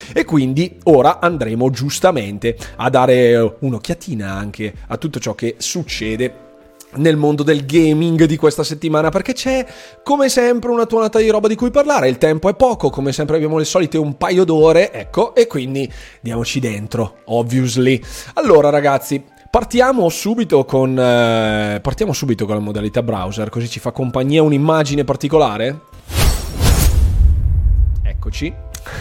e quindi ora andremo giustamente a dare un'occhiatina anche a tutto ciò che succede nel mondo del gaming di questa settimana, perché c'è come sempre una tuonata di roba di cui parlare. Il tempo è poco, come sempre abbiamo le solite un paio d'ore, ecco, e quindi diamoci dentro, obviously. Allora ragazzi, partiamo subito con la modalità browser, così ci fa compagnia un'immagine particolare. Eccoci.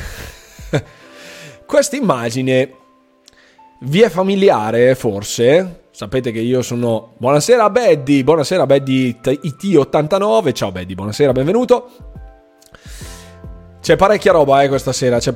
Questa immagine vi è familiare forse? Sapete che io sono... Buonasera Beddy IT89, ciao Beddy, buonasera, benvenuto. C'è parecchia roba questa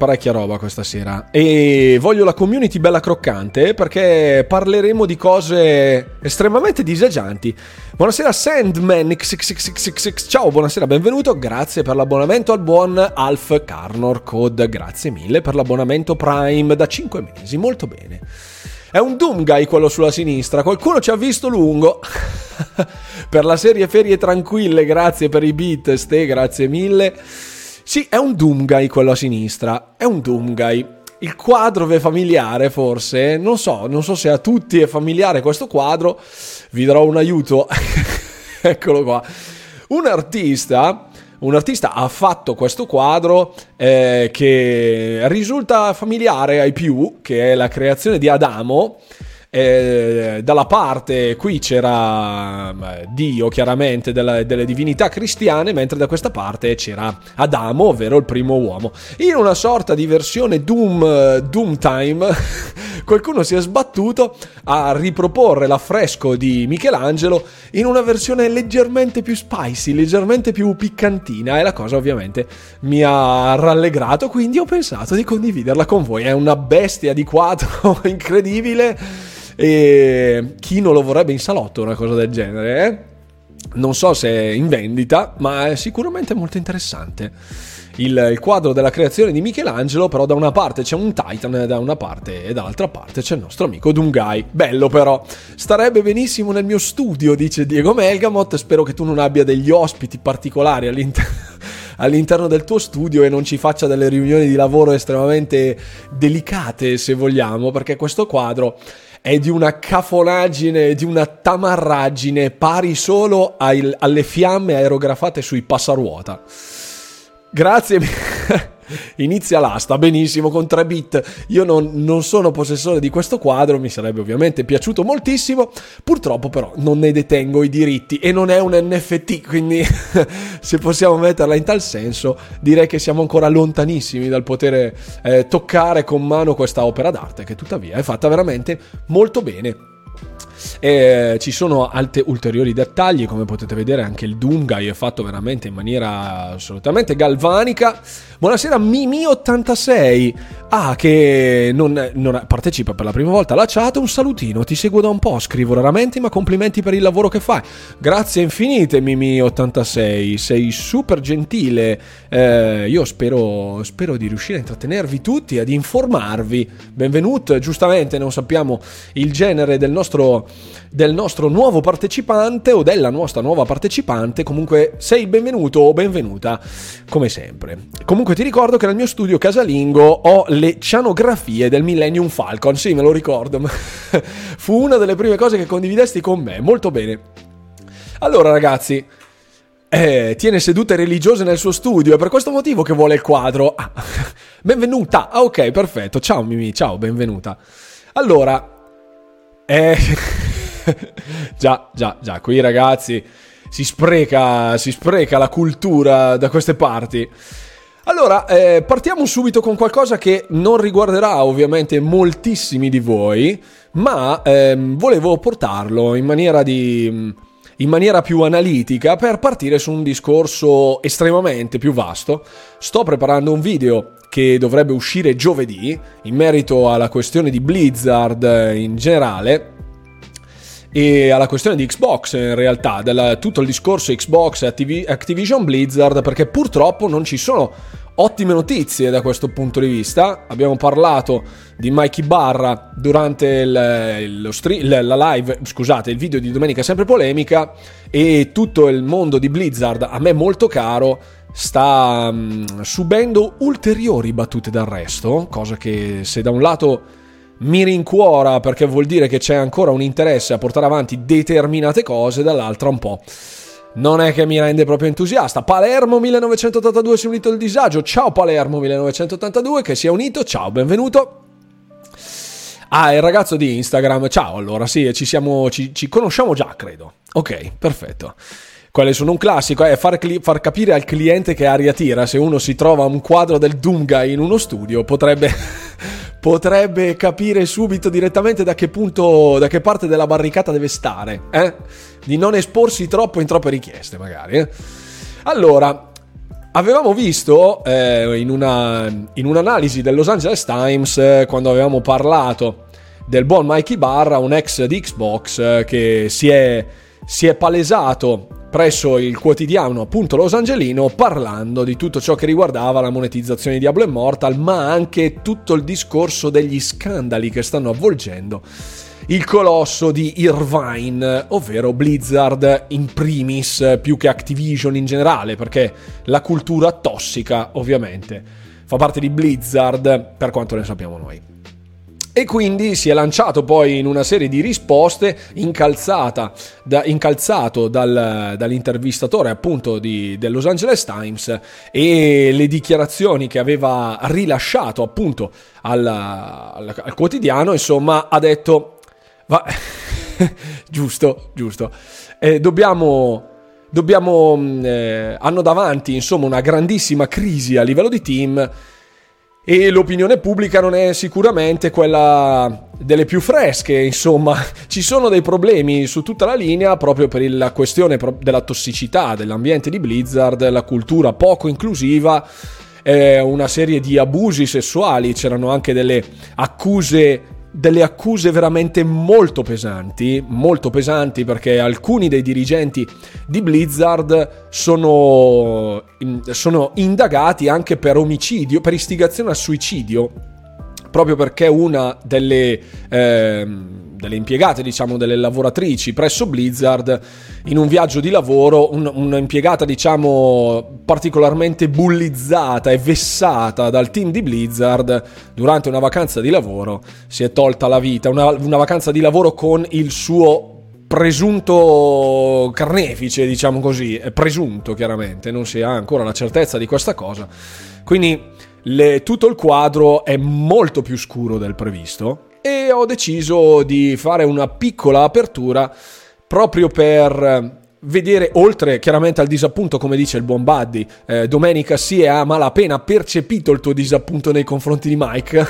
sera, e voglio la community bella croccante perché parleremo di cose estremamente disagianti. Buonasera Sandman XXXXX, ciao, buonasera, benvenuto, grazie per l'abbonamento al buon Alf Carnor Code, grazie mille per l'abbonamento Prime da 5 mesi, molto bene. È un Doomguy quello sulla sinistra, qualcuno ci ha visto lungo. Per la serie Ferie Tranquille, grazie per i beat, grazie mille. Sì, è un Doomguy quello a sinistra, è un Doomguy. Il quadro vi è familiare forse? Non so se a tutti è familiare questo quadro, vi darò un aiuto. Eccolo qua. Un artista ha fatto questo quadro che risulta familiare ai più, che è la creazione di Adamo. Dalla parte qui c'era Dio, chiaramente, delle divinità cristiane, mentre da questa parte c'era Adamo, ovvero il primo uomo. In una sorta di versione Doom Time qualcuno si è sbattuto a riproporre l'affresco di Michelangelo in una versione leggermente più spicy, leggermente più piccantina, e la cosa ovviamente mi ha rallegrato, quindi ho pensato di condividerla con voi. È una bestia di quadro incredibile, e chi non lo vorrebbe in salotto una cosa del genere, Non so se è in vendita, ma è sicuramente molto interessante. Il quadro della creazione di Michelangelo, però da una parte c'è un Titan, da una parte, e dall'altra parte c'è il nostro amico Doomguy. Bello però, starebbe benissimo nel mio studio, dice Diego Melgamot. Spero che tu non abbia degli ospiti particolari all'interno del tuo studio e non ci faccia delle riunioni di lavoro estremamente delicate, se vogliamo, perché questo quadro è di una cafonaggine, di una tamarraggine pari solo alle fiamme aerografate sui passaruota. Grazie. Inizia l'asta, benissimo, con 3 bit. Io non sono possessore di questo quadro, mi sarebbe ovviamente piaciuto moltissimo, purtroppo però non ne detengo i diritti e non è un NFT, quindi se possiamo metterla in tal senso, direi che siamo ancora lontanissimi dal poter toccare con mano questa opera d'arte, che tuttavia è fatta veramente molto bene. Ci sono ulteriori dettagli, come potete vedere anche il Doomguy è fatto veramente in maniera assolutamente galvanica. Buonasera Mimi86, che non partecipa per la prima volta alla chat. Un salutino, ti seguo da un po', scrivo raramente, ma complimenti per il lavoro che fai. Grazie infinite Mimi86, sei super gentile. Io spero di riuscire a intrattenervi tutti, ad informarvi. Benvenuto, giustamente non sappiamo il genere del nostro nuovo partecipante o della nostra nuova partecipante. Comunque sei benvenuto o benvenuta come sempre. Comunque ti ricordo che nel mio studio casalingo ho le cianografie del Millennium Falcon. Sì, me lo ricordo. Fu una delle prime cose che condividesti con me. Molto bene. Allora ragazzi, tiene sedute religiose nel suo studio, è per questo motivo che vuole il quadro. Benvenuta. Ok, perfetto. Ciao Mimi, ciao, benvenuta. Allora, già, qui ragazzi si spreca la cultura da queste parti. Allora, partiamo subito con qualcosa che non riguarderà ovviamente moltissimi di voi, ma volevo portarlo in maniera più analitica per partire su un discorso estremamente più vasto. Sto preparando un video che dovrebbe uscire giovedì in merito alla questione di Blizzard in generale e alla questione di Xbox, in realtà, tutto il discorso Xbox e Activision Blizzard, perché purtroppo non ci sono ottime notizie da questo punto di vista. Abbiamo parlato di Mikey Barra durante la live, scusate, il video di domenica sempre polemica, e tutto il mondo di Blizzard, a me molto caro, sta subendo ulteriori battute d'arresto, cosa che, se da un lato mi rincuora perché vuol dire che c'è ancora un interesse a portare avanti determinate cose, dall'altra un po' non è che mi rende proprio entusiasta. Palermo 1982 si è unito al disagio. Ciao Palermo 1982 che si è unito, ciao, benvenuto. Ah, il ragazzo di Instagram, ciao, allora sì, ci conosciamo già, credo. Ok, perfetto. Quelle sono un classico, far capire al cliente che aria tira. Se uno si trova un quadro del Doomguy in uno studio, potrebbe capire subito direttamente da che parte della barricata deve stare, di non esporsi troppo in troppe richieste, magari. Allora, avevamo visto in un'analisi del Los Angeles Times, quando avevamo parlato del buon Mikey Barra, un ex di Xbox, che si è palesato presso il quotidiano appunto Los Angelino, parlando di tutto ciò che riguardava la monetizzazione di Diablo Immortal, ma anche tutto il discorso degli scandali che stanno avvolgendo il colosso di Irvine, ovvero Blizzard in primis, più che Activision in generale, perché la cultura tossica ovviamente fa parte di Blizzard, per quanto ne sappiamo noi. E quindi si è lanciato poi in una serie di risposte, incalzato dall'intervistatore appunto del Los Angeles Times, e le dichiarazioni che aveva rilasciato appunto al quotidiano. Insomma, ha detto giusto, hanno davanti insomma una grandissima crisi a livello di team, e l'opinione pubblica non è sicuramente quella delle più fresche. Insomma, ci sono dei problemi su tutta la linea proprio per la questione della tossicità dell'ambiente di Blizzard, la cultura poco inclusiva, una serie di abusi sessuali. C'erano anche delle accuse veramente molto pesanti, perché alcuni dei dirigenti di Blizzard sono indagati anche per omicidio, per istigazione a suicidio, proprio perché una delle impiegate, diciamo, delle lavoratrici presso Blizzard, in un viaggio di lavoro, un'impiegata, diciamo, particolarmente bullizzata e vessata dal team di Blizzard durante una vacanza di lavoro, si è tolta la vita. Una vacanza di lavoro con il suo presunto carnefice, diciamo così. È presunto, chiaramente, non si ha ancora la certezza di questa cosa, quindi tutto il quadro è molto più scuro del previsto, e ho deciso di fare una piccola apertura proprio per vedere, oltre chiaramente al disappunto, come dice il buon Buddy, Domenica si è a malapena percepito il tuo disappunto nei confronti di Mike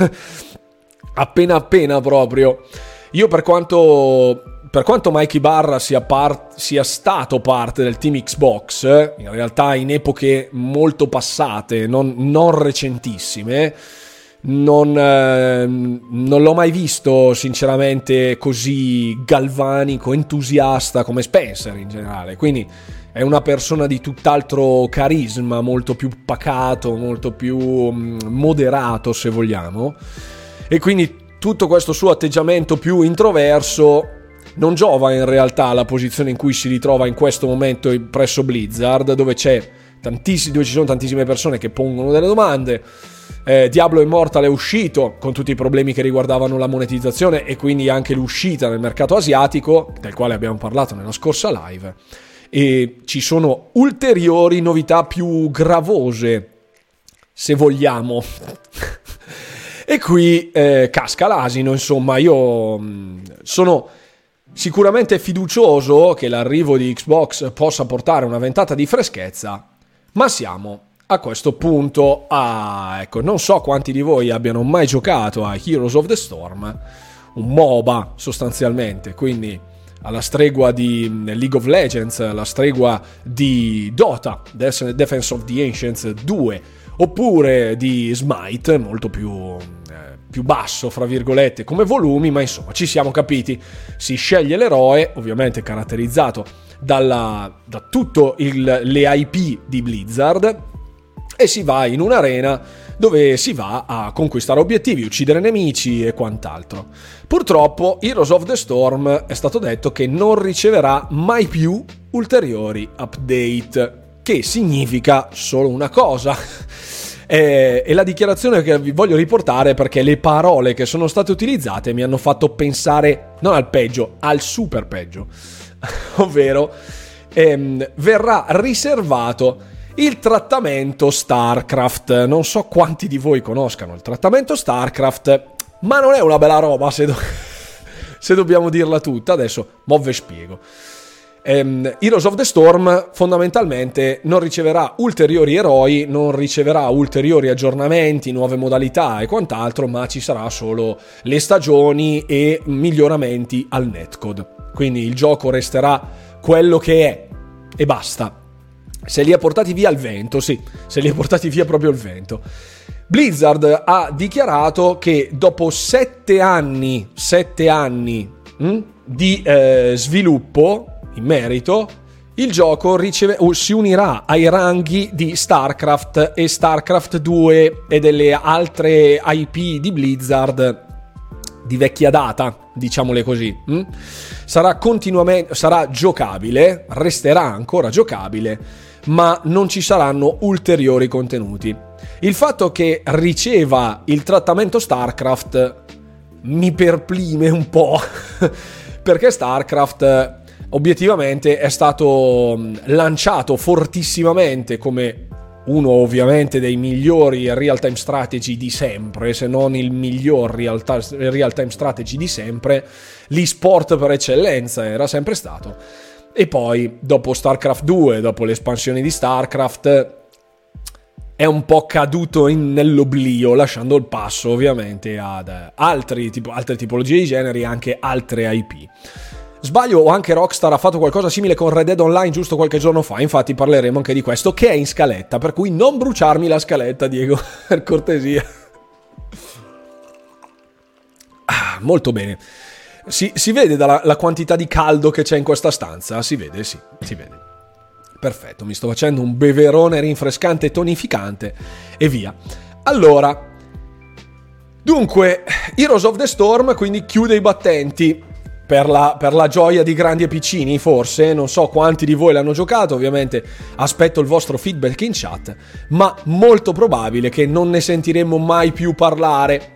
appena proprio. Io, per quanto Mikey Barra sia stato parte del team Xbox, in realtà in epoche molto passate, non recentissime, non l'ho mai visto sinceramente così galvanico, entusiasta come Spencer in generale. Quindi è una persona di tutt'altro carisma, molto più pacato, molto più moderato, se vogliamo, e quindi tutto questo suo atteggiamento più introverso non giova in realtà alla posizione in cui si ritrova in questo momento presso Blizzard, dove ci sono tantissime persone che pongono delle domande. Diablo Immortal è uscito con tutti i problemi che riguardavano la monetizzazione e quindi anche l'uscita nel mercato asiatico, del quale abbiamo parlato nella scorsa live, e ci sono ulteriori novità più gravose, se vogliamo. E qui casca l'asino. Insomma, io sono sicuramente fiducioso che l'arrivo di Xbox possa portare una ventata di freschezza, ma siamo a questo punto ecco, non so quanti di voi abbiano mai giocato a Heroes of the Storm, un MOBA sostanzialmente, quindi alla stregua di League of Legends, alla stregua di Dota, Defense of the Ancients 2, oppure di Smite, molto più basso, fra virgolette, come volumi, ma insomma ci siamo capiti. Si sceglie l'eroe, ovviamente caratterizzato da tutto le IP di Blizzard, e si va in un'arena dove si va a conquistare obiettivi, uccidere nemici e quant'altro. Purtroppo Heroes of the Storm è stato detto che non riceverà mai più ulteriori update. che significa solo una cosa. E la dichiarazione che vi voglio riportare, perché le parole che sono state utilizzate mi hanno fatto pensare non al peggio, al super peggio, ovvero verrà riservato il trattamento StarCraft. Non so quanti di voi conoscano il trattamento StarCraft, ma non è una bella roba se dobbiamo dirla tutta. Adesso mo ve spiego. Heroes of the Storm fondamentalmente non riceverà ulteriori eroi, non riceverà ulteriori aggiornamenti, nuove modalità e quant'altro, ma ci sarà solo le stagioni e miglioramenti al netcode. Quindi il gioco resterà quello che è e basta. Se li ha portati via il vento, sì, se li ha portati via proprio il vento. Blizzard ha dichiarato che dopo 7 anni di sviluppo in merito, il gioco si unirà ai ranghi di StarCraft e StarCraft 2 e delle altre IP di Blizzard di vecchia data, diciamole così. Sarà giocabile, resterà ancora giocabile, ma non ci saranno ulteriori contenuti. Il fatto che riceva il trattamento StarCraft mi perplime un po', perché StarCraft obiettivamente è stato lanciato fortissimamente come uno ovviamente dei migliori real-time strategy di sempre, se non il miglior real-time strategy di sempre, l'e-sport per eccellenza era sempre stato. E poi dopo StarCraft 2, dopo l'espansione di StarCraft, è un po' caduto nell'oblio, lasciando il passo ovviamente ad altre tipologie di generi, anche altre IP. Sbaglio, o anche Rockstar ha fatto qualcosa simile con Red Dead Online giusto qualche giorno fa, infatti parleremo anche di questo, che è in scaletta, per cui non bruciarmi la scaletta, Diego, per cortesia. Molto bene. Si vede dalla quantità di caldo che c'è in questa stanza? Si vede, sì, si vede. Perfetto, mi sto facendo un beverone rinfrescante e tonificante e via. Allora, dunque, Heroes of the Storm quindi chiude i battenti per la gioia di grandi e piccini, forse. Non so quanti di voi l'hanno giocato, ovviamente aspetto il vostro feedback in chat, ma molto probabile che non ne sentiremo mai più parlare,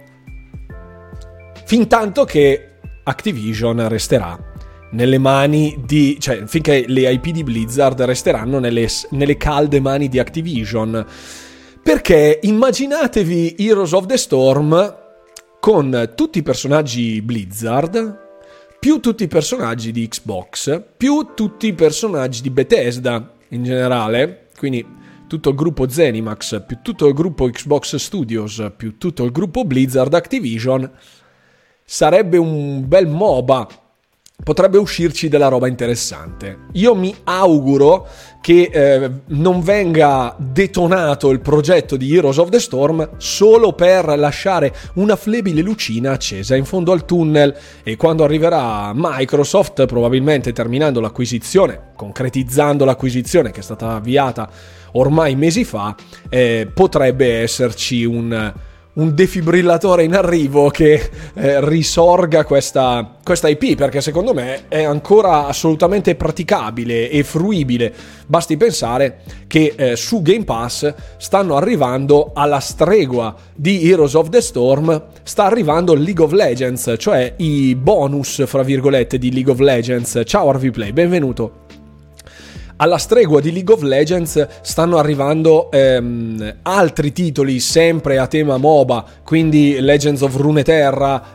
fintanto che Activision resterà nelle mani finché le IP di Blizzard resteranno nelle calde mani di Activision. Perché immaginatevi Heroes of the Storm con tutti i personaggi Blizzard, più tutti i personaggi di Xbox, più tutti i personaggi di Bethesda in generale, quindi tutto il gruppo Zenimax, più tutto il gruppo Xbox Studios, più tutto il gruppo Blizzard Activision. Sarebbe un bel MOBA, potrebbe uscirci della roba interessante. Io mi auguro che non venga detonato il progetto di Heroes of the Storm solo per lasciare una flebile lucina accesa in fondo al tunnel, e quando arriverà Microsoft, probabilmente terminando l'acquisizione, concretizzando l'acquisizione che è stata avviata ormai mesi fa, potrebbe esserci un defibrillatore in arrivo che risorga questa IP, perché secondo me è ancora assolutamente praticabile e fruibile. Basti pensare che su Game Pass stanno arrivando, alla stregua di Heroes of the Storm, sta arrivando League of Legends, cioè i bonus fra virgolette di League of Legends. Ciao RVPlay, benvenuto. Alla stregua di League of Legends stanno arrivando altri titoli sempre a tema MOBA, quindi Legends of Runeterra,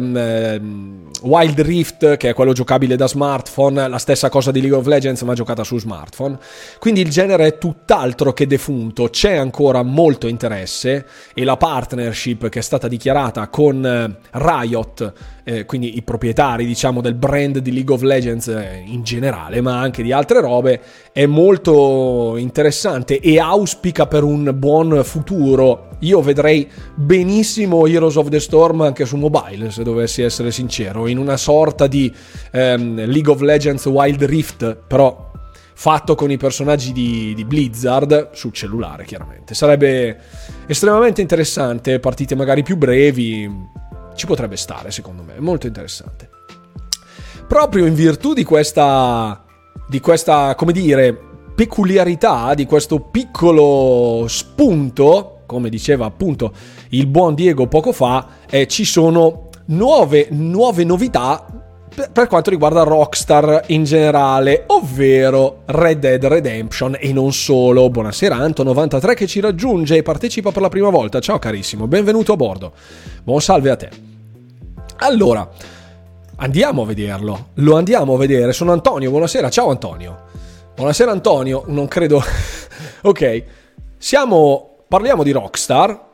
Wild Rift, che è quello giocabile da smartphone, la stessa cosa di League of Legends ma giocata su smartphone. Quindi il genere è tutt'altro che defunto, c'è ancora molto interesse, e la partnership che è stata dichiarata con Riot, quindi i proprietari diciamo del brand di League of Legends in generale, ma anche di altre robe, è molto interessante e auspica per un buon futuro. Io vedrei benissimo Heroes of the Storm anche su mobile, se dovessi essere sincero, in una sorta di League of Legends Wild Rift, però fatto con i personaggi di Blizzard su cellulare, chiaramente. Sarebbe estremamente interessante, partite magari più brevi, ci potrebbe stare, secondo me, è molto interessante. Proprio in virtù di questa, come dire, peculiarità, di questo piccolo spunto, come diceva appunto il buon Diego poco fa, ci sono nuove novità per quanto riguarda Rockstar in generale, ovvero Red Dead Redemption e non solo. Buonasera Anto93 che ci raggiunge e partecipa per la prima volta. Ciao carissimo, benvenuto a bordo. Buon salve a te. Allora, andiamo a vederlo. Lo andiamo a vedere. Sono Antonio, buonasera. Ciao Antonio. Buonasera Antonio, non credo... Ok, parliamo di Rockstar.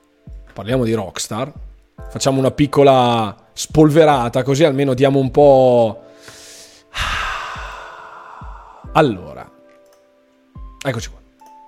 Facciamo una piccola spolverata, così almeno diamo un po'... Allora, eccoci qua.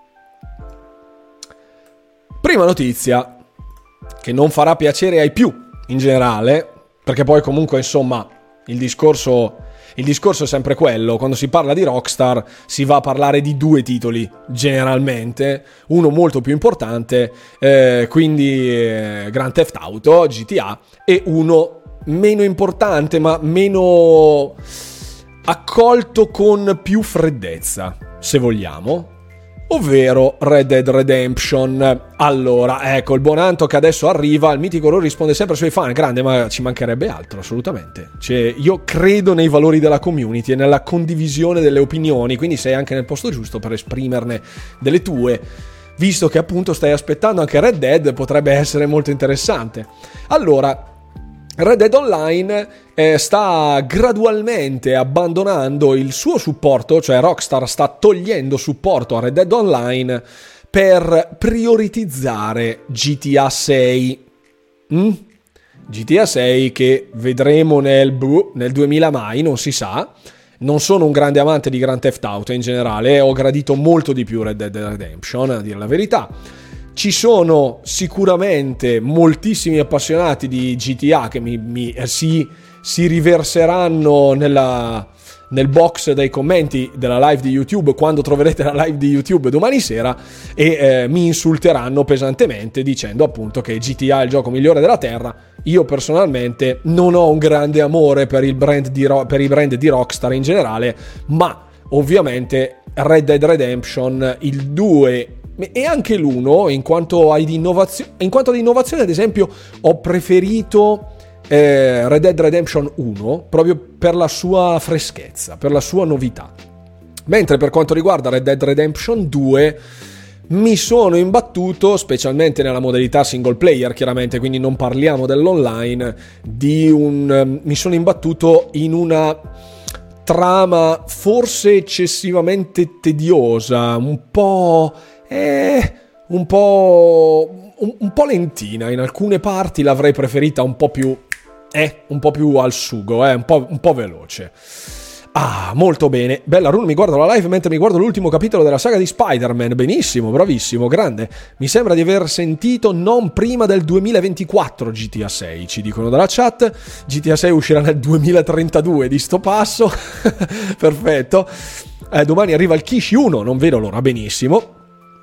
Prima notizia, che non farà piacere ai più in generale, perché poi comunque insomma il discorso è sempre quello. Quando si parla di Rockstar si va a parlare di due titoli generalmente, uno molto più importante, quindi Grand Theft Auto, GTA, e uno meno importante ma meno accolto con più freddezza, se vogliamo, ovvero Red Dead Redemption. Allora, ecco, il buon Anto che adesso arriva, il mitico Ro risponde sempre ai suoi fan, grande, ma ci mancherebbe altro, assolutamente. Cioè, io credo nei valori della community e nella condivisione delle opinioni, quindi sei anche nel posto giusto per esprimerne delle tue, visto che appunto stai aspettando anche Red Dead, potrebbe essere molto interessante. Allora, Red Dead Online sta gradualmente abbandonando il suo supporto, cioè Rockstar sta togliendo supporto a Red Dead Online per prioritizzare GTA 6. GTA 6 che vedremo nel 2000 mai, non si sa. Non sono un grande amante di Grand Theft Auto in generale, ho gradito molto di più Red Dead Redemption, a dire la verità. Ci sono sicuramente moltissimi appassionati di GTA che si riverseranno nel box dei commenti della live di YouTube quando troverete la live di YouTube domani sera e mi insulteranno pesantemente dicendo appunto che GTA è il gioco migliore della terra. Io personalmente non ho un grande amore per i brand di Rockstar in generale, ma ovviamente Red Dead Redemption, il 2 e anche l'1, in quanto ad innovazione, ad esempio, ho preferito Red Dead Redemption 1 proprio per la sua freschezza, per la sua novità. Mentre per quanto riguarda Red Dead Redemption 2 mi sono imbattuto, specialmente nella modalità single player, chiaramente, quindi non parliamo dell'online, mi sono imbattuto in una trama forse eccessivamente tediosa, un po' lentina. In alcune parti l'avrei preferita un po' più al sugo, un po' veloce. Molto bene. Bella Rune, mi guardo la live mentre mi guardo l'ultimo capitolo della saga di Spider-Man. Benissimo, bravissimo, grande. Mi sembra di aver sentito non prima del 2024 GTA 6, ci dicono dalla chat. GTA 6 uscirà nel 2032 di sto passo. Perfetto. Domani arriva il Kishi 1, non vedo l'ora, benissimo.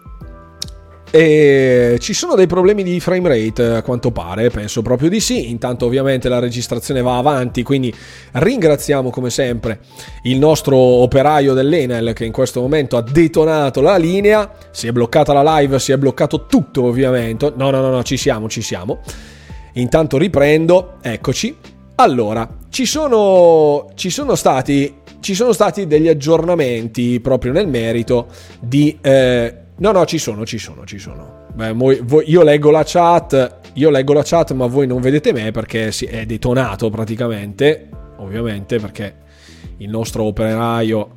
E ci sono dei problemi di frame rate, a quanto pare, penso proprio di sì. Intanto ovviamente la registrazione va avanti, quindi ringraziamo come sempre il nostro operaio dell'Enel che in questo momento ha detonato la linea. Si è bloccata la live, si è bloccato tutto ovviamente. No, ci siamo. Intanto riprendo, eccoci. Allora, ci sono stati degli aggiornamenti proprio nel merito di... No, ci sono. Beh, io leggo la chat, ma voi non vedete me perché è detonato praticamente, ovviamente, perché il nostro operaio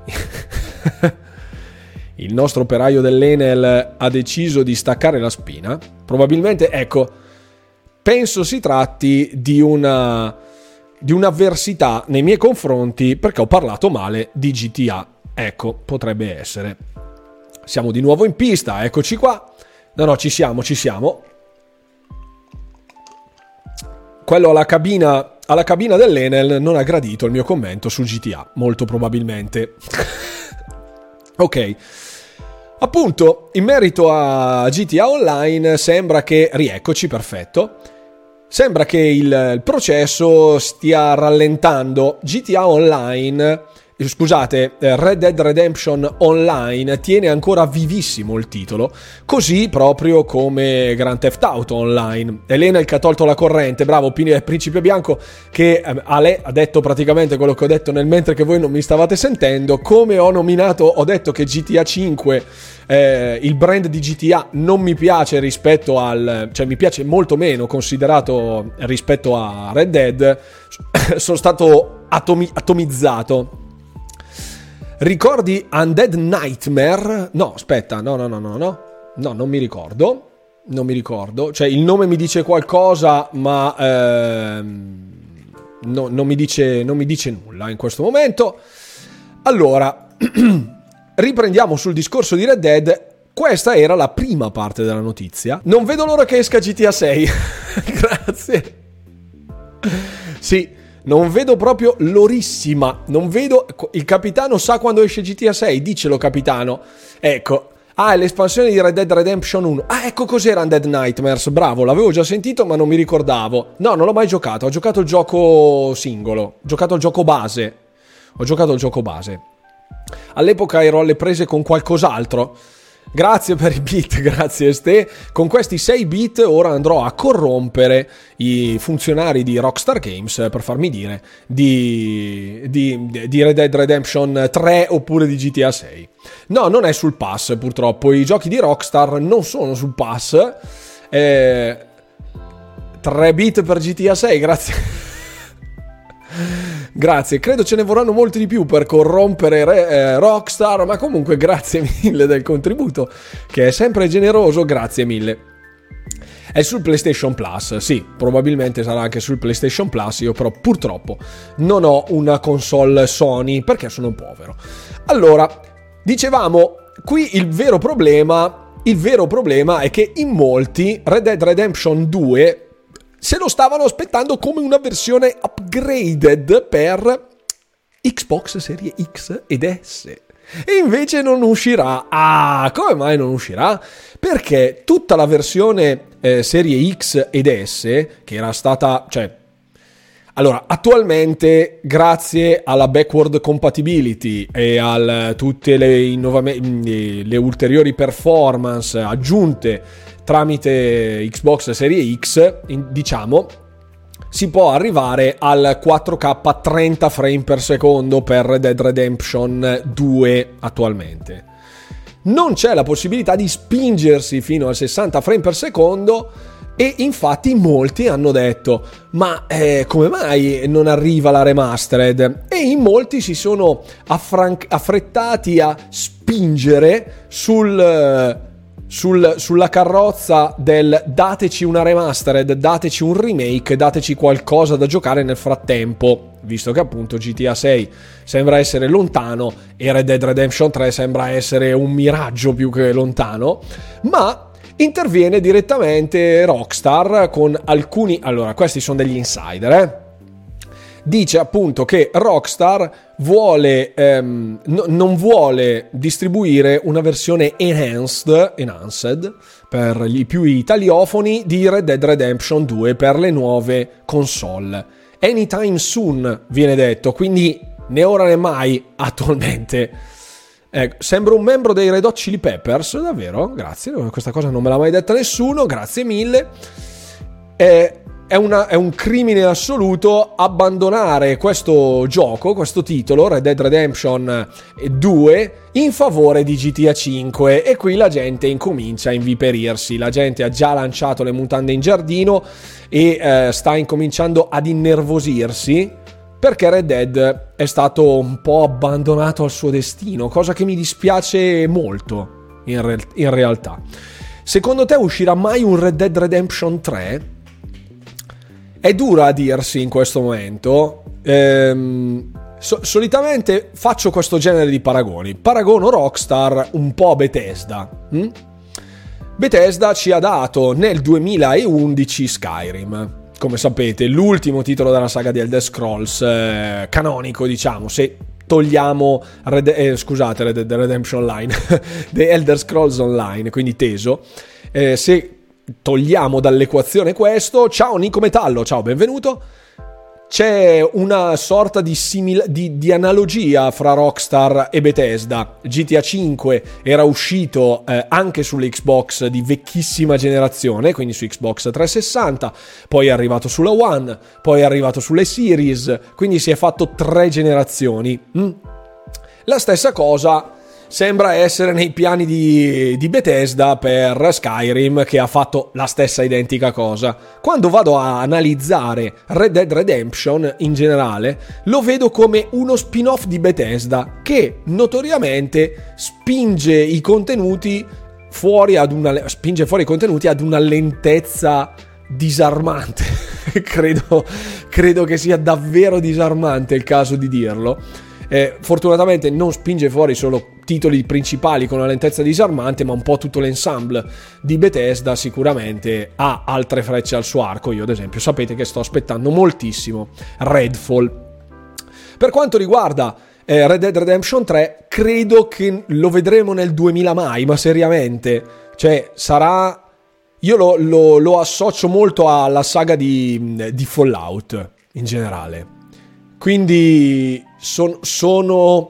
dell'Enel ha deciso di staccare la spina. Probabilmente, ecco, penso si tratti di un'avversità nei miei confronti perché ho parlato male di GTA. Ecco, potrebbe essere. Siamo di nuovo in pista, eccoci qua. No, ci siamo. Quello alla cabina dell'Enel non ha gradito il mio commento su GTA, molto probabilmente. Ok. Appunto, in merito a GTA Online sembra che... Rieccoci, perfetto. Sembra che il processo stia rallentando. GTA Online scusate, Red Dead Redemption Online tiene ancora vivissimo il titolo, così proprio come Grand Theft Auto Online. Elena, il che ha tolto la corrente, bravo Principe Bianco, che ha detto praticamente quello che ho detto nel mentre che voi non mi stavate sentendo. Come ho detto che GTA 5, il brand di GTA non mi piace rispetto cioè mi piace molto meno considerato rispetto a Red Dead. Sono stato atomizzato. Ricordi Undead Nightmare? No, aspetta, no, non mi ricordo. Cioè il nome mi dice qualcosa, ma non mi dice nulla in questo momento. Allora, riprendiamo sul discorso di Red Dead. Questa era la prima parte della notizia. Non vedo l'ora che esca GTA 6. Grazie. Sì, non vedo proprio l'orissima. Non vedo. Il capitano sa quando esce GTA 6. Dicelo, capitano. Ecco. Ah, è l'espansione di Red Dead Redemption 1. Ah, ecco cos'era Undead Nightmares. Bravo, l'avevo già sentito ma non mi ricordavo. No, non l'ho mai giocato. Ho giocato il gioco singolo. Ho giocato il gioco base. All'epoca ero alle prese con qualcos'altro. Grazie per i bit, grazie Ste. Con questi 6 bit ora andrò a corrompere i funzionari di Rockstar Games per farmi dire di Red Dead Redemption 3 oppure di GTA 6. No, non è sul pass purtroppo, i giochi di Rockstar non sono sul pass. 3 bit per GTA 6, grazie. Grazie, credo ce ne vorranno molti di più per corrompere Rockstar, ma comunque grazie mille del contributo, che è sempre generoso, grazie mille. È sul PlayStation Plus, sì, probabilmente sarà anche sul PlayStation Plus, io però purtroppo non ho una console Sony perché sono povero. Allora, dicevamo, qui il vero problema è che in molti Red Dead Redemption 2 se lo stavano aspettando come una versione upgraded per Xbox Series X ed S. E invece non uscirà. Ah, come mai non uscirà? Perché tutta la versione Serie X ed S, che era stata... Allora, attualmente, grazie alla backward compatibility e a tutte le ulteriori performance aggiunte tramite Xbox Series X, diciamo, si può arrivare al 4K 30 frame per secondo per Red Dead Redemption 2 attualmente. Non c'è la possibilità di spingersi fino al 60 frame per secondo e infatti molti hanno detto ma come mai non arriva la remastered? E in molti si sono affrettati a spingere sulla carrozza del dateci una remastered, dateci un remake, dateci qualcosa da giocare nel frattempo, visto che appunto GTA 6 sembra essere lontano e Red Dead Redemption 3 sembra essere un miraggio più che lontano, ma interviene direttamente Rockstar con alcuni... Allora, questi sono degli insider, Dice appunto che Rockstar non vuole distribuire una versione enhanced per gli più italiofoni di Red Dead Redemption 2 per le nuove console. Anytime soon viene detto, quindi né ora né mai attualmente. Sembra un membro dei Red Hot Chili Peppers, davvero, grazie, questa cosa non me l'ha mai detta nessuno, grazie mille. È un crimine assoluto abbandonare questo gioco, questo titolo, Red Dead Redemption 2, in favore di GTA 5, e qui la gente incomincia a inviperirsi, la gente ha già lanciato le mutande in giardino e sta incominciando ad innervosirsi perché Red Dead è stato un po' abbandonato al suo destino, cosa che mi dispiace molto in realtà. Secondo te uscirà mai un Red Dead Redemption 3? È dura a dirsi in questo momento. Solitamente faccio questo genere di paragoni. Paragono Rockstar un po' a Bethesda. Bethesda ci ha dato nel 2011 Skyrim, come sapete, l'ultimo titolo della saga di Elder Scrolls canonico, diciamo, se togliamo Red Dead Redemption Online The Elder Scrolls Online, quindi teso, se togliamo dall'equazione questo. Ciao Nico Metallo, ciao, benvenuto. c'è una sorta di analogia fra Rockstar e Bethesda. GTA 5 era uscito anche sulle Xbox di vecchissima generazione, quindi su Xbox 360, poi è arrivato sulla One, poi è arrivato sulle Series, quindi si è fatto 3 generazioni. La stessa cosa sembra essere nei piani di Bethesda per Skyrim, che ha fatto la stessa identica cosa. Quando vado a analizzare Red Dead Redemption in generale, lo vedo come uno spin-off di Bethesda che notoriamente spinge i contenuti fuori ad una lentezza disarmante. credo che sia davvero disarmante il caso di dirlo. Fortunatamente non spinge fuori solo titoli principali con una lentezza disarmante, ma un po' tutto l'ensemble di Bethesda sicuramente ha altre frecce al suo arco. Io ad esempio sapete che sto aspettando moltissimo Redfall. Per quanto riguarda Red Dead Redemption 3, credo che lo vedremo nel 2000 mai, ma seriamente, cioè sarà... Io lo associo molto alla saga di Fallout in generale. Quindi sono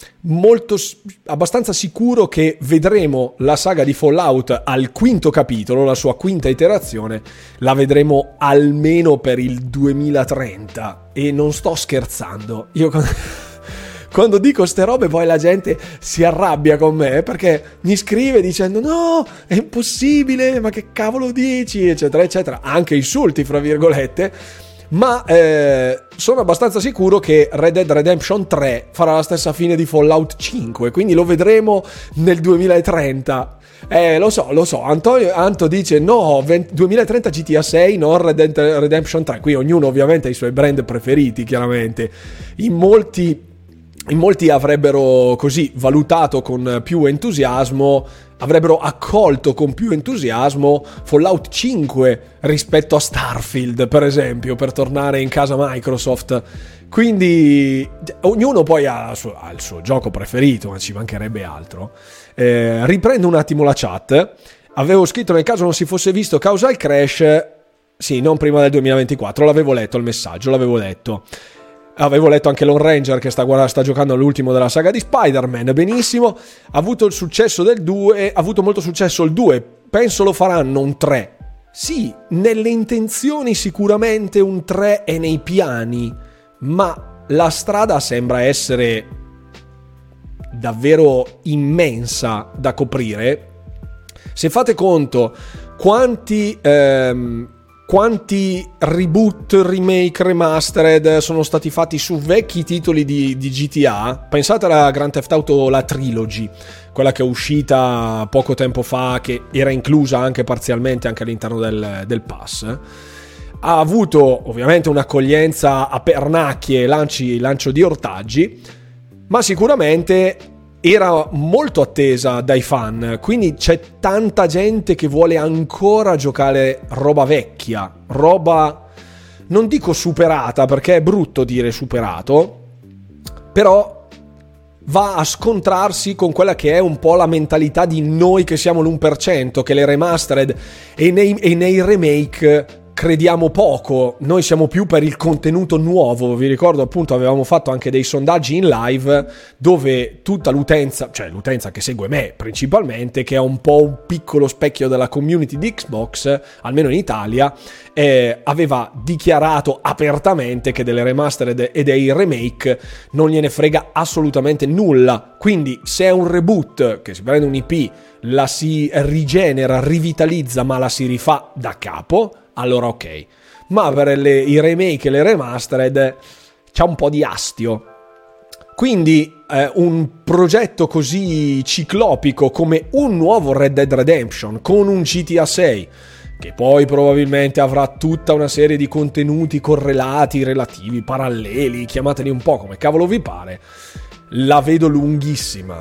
abbastanza sicuro che vedremo la saga di Fallout al 5° capitolo, la sua 5ª iterazione, la vedremo almeno per il 2030. E non sto scherzando. Io quando dico ste robe poi la gente si arrabbia con me perché mi scrive dicendo no, è impossibile, ma che cavolo dici, eccetera eccetera, anche insulti fra virgolette. Ma sono abbastanza sicuro che Red Dead Redemption 3 farà la stessa fine di Fallout 5, quindi lo vedremo nel 2030. Lo so, Anto dice no, 2030 GTA 6, no Red Dead Redemption 3. Qui ognuno ovviamente ha i suoi brand preferiti, chiaramente. In molti avrebbero così valutato con più entusiasmo, avrebbero accolto con più entusiasmo Fallout 5 rispetto a Starfield, per esempio, per tornare in casa Microsoft. Quindi ognuno poi ha il suo gioco preferito, ma ci mancherebbe altro. Riprendo un attimo la chat. Avevo scritto nel caso non si fosse visto Causal Crash, sì, non prima del 2024, l'avevo letto il messaggio, l'avevo letto. Avevo letto anche Lone Ranger che sta giocando all'ultimo della saga di Spider-Man, benissimo. Ha avuto il successo del 2, ha avuto molto successo il 2, penso lo faranno un 3. Sì, nelle intenzioni sicuramente un 3 è nei piani, ma la strada sembra essere davvero immensa da coprire. Se fate conto quanti reboot, remake, remastered sono stati fatti su vecchi titoli di GTA. Pensate alla Grand Theft Auto, la Trilogy, quella che è uscita poco tempo fa, che era inclusa anche parzialmente anche all'interno del pass. Ha avuto ovviamente un'accoglienza a pernacchie, lancio di ortaggi, ma sicuramente era molto attesa dai fan, quindi c'è tanta gente che vuole ancora giocare roba vecchia, roba, non dico superata perché è brutto dire superato, però va a scontrarsi con quella che è un po' la mentalità di noi che siamo l'1%, che le remastered e nei remake crediamo poco. Noi siamo più per il contenuto nuovo. Vi ricordo appunto avevamo fatto anche dei sondaggi in live dove tutta l'utenza, cioè l'utenza che segue me principalmente, che è un po' un piccolo specchio della community di Xbox, almeno in Italia, aveva dichiarato apertamente che delle remastered e dei remake non gliene frega assolutamente nulla. Quindi se è un reboot che si prende un IP, la si rigenera, rivitalizza, ma la si rifà da capo, allora ok. Ma per i remake e le remastered c'è un po' di astio. Quindi un progetto così ciclopico come un nuovo Red Dead Redemption con un GTA 6, che poi probabilmente avrà tutta una serie di contenuti correlati, relativi, paralleli, chiamateli un po' come cavolo vi pare, la vedo lunghissima.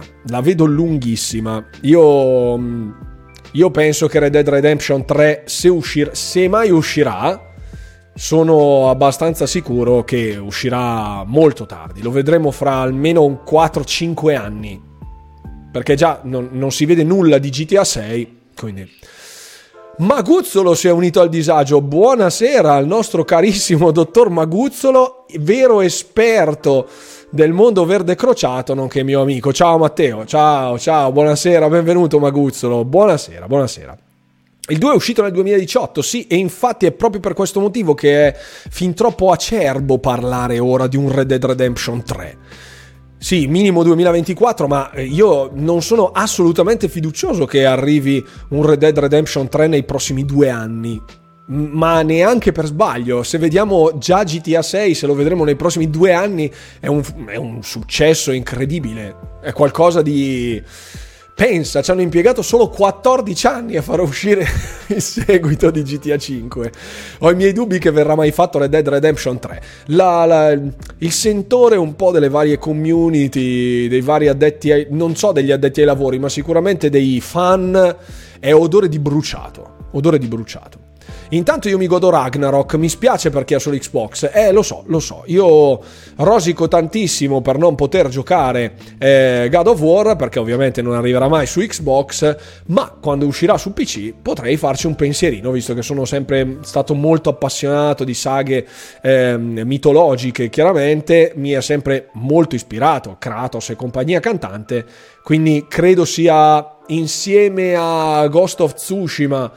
Io penso che Red Dead Redemption 3, se mai uscirà, sono abbastanza sicuro che uscirà molto tardi. Lo vedremo fra almeno un 4-5 anni, perché già non si vede nulla di GTA 6, quindi Maguzzolo si è unito al disagio. Buonasera al nostro carissimo dottor Maguzzolo, vero esperto del mondo verde crociato, nonché mio amico. Ciao Matteo, ciao, buonasera, benvenuto Maguzzolo, buonasera. Il 2 è uscito nel 2018, sì, e infatti è proprio per questo motivo che è fin troppo acerbo parlare ora di un Red Dead Redemption 3. Sì, minimo 2024, ma io non sono assolutamente fiducioso che arrivi un Red Dead Redemption 3 nei prossimi 2 anni. Ma neanche per sbaglio. Se vediamo già GTA 6, se lo vedremo nei prossimi 2 anni, è un successo incredibile. È qualcosa di... Pensa, ci hanno impiegato solo 14 anni a far uscire il seguito di GTA 5. Ho i miei dubbi che verrà mai fatto Red Dead Redemption 3. Il sentore un po' delle varie community, dei vari addetti ai... non so degli addetti ai lavori, ma sicuramente dei fan, è odore di bruciato. Intanto io mi godo Ragnarok, mi spiace perché è solo Xbox, lo so, io rosico tantissimo per non poter giocare God of War, perché ovviamente non arriverà mai su Xbox, ma quando uscirà su PC potrei farci un pensierino, visto che sono sempre stato molto appassionato di saghe mitologiche, chiaramente mi è sempre molto ispirato Kratos e compagnia cantante, quindi credo sia insieme a Ghost of Tsushima,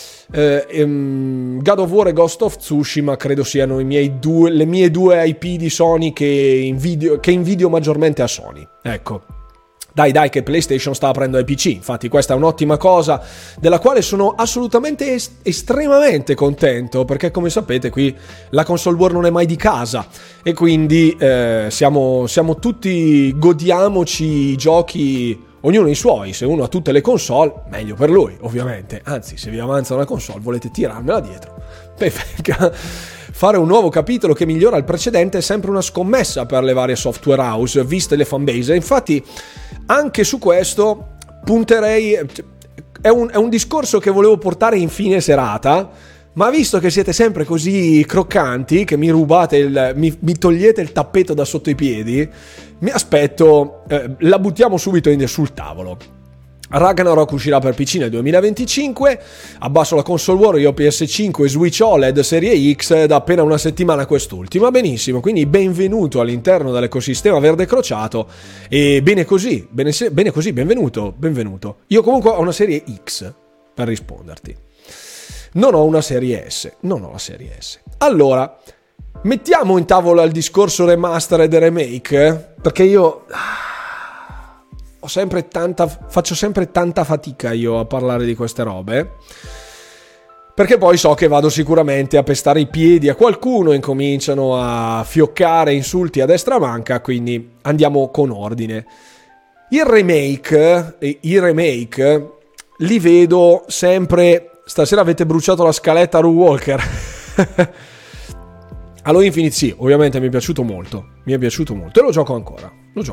God of War e Ghost of Tsushima credo siano le mie due IP di Sony che invidio maggiormente a Sony. Ecco, dai che PlayStation sta aprendo ai PC, infatti questa è un'ottima cosa della quale sono assolutamente estremamente contento, perché come sapete qui la console war non è mai di casa e quindi siamo tutti, godiamoci i giochi ognuno i suoi. Se uno ha tutte le console, meglio per lui, ovviamente. Anzi, se vi avanza una console, volete tirarmela dietro. Fare un nuovo capitolo che migliora il precedente è sempre una scommessa per le varie software house, viste le fanbase. Infatti, anche su questo punterei... È un discorso che volevo portare in fine serata, ma visto che siete sempre così croccanti, che mi rubate mi togliete il tappeto da sotto i piedi, mi aspetto, la buttiamo subito sul tavolo. Ragnarok uscirà per PC nel 2025, abbasso la console war, io PS5 e Switch OLED Serie X da appena una settimana quest'ultima, benissimo, quindi benvenuto all'interno dell'ecosistema verde crociato e bene così, benvenuto. Io comunque ho una Serie X per risponderti. Non ho una Serie S, non ho la Serie S. Allora, mettiamo in tavola il discorso remastered e remake, perché io faccio sempre tanta fatica io a parlare di queste robe, perché poi so che vado sicuramente a pestare i piedi a qualcuno, incominciano a fioccare insulti a destra manca, quindi andiamo con ordine. I remake li vedo sempre... Stasera avete bruciato la scaletta Ru Walker. Halo Infinite sì, ovviamente mi è piaciuto molto e lo gioco ancora.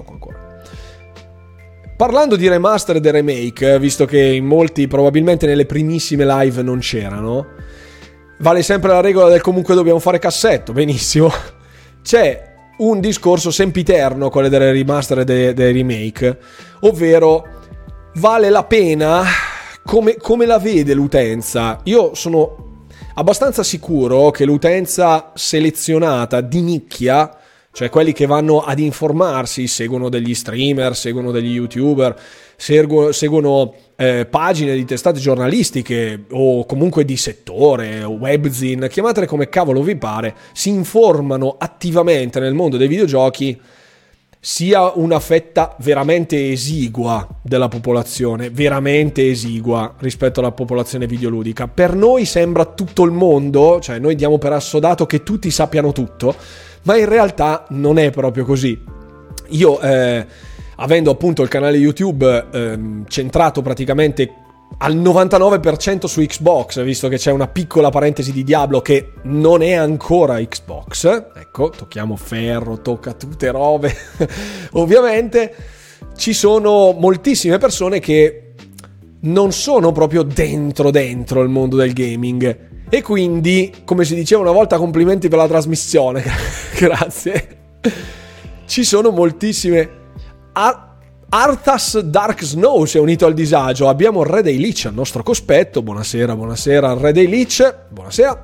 Parlando di remastered e remake, visto che in molti probabilmente nelle primissime live non c'erano, vale sempre la regola del comunque dobbiamo fare cassetto, benissimo. C'è un discorso sempiterno quello delle remastered e dei remake, ovvero vale la pena... Come la vede l'utenza? Io sono abbastanza sicuro che l'utenza selezionata di nicchia, cioè quelli che vanno ad informarsi, seguono degli streamer, seguono degli youtuber, seguono pagine di testate giornalistiche o comunque di settore, webzine, chiamatele come cavolo vi pare, si informano attivamente nel mondo dei videogiochi, sia una fetta veramente esigua della popolazione, veramente esigua rispetto alla popolazione videoludica. Per noi sembra tutto il mondo, cioè noi diamo per assodato che tutti sappiano tutto, ma in realtà non è proprio così. Io, avendo appunto il canale YouTube centrato praticamente al 99% su Xbox, visto che c'è una piccola parentesi di Diablo che non è ancora Xbox, ecco, tocchiamo ferro, tocca tutte robe, ovviamente ci sono moltissime persone che non sono proprio dentro il mondo del gaming e quindi, come si diceva una volta, complimenti per la trasmissione, grazie, ci sono moltissime Arthas Dark Snow si è unito al disagio. Abbiamo il Re dei Lich al nostro cospetto. Buonasera al Re dei Lich. Buonasera.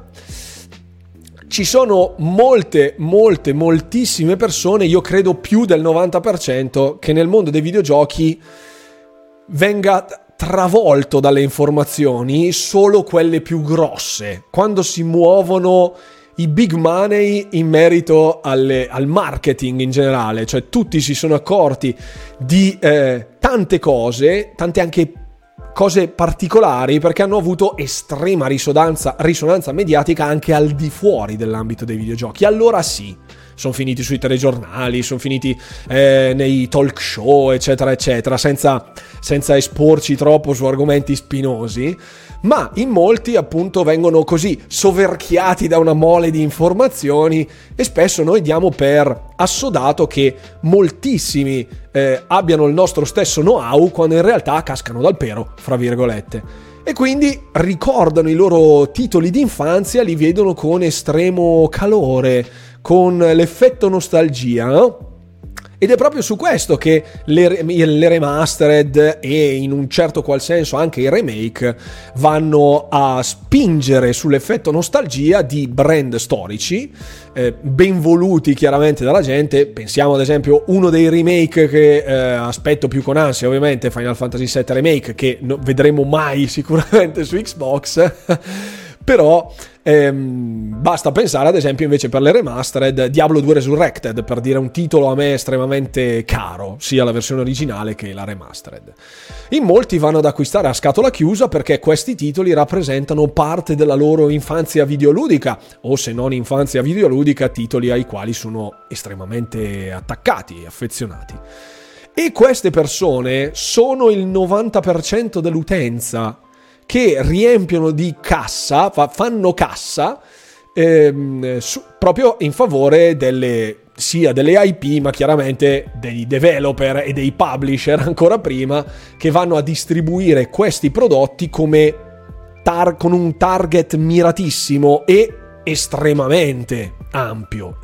Ci sono moltissime persone, io credo più del 90%, che nel mondo dei videogiochi venga travolto dalle informazioni solo quelle più grosse, quando si muovono i big money in merito al marketing in generale. Cioè tutti si sono accorti di tante cose, tante anche cose particolari, perché hanno avuto estrema risonanza mediatica anche al di fuori dell'ambito dei videogiochi. Allora sì, sono finiti sui telegiornali, sono finiti nei talk show, eccetera eccetera, senza esporci troppo su argomenti spinosi, ma in molti appunto vengono così soverchiati da una mole di informazioni, e spesso noi diamo per assodato che moltissimi abbiano il nostro stesso know-how, quando in realtà cascano dal pero, fra virgolette, e quindi ricordano i loro titoli d'infanzia, li vedono con estremo calore, con l'effetto nostalgia, no? Ed è proprio su questo che le remastered e in un certo qual senso anche i remake vanno a spingere sull'effetto nostalgia di brand storici, ben voluti chiaramente dalla gente. Pensiamo ad esempio uno dei remake che aspetto più con ansia, ovviamente Final Fantasy VII Remake, che vedremo mai sicuramente su Xbox. Però basta pensare ad esempio invece per le remastered Diablo 2 Resurrected, per dire un titolo a me estremamente caro, sia la versione originale che la remastered. In molti vanno ad acquistare a scatola chiusa perché questi titoli rappresentano parte della loro infanzia videoludica, o se non infanzia videoludica, titoli ai quali sono estremamente attaccati e affezionati. E queste persone sono il 90% dell'utenza, che riempiono di cassa, fanno cassa proprio in favore sia delle IP, ma chiaramente dei developer e dei publisher ancora prima, che vanno a distribuire questi prodotti come con un target miratissimo e estremamente ampio.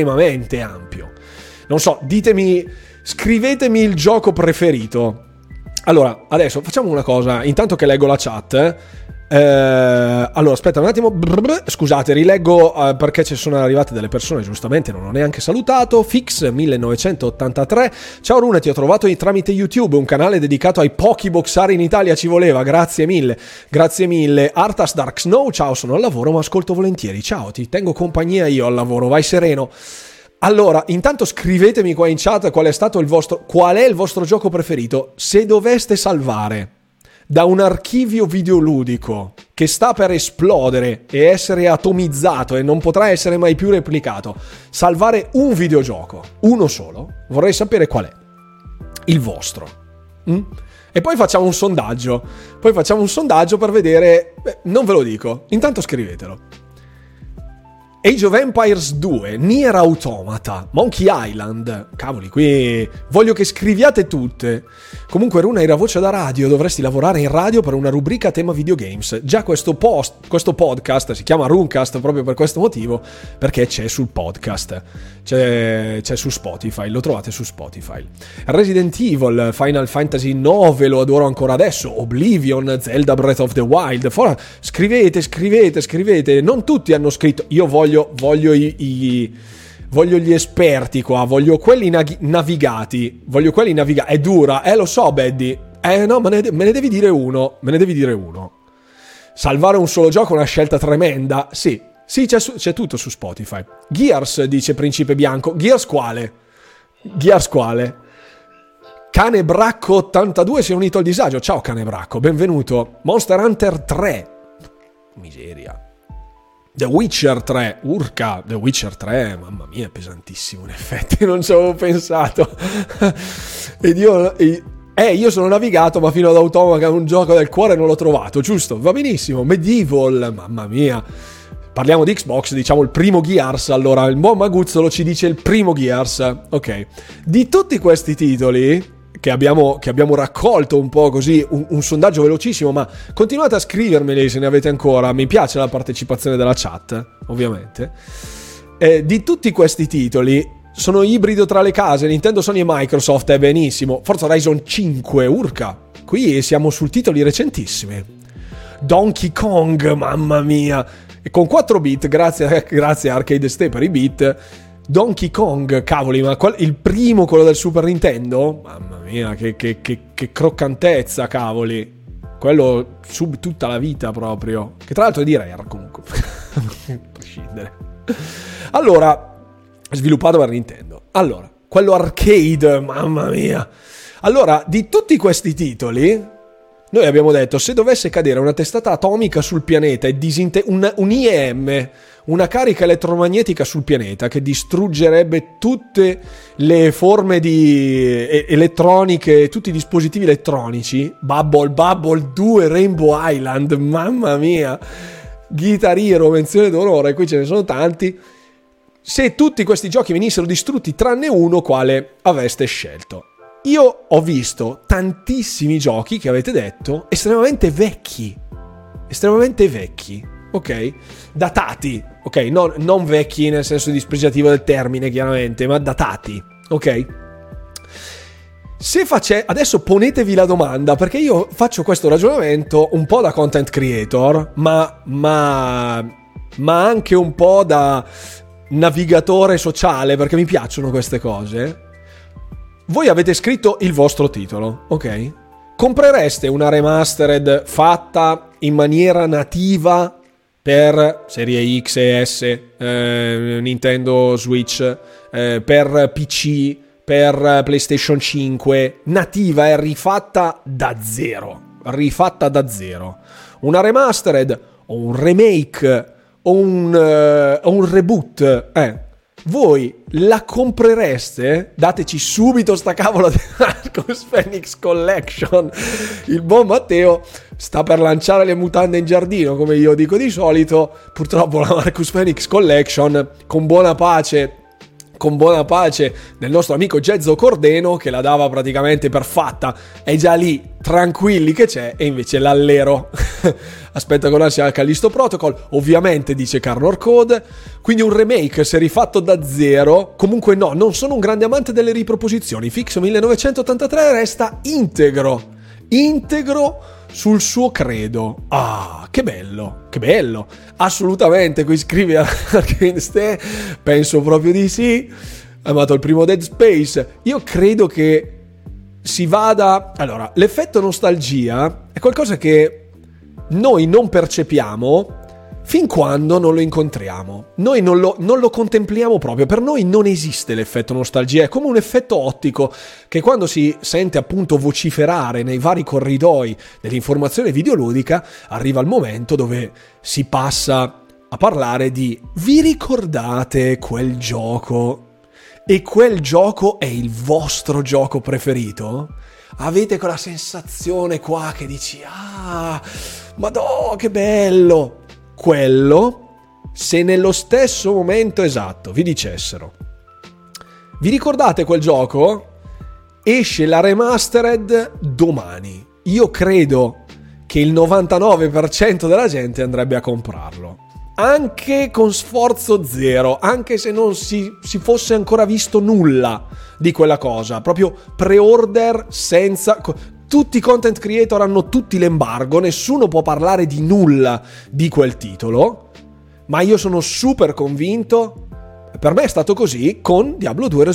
Non so, scrivetemi il gioco preferito. Allora, adesso facciamo una cosa, intanto che leggo la chat. Allora, aspetta un attimo. Scusate, rileggo perché ci sono arrivate delle persone, giustamente non ho neanche salutato. Fix 1983. Ciao Rune, ti ho trovato tramite YouTube, un canale dedicato ai pochi boxari in Italia, ci voleva, grazie mille. Arthas Dark Snow, ciao, sono al lavoro ma ascolto volentieri. Ciao, ti tengo compagnia io al lavoro, vai sereno. Allora, intanto scrivetemi qua in chat qual è il vostro gioco preferito. Se doveste salvare da un archivio videoludico che sta per esplodere e essere atomizzato e non potrà essere mai più replicato, salvare un videogioco, uno solo, vorrei sapere qual è il vostro. E poi facciamo un sondaggio. Per vedere. Non ve lo dico, intanto scrivetelo. Age of Empires 2, Nier Automata, Monkey Island. Cavoli, qui voglio che scriviate tutte. Comunque Runa, hai la voce da radio, dovresti lavorare in radio per una rubrica a tema videogames. Già questo podcast si chiama Runcast proprio per questo motivo, perché c'è sul podcast. C'è su Spotify, lo trovate su Spotify. Resident Evil, Final Fantasy 9, lo adoro ancora adesso. Oblivion, Zelda Breath of the Wild. Scrivete. Non tutti hanno scritto. Io voglio gli esperti qua, voglio quelli navigati. È dura, lo so, Beddy. No, me ne devi dire uno. Salvare un solo gioco è una scelta tremenda. Sì, c'è tutto su Spotify. Gears, dice Principe Bianco. Gears quale? Cane Bracco 82 si è unito al disagio. Ciao Cane Bracco, benvenuto. Monster Hunter 3. Miseria. The Witcher 3, urca, The Witcher 3, mamma mia, è pesantissimo in effetti, non ci avevo pensato. Io sono navigato, ma fino ad Automata, che è un gioco del cuore, non l'ho trovato, giusto? Va benissimo. Medieval, mamma mia. Parliamo di Xbox, diciamo il primo Gears, allora, il buon Maguzzolo ci dice il primo Gears, ok. Di tutti questi titoli che abbiamo raccolto un po' così, un sondaggio velocissimo, ma continuate a scrivermeli se ne avete ancora, mi piace la partecipazione della chat, ovviamente. Di tutti questi titoli, sono ibrido tra le case, Nintendo, Sony e Microsoft, è benissimo. Forza Horizon 5, urca. Qui siamo su titoli recentissimi. Donkey Kong, mamma mia. E con 4 bit, grazie a Arcade Stay per i bit. Donkey Kong, cavoli, ma il primo, quello del Super Nintendo? Mamma mia, che croccantezza, cavoli. Quello sub tutta la vita proprio. Che tra l'altro è di Rare comunque. A prescindere. Allora, sviluppato per Nintendo. Allora, quello arcade, mamma mia. Allora, di tutti questi titoli, noi abbiamo detto, se dovesse cadere una testata atomica sul pianeta e un IEM, una carica elettromagnetica sul pianeta che distruggerebbe tutte le forme di elettroniche, tutti i dispositivi elettronici, Bubble 2, Rainbow Island, mamma mia, Guitar Hero, menzione d'onore, qui ce ne sono tanti. Se tutti questi giochi venissero distrutti tranne uno, quale avreste scelto? Io ho visto tantissimi giochi che avete detto estremamente vecchi, ok? Datati, ok? Non vecchi nel senso dispregiativo del termine, chiaramente, ma datati, ok? Adesso ponetevi la domanda, perché io faccio questo ragionamento un po' da content creator, ma anche un po' da navigatore sociale, perché mi piacciono queste cose. Voi avete scritto il vostro titolo, ok? Comprereste una remastered fatta in maniera nativa per serie X e S, Nintendo Switch, per PC, per PlayStation 5, nativa e rifatta da zero. Una remastered o un remake o un reboot, voi la comprereste? Dateci subito sta cavola di Marcus Phoenix Collection. Il buon Matteo sta per lanciare le mutande in giardino, come io dico di solito. Purtroppo la Marcus Phoenix Collection, con buona pace del nostro amico Gezzo Cordeno, che la dava praticamente per fatta, è già lì, tranquilli che c'è, e invece l'allero aspetta con ansia al Callisto Protocol, ovviamente dice Carnor Code. Quindi un remake se rifatto da zero. Comunque no, non sono un grande amante delle riproposizioni. Fix 1983 resta integro sul suo credo. Ah, che bello, assolutamente. Qui scrive Arcade Stay, penso proprio di sì. Amato il primo Dead Space. Io credo che si vada... Allora, l'effetto nostalgia è qualcosa che noi non percepiamo fin quando non lo incontriamo. Noi non lo contempliamo proprio. Per noi non esiste l'effetto nostalgia. È come un effetto ottico che quando si sente appunto vociferare nei vari corridoi dell'informazione videoludica, arriva il momento dove si passa a parlare di: vi ricordate quel gioco? E quel gioco è il vostro gioco preferito? Avete quella sensazione qua che dici: ah, madò, che bello! Quello, se nello stesso momento esatto vi dicessero: vi ricordate quel gioco? Esce la remastered domani. Io credo che il 99% della gente andrebbe a comprarlo. Anche con sforzo zero, anche se non si fosse ancora visto nulla di quella cosa. Proprio pre-order senza... Tutti i content creator hanno tutti l'embargo, nessuno può parlare di nulla di quel titolo, ma io sono super convinto. Per me è stato così con Diablo 2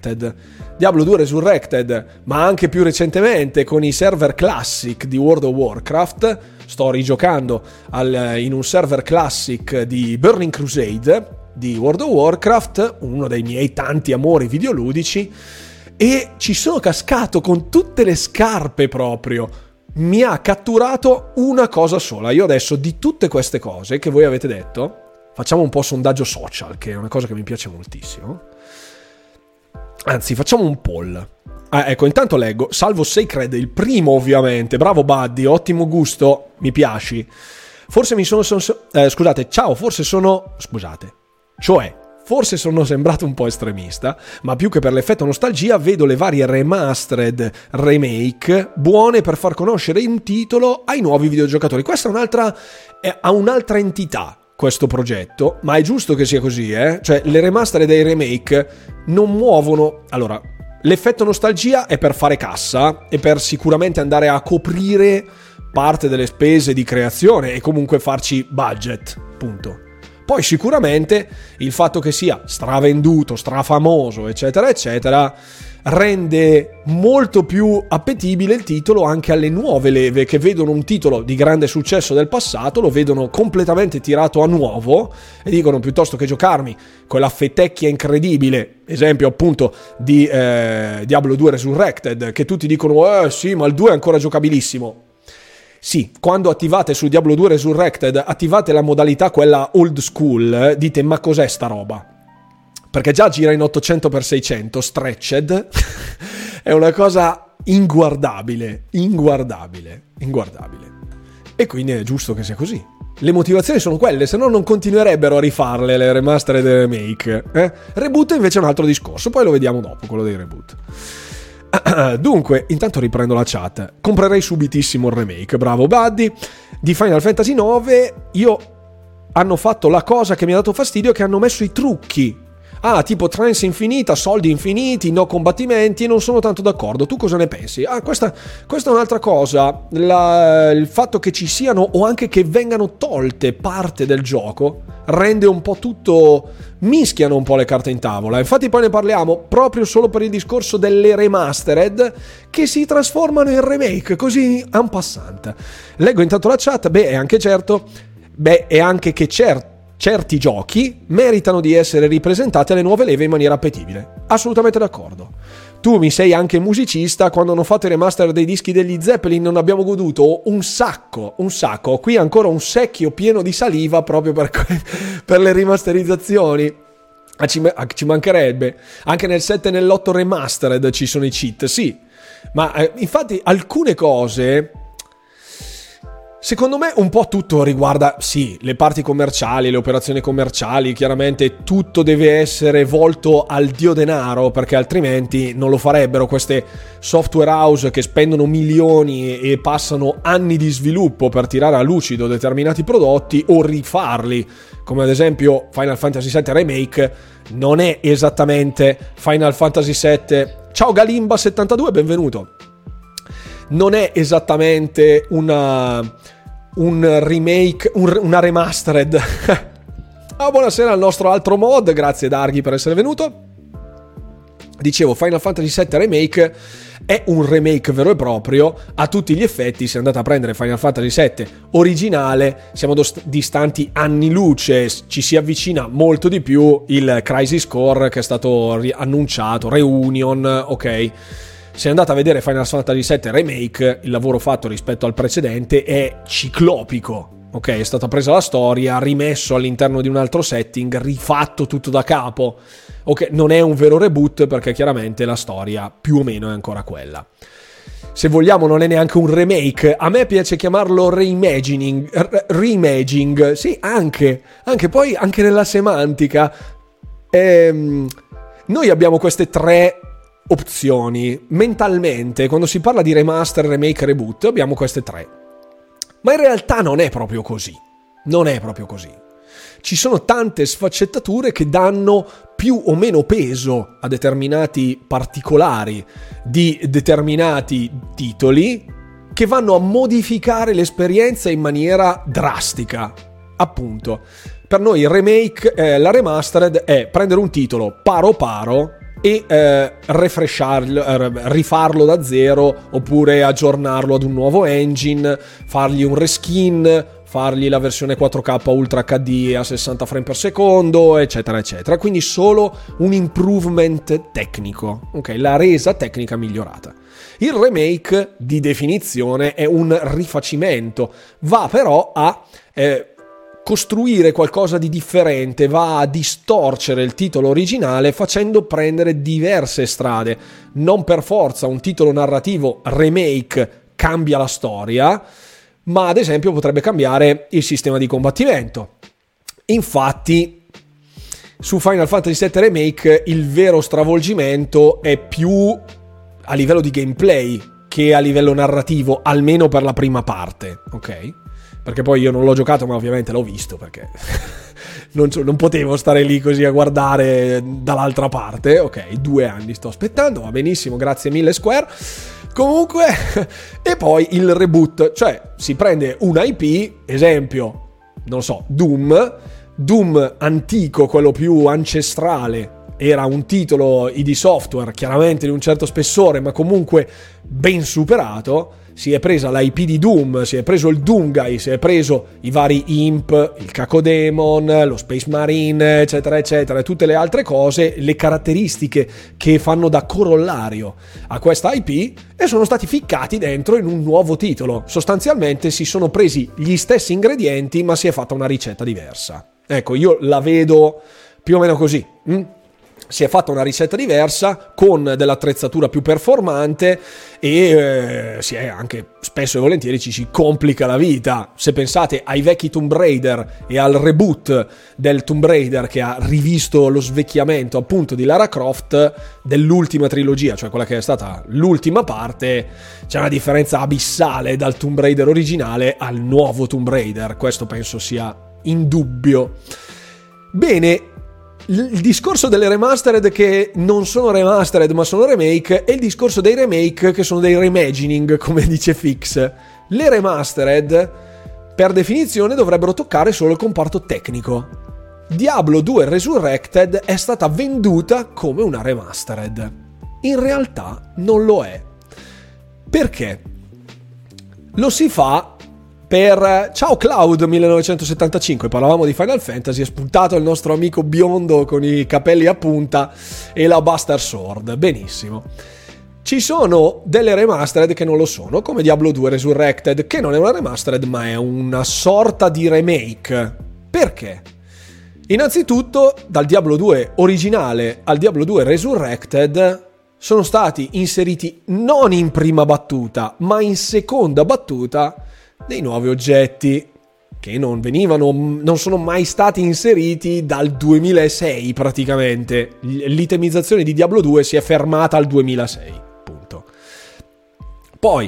Resurrected, ma anche più recentemente con i server classic di World of Warcraft. Sto rigiocando in un server classic di Burning Crusade di World of Warcraft, uno dei miei tanti amori videoludici, e ci sono cascato con tutte le scarpe proprio. Mi ha catturato una cosa sola. Io adesso, di tutte queste cose che voi avete detto, facciamo un po' sondaggio social, che è una cosa che mi piace moltissimo. Anzi, facciamo un poll. Ecco, intanto leggo. Salvo Sacred, il primo ovviamente. Bravo Buddy, ottimo gusto, mi piaci. Forse sono sembrato un po' estremista, ma più che per l'effetto nostalgia vedo le varie remastered, remake buone per far conoscere un titolo ai nuovi videogiocatori. Questa è ha un'altra entità. questo progetto, ma è giusto che sia così, cioè le remaster e i remake non muovono. Allora, l'effetto nostalgia è per fare cassa e per sicuramente andare a coprire parte delle spese di creazione e comunque farci budget, punto. Poi sicuramente il fatto che sia stravenduto, strafamoso, eccetera, eccetera, rende molto più appetibile il titolo anche alle nuove leve che vedono un titolo di grande successo del passato, lo vedono completamente tirato a nuovo e dicono, piuttosto che giocarmi quella fetecchia incredibile, esempio appunto di Diablo 2 Resurrected, che tutti dicono sì, ma il 2 è ancora giocabilissimo. Sì, quando attivate su Diablo 2 Resurrected, attivate la modalità quella old school, dite ma cos'è sta roba? Perché già gira in 800x600 stretched, è una cosa inguardabile. E quindi è giusto che sia così. Le motivazioni sono quelle, se no non continuerebbero a rifarle le remaster e le remake. Reboot invece è un altro discorso, poi lo vediamo dopo, quello dei reboot. Dunque, intanto riprendo la chat. Comprerei subitissimo il remake, bravo Buddy. Di Final Fantasy 9 hanno fatto la cosa che mi ha dato fastidio, che hanno messo i trucchi. Tipo trance infinita, soldi infiniti, no combattimenti, non sono tanto d'accordo. Tu cosa ne pensi? Questa è un'altra cosa. Il fatto che ci siano o anche che vengano tolte parte del gioco rende un po' tutto, mischiano un po' le carte in tavola. Infatti poi ne parliamo proprio solo per il discorso delle remastered che si trasformano in remake, così en passant. Leggo intanto la chat. È anche che certi giochi meritano di essere ripresentati alle nuove leve in maniera appetibile. Assolutamente d'accordo. Tu mi sei anche musicista, quando hanno fatto i remaster dei dischi degli Zeppelin non abbiamo goduto un sacco. Qui ancora un secchio pieno di saliva proprio per le rimasterizzazioni. Ci mancherebbe. Anche nel 7 e nell'8 remastered ci sono i cheat, sì. Ma infatti alcune cose... Secondo me un po' tutto riguarda, sì, le parti commerciali, le operazioni commerciali, chiaramente tutto deve essere volto al dio denaro, perché altrimenti non lo farebbero queste software house che spendono milioni e passano anni di sviluppo per tirare a lucido determinati prodotti o rifarli, come ad esempio Final Fantasy VII Remake non è esattamente Final Fantasy VII. Ciao Galimba72, benvenuto. Non è esattamente un remake, una remastered. Buonasera al nostro altro mod, grazie Darghi per essere venuto. Dicevo, Final Fantasy VII Remake è un remake vero e proprio a tutti gli effetti. Se andate a prendere Final Fantasy VII originale, siamo distanti anni luce, ci si avvicina molto di più il Crisis Core che è stato annunciato, Reunion, ok. Se andate a vedere Final Fantasy VII Remake, il lavoro fatto rispetto al precedente è ciclopico, ok? È stata presa la storia, rimesso all'interno di un altro setting, rifatto tutto da capo, ok? Non è un vero reboot perché chiaramente la storia più o meno è ancora quella. Se vogliamo non è neanche un remake, a me piace chiamarlo reimaging, sì, anche poi anche nella semantica. Noi abbiamo queste tre opzioni mentalmente quando si parla di remaster, remake, reboot. Abbiamo queste tre, ma in realtà non è proprio così. Ci sono tante sfaccettature che danno più o meno peso a determinati particolari di determinati titoli che vanno a modificare l'esperienza in maniera drastica. Appunto, per noi il remake, la remastered è prendere un titolo paro e rifarlo da zero, oppure aggiornarlo ad un nuovo engine, fargli un reskin, fargli la versione 4K Ultra HD a 60 frame per secondo, eccetera eccetera. Quindi solo un improvement tecnico, ok, la resa tecnica migliorata. Il remake di definizione è un rifacimento, va però a costruire qualcosa di differente, va a distorcere il titolo originale facendo prendere diverse strade. Non per forza un titolo narrativo remake cambia la storia, ma ad esempio potrebbe cambiare il sistema di combattimento. Infatti su Final Fantasy VII Remake il vero stravolgimento è più a livello di gameplay che a livello narrativo, almeno per la prima parte, ok? perché poi io non l'ho giocato, ma ovviamente l'ho visto, perché non potevo stare lì così a guardare dall'altra parte. Ok, 2 anni sto aspettando, va benissimo, grazie mille Square. Comunque, e poi il reboot, cioè si prende un IP, esempio, non so, Doom antico, quello più ancestrale, era un titolo ID Software, chiaramente di un certo spessore, ma comunque ben superato. Si è presa l'IP di Doom, si è preso il Doomguy, si è preso i vari Imp, il Cacodemon, lo Space Marine, eccetera, eccetera, e tutte le altre cose, le caratteristiche che fanno da corollario a questa IP, e sono stati ficcati dentro in un nuovo titolo. Sostanzialmente si sono presi gli stessi ingredienti, ma si è fatta una ricetta diversa. Ecco, io la vedo più o meno così. Si è fatta una ricetta diversa con dell'attrezzatura più performante e si è anche spesso e volentieri ci si complica la vita. Se pensate ai vecchi Tomb Raider e al reboot del Tomb Raider che ha rivisto lo svecchiamento appunto di Lara Croft dell'ultima trilogia, cioè quella che è stata l'ultima parte, c'è una differenza abissale dal Tomb Raider originale al nuovo Tomb Raider. Questo penso sia indubbio. Bene, il discorso delle remastered che non sono remastered ma sono remake è il discorso dei remake che sono dei reimagining, come dice Fix. Le remastered per definizione dovrebbero toccare solo il comparto tecnico. Diablo 2 Resurrected è stata venduta come una remastered. In realtà non lo è. Perché? Lo si fa per Ciao Cloud 1975, parlavamo di Final Fantasy, è spuntato il nostro amico biondo con i capelli a punta e la Buster Sword. Benissimo. Ci sono delle remastered che non lo sono, come Diablo 2 Resurrected, che non è una remastered ma è una sorta di remake. Perché? Innanzitutto, dal Diablo 2 originale al Diablo 2 Resurrected sono stati inseriti non in prima battuta ma in seconda battuta dei nuovi oggetti che non sono mai stati inseriti dal 2006 praticamente. L'itemizzazione di Diablo 2 si è fermata al 2006, punto. Poi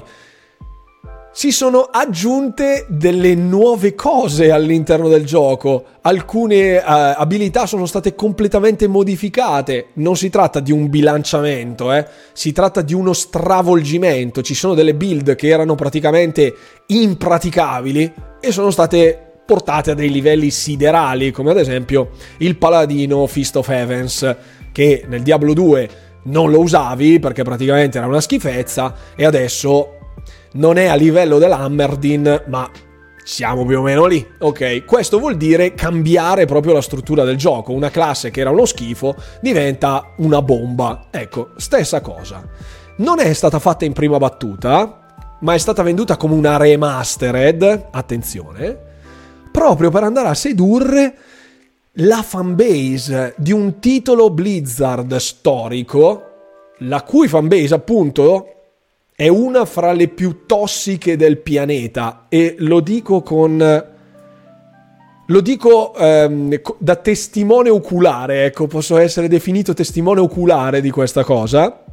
si sono aggiunte delle nuove cose all'interno del gioco, alcune abilità sono state completamente modificate, non si tratta di un bilanciamento, si tratta di uno stravolgimento, ci sono delle build che erano praticamente impraticabili e sono state portate a dei livelli siderali, come ad esempio il paladino Fist of Heavens, che nel Diablo 2 non lo usavi perché praticamente era una schifezza e adesso non è a livello dell'Hammerdin, ma siamo più o meno lì. Ok, questo vuol dire cambiare proprio la struttura del gioco. Una classe che era uno schifo diventa una bomba. Ecco, stessa cosa. Non è stata fatta in prima battuta, ma è stata venduta come una remastered, attenzione, proprio per andare a sedurre la fanbase di un titolo Blizzard storico, la cui fanbase appunto è una fra le più tossiche del pianeta, e lo dico da testimone oculare, ecco, posso essere definito testimone oculare di questa cosa.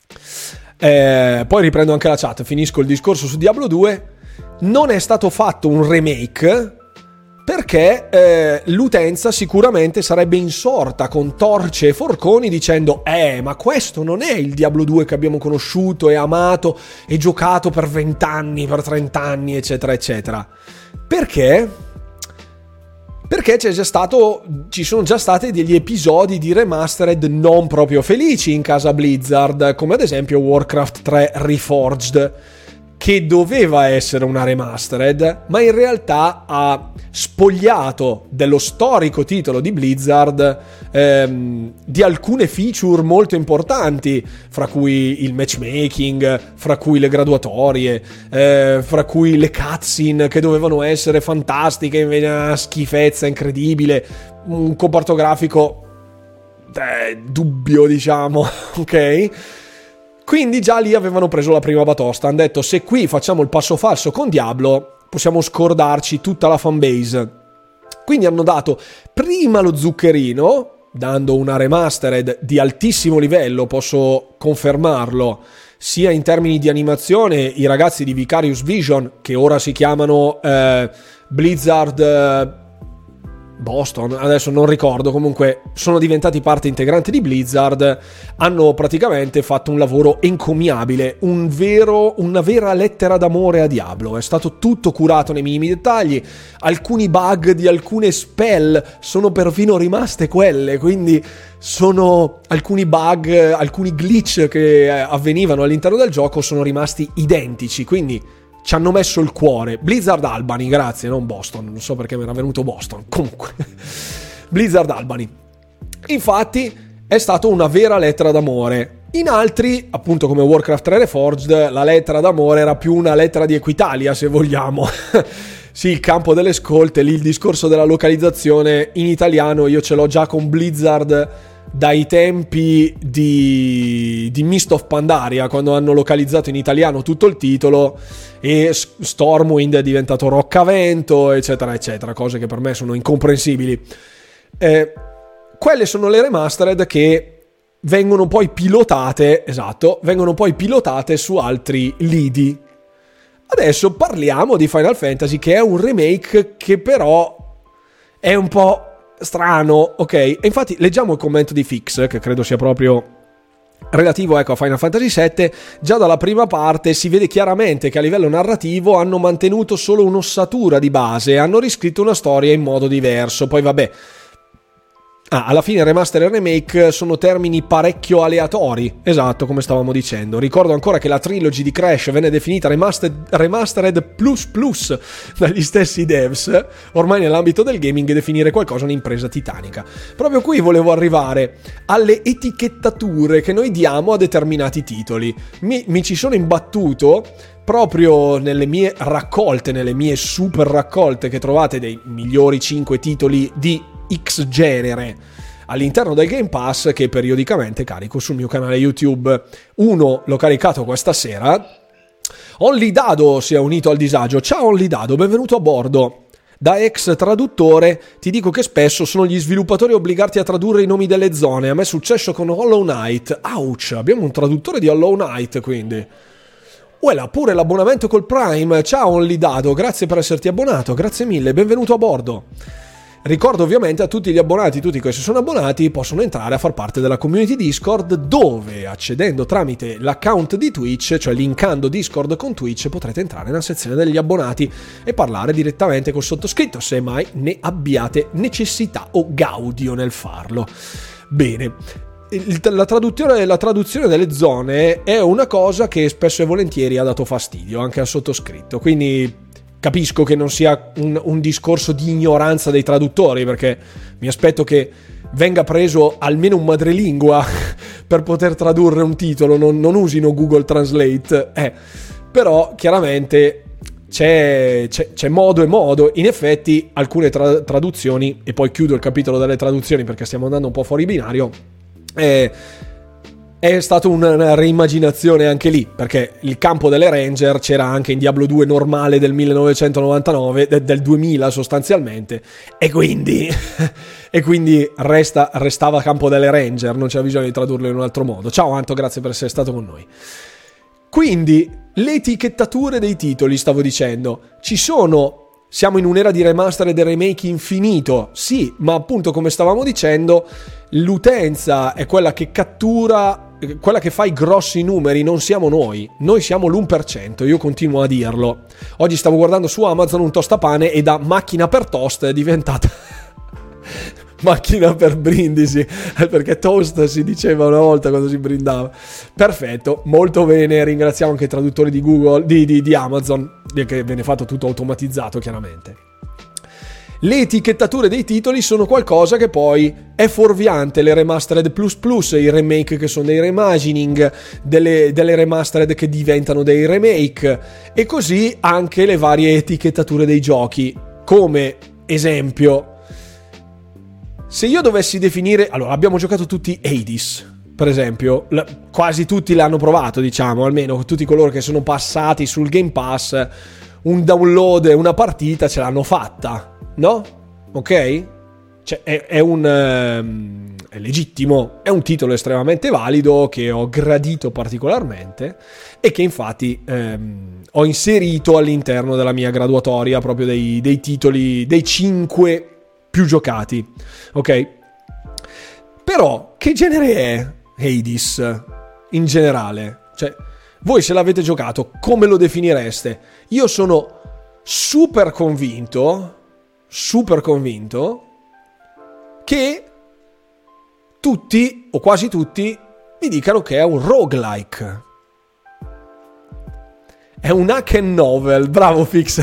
Poi riprendo anche la chat, finisco il discorso su Diablo 2. Non è stato fatto un remake perché l'utenza sicuramente sarebbe insorta con torce e forconi dicendo ma questo non è il Diablo 2 che abbiamo conosciuto e amato e giocato per 20 anni, per 30 anni, eccetera eccetera. Perché? Perché ci sono già stati degli episodi di remastered non proprio felici in casa Blizzard, come ad esempio Warcraft 3 Reforged, che doveva essere una remastered, ma in realtà ha spogliato dello storico titolo di Blizzard di alcune feature molto importanti, fra cui il matchmaking, fra cui le graduatorie, fra cui le cutscene che dovevano essere fantastiche, invece una schifezza incredibile, un comparto grafico dubbio, diciamo, ok? Quindi già lì avevano preso la prima batosta, hanno detto se qui facciamo il passo falso con Diablo possiamo scordarci tutta la fanbase. Quindi hanno dato prima lo zuccherino, dando una remastered di altissimo livello, posso confermarlo, sia in termini di animazione. I ragazzi di Vicarious Vision, che ora si chiamano Blizzard Boston, adesso non ricordo, comunque sono diventati parte integrante di Blizzard, hanno praticamente fatto un lavoro encomiabile, una vera lettera d'amore a Diablo. È stato tutto curato nei minimi dettagli, alcuni bug di alcune spell sono perfino rimaste quelle, quindi sono alcuni bug, alcuni glitch che avvenivano all'interno del gioco sono rimasti identici, quindi ci hanno messo il cuore. Blizzard Albany, grazie, non Boston, non so perché mi era venuto Boston, comunque Blizzard Albany. Infatti è stata una vera lettera d'amore. In altri, appunto come Warcraft 3 Reforged, la lettera d'amore era più una lettera di Equitalia, se vogliamo. Sì, il campo delle scolte, lì il discorso della localizzazione in italiano io ce l'ho già con Blizzard dai tempi di Mist of Pandaria, quando hanno localizzato in italiano tutto il titolo e Stormwind è diventato Roccavento, eccetera eccetera, cose che per me sono incomprensibili. Quelle sono le remastered che vengono poi pilotate su altri lidi. Adesso parliamo di Final Fantasy, che è un remake che però è un po' strano, ok? E infatti leggiamo il commento di Fix, che credo sia proprio relativo, ecco, a Final Fantasy VII. Già dalla prima parte si vede chiaramente che a livello narrativo hanno mantenuto solo un'ossatura di base, hanno riscritto una storia in modo diverso. Poi vabbè, alla fine remaster e remake sono termini parecchio aleatori, esatto, come stavamo dicendo. Ricordo ancora che la trilogy di Crash venne definita remastered plus dagli stessi devs. Ormai nell'ambito del gaming definire qualcosa è un'impresa titanica. Proprio qui volevo arrivare alle etichettature che noi diamo a determinati titoli. Mi ci sono imbattuto proprio nelle mie raccolte, nelle mie super raccolte che trovate dei migliori 5 titoli di X genere all'interno del Game Pass, che periodicamente carico sul mio canale YouTube. Uno l'ho caricato questa sera. Only Dado si è unito al disagio. Ciao Only Dado, benvenuto a bordo. Da ex traduttore ti dico che spesso sono gli sviluppatori a obbligarti a tradurre i nomi delle zone. A me è successo con Hollow Knight. Ouch, abbiamo un traduttore di Hollow Knight, quindi. Uela, pure l'abbonamento col Prime. Ciao Only Dado, grazie per esserti abbonato, grazie mille, benvenuto a bordo. Ricordo ovviamente a tutti gli abbonati, tutti che si sono abbonati possono entrare a far parte della community Discord, dove accedendo tramite l'account di Twitch, cioè linkando Discord con Twitch, potrete entrare nella sezione degli abbonati e parlare direttamente col sottoscritto, se mai ne abbiate necessità o gaudio nel farlo. Bene, la traduzione delle zone è una cosa che spesso e volentieri ha dato fastidio anche al sottoscritto, quindi capisco che non sia un discorso di ignoranza dei traduttori, perché mi aspetto che venga preso almeno un madrelingua per poter tradurre un titolo, non usino Google Translate, però chiaramente c'è modo e modo. In effetti alcune traduzioni, e poi chiudo il capitolo delle traduzioni perché stiamo andando un po' fuori binario, è stata una reimmaginazione anche lì, perché il campo delle Ranger c'era anche in Diablo 2 normale del 1999, del 2000 sostanzialmente, e quindi restava campo delle Ranger, non c'era bisogno di tradurlo in un altro modo. Ciao Anto, grazie per essere stato con noi. Quindi le etichettature dei titoli, stavo dicendo, ci sono. Siamo in un'era di remaster e di remake infinito, sì, ma appunto come stavamo dicendo, l'utenza è quella che cattura, quella che fa i grossi numeri, non siamo noi siamo l'1%, io continuo a dirlo. Oggi stavo guardando su Amazon un tostapane e da macchina per toast è diventata macchina per brindisi, perché toast si diceva una volta quando si brindava. Perfetto, molto bene, ringraziamo anche i traduttori di Google, di Amazon, che viene fatto tutto automatizzato chiaramente. Le etichettature dei titoli sono qualcosa che poi è fuorviante, le remastered plus, i remake che sono dei reimagining, delle remastered che diventano dei remake, e così anche le varie etichettature dei giochi. Come esempio, se io dovessi definire, allora abbiamo giocato tutti Hades, per esempio, quasi tutti l'hanno provato, diciamo, almeno tutti coloro che sono passati sul Game Pass, un download, una partita ce l'hanno fatta, no? Ok? Cioè è è legittimo, è un titolo estremamente valido che ho gradito particolarmente e che infatti ho inserito all'interno della mia graduatoria proprio dei titoli, dei 5 più giocati, ok? Però che genere è Hades in generale? Cioè, voi se l'avete giocato, come lo definireste? Io sono super convinto che tutti o quasi tutti mi dicano che è un roguelike. È un hack and novel. Bravo Fix.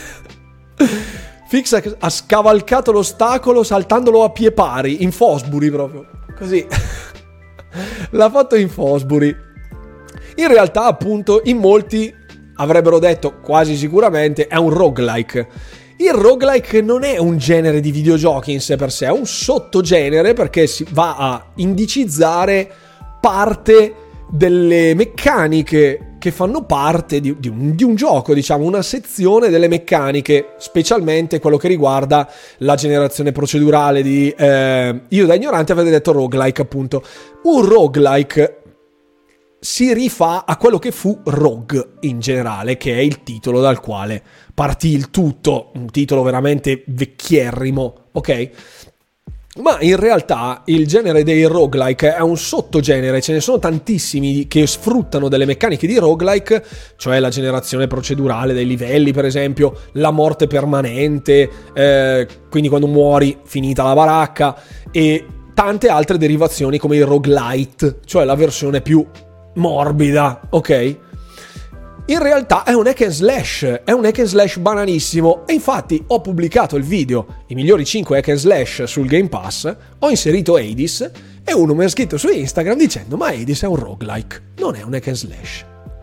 Fix ha scavalcato l'ostacolo saltandolo a pie pari in Fosbury proprio. Così. L'ha fatto in Fosbury. In realtà, appunto, in molti avrebbero detto quasi sicuramente è un roguelike. Il roguelike non è un genere di videogiochi in sé per sé, è un sottogenere perché si va a indicizzare parte delle meccaniche che fanno parte di un gioco, diciamo, una sezione delle meccaniche, specialmente quello che riguarda la generazione procedurale di... io da ignorante avrei detto roguelike, appunto. Un roguelike si rifà a quello che fu Rogue in generale, che è il titolo dal quale partì il tutto, un titolo veramente vecchierrimo, ok? Ma in realtà il genere dei roguelike è un sottogenere, ce ne sono tantissimi che sfruttano delle meccaniche di roguelike, cioè la generazione procedurale dei livelli, per esempio, la morte permanente, quindi quando muori finita la baracca, e tante altre derivazioni come il roguelite, cioè la versione più morbida, ok? In realtà è un hack and slash banalissimo, e infatti ho pubblicato il video i migliori 5 hack and slash sul Game Pass, ho inserito Hades e uno mi ha scritto su Instagram dicendo ma Hades è un roguelike, non è un hack and slash.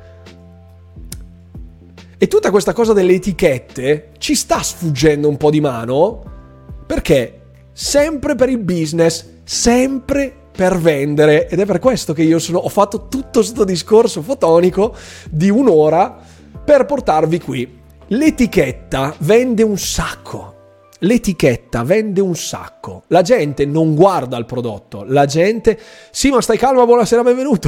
E tutta questa cosa delle etichette ci sta sfuggendo un po' di mano, perché sempre per il business, sempre per vendere, ed è per questo che io ho fatto tutto sto discorso fotonico di un'ora per portarvi qui. L'etichetta vende un sacco. La gente non guarda il prodotto, la gente... Sì, ma stai calma, buonasera, benvenuto.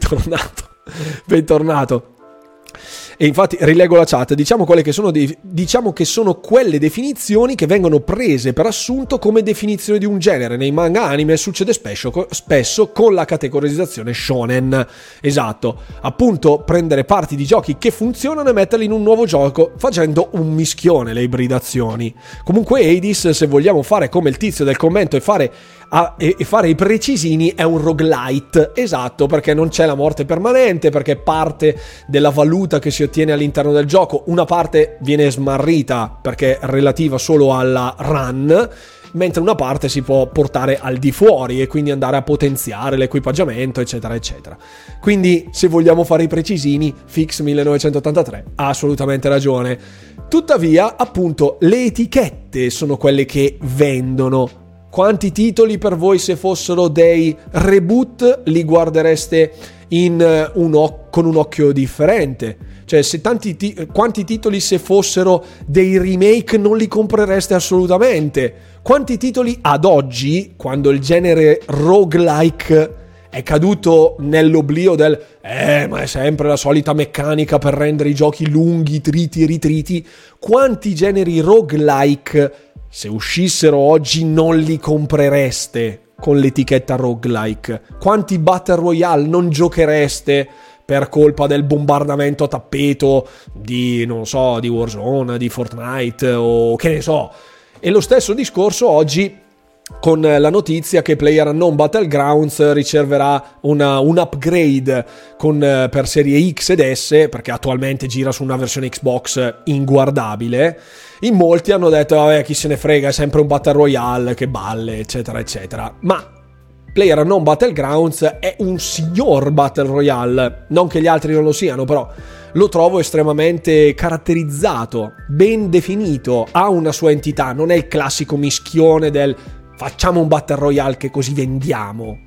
Bentornato. E infatti rilego la chat, diciamo che sono quelle definizioni che vengono prese per assunto come definizione di un genere. Nei manga anime succede spesso con la categorizzazione shonen. Esatto, appunto prendere parti di giochi che funzionano e metterli in un nuovo gioco facendo un mischione, le ibridazioni. Comunque Hades, se vogliamo fare come il tizio del commento e fare i precisini, è un roguelite, esatto, perché non c'è la morte permanente, perché parte della valuta che si ottiene all'interno del gioco, una parte viene smarrita perché è relativa solo alla run, mentre una parte si può portare al di fuori e quindi andare a potenziare l'equipaggiamento, eccetera eccetera. Quindi se vogliamo fare i precisini, Fix 1983 ha assolutamente ragione. Tuttavia, appunto, le etichette sono quelle che vendono. Quanti titoli per voi, se fossero dei reboot, li guardereste con un occhio differente? Cioè, se quanti titoli, se fossero dei remake, non li comprereste assolutamente? Quanti titoli ad oggi, quando il genere roguelike è caduto nell'oblio ma è sempre la solita meccanica per rendere i giochi lunghi, triti e ritriti, quanti generi roguelike, se uscissero oggi, non li comprereste con l'etichetta roguelike? Quanti Battle Royale non giochereste per colpa del bombardamento a tappeto di, non so, di Warzone, di Fortnite o che ne so? E lo stesso discorso oggi con la notizia che PlayerUnknown Battlegrounds riceverà un upgrade per serie X ed S, perché attualmente gira su una versione Xbox inguardabile. In molti hanno detto vabbè, chi se ne frega, è sempre un Battle Royale, che balle, eccetera eccetera. Ma PlayerUnknown Battlegrounds è un signor Battle Royale, non che gli altri non lo siano, però lo trovo estremamente caratterizzato, ben definito, ha una sua entità, non è il classico mischione del facciamo un Battle Royale che così vendiamo,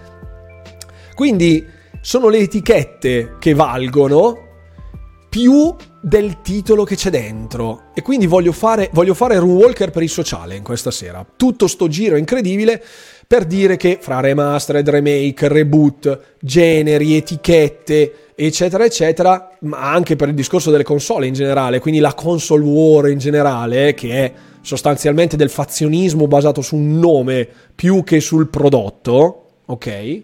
Quindi sono le etichette che valgono più del titolo che c'è dentro, e quindi voglio fare Runewalker per il sociale in questa sera. Tutto sto giro incredibile per dire che fra remastered, remake, reboot, generi, etichette, eccetera eccetera, ma anche per il discorso delle console in generale, quindi la console war in generale, che è sostanzialmente del fazionismo basato su un nome più che sul prodotto, ok?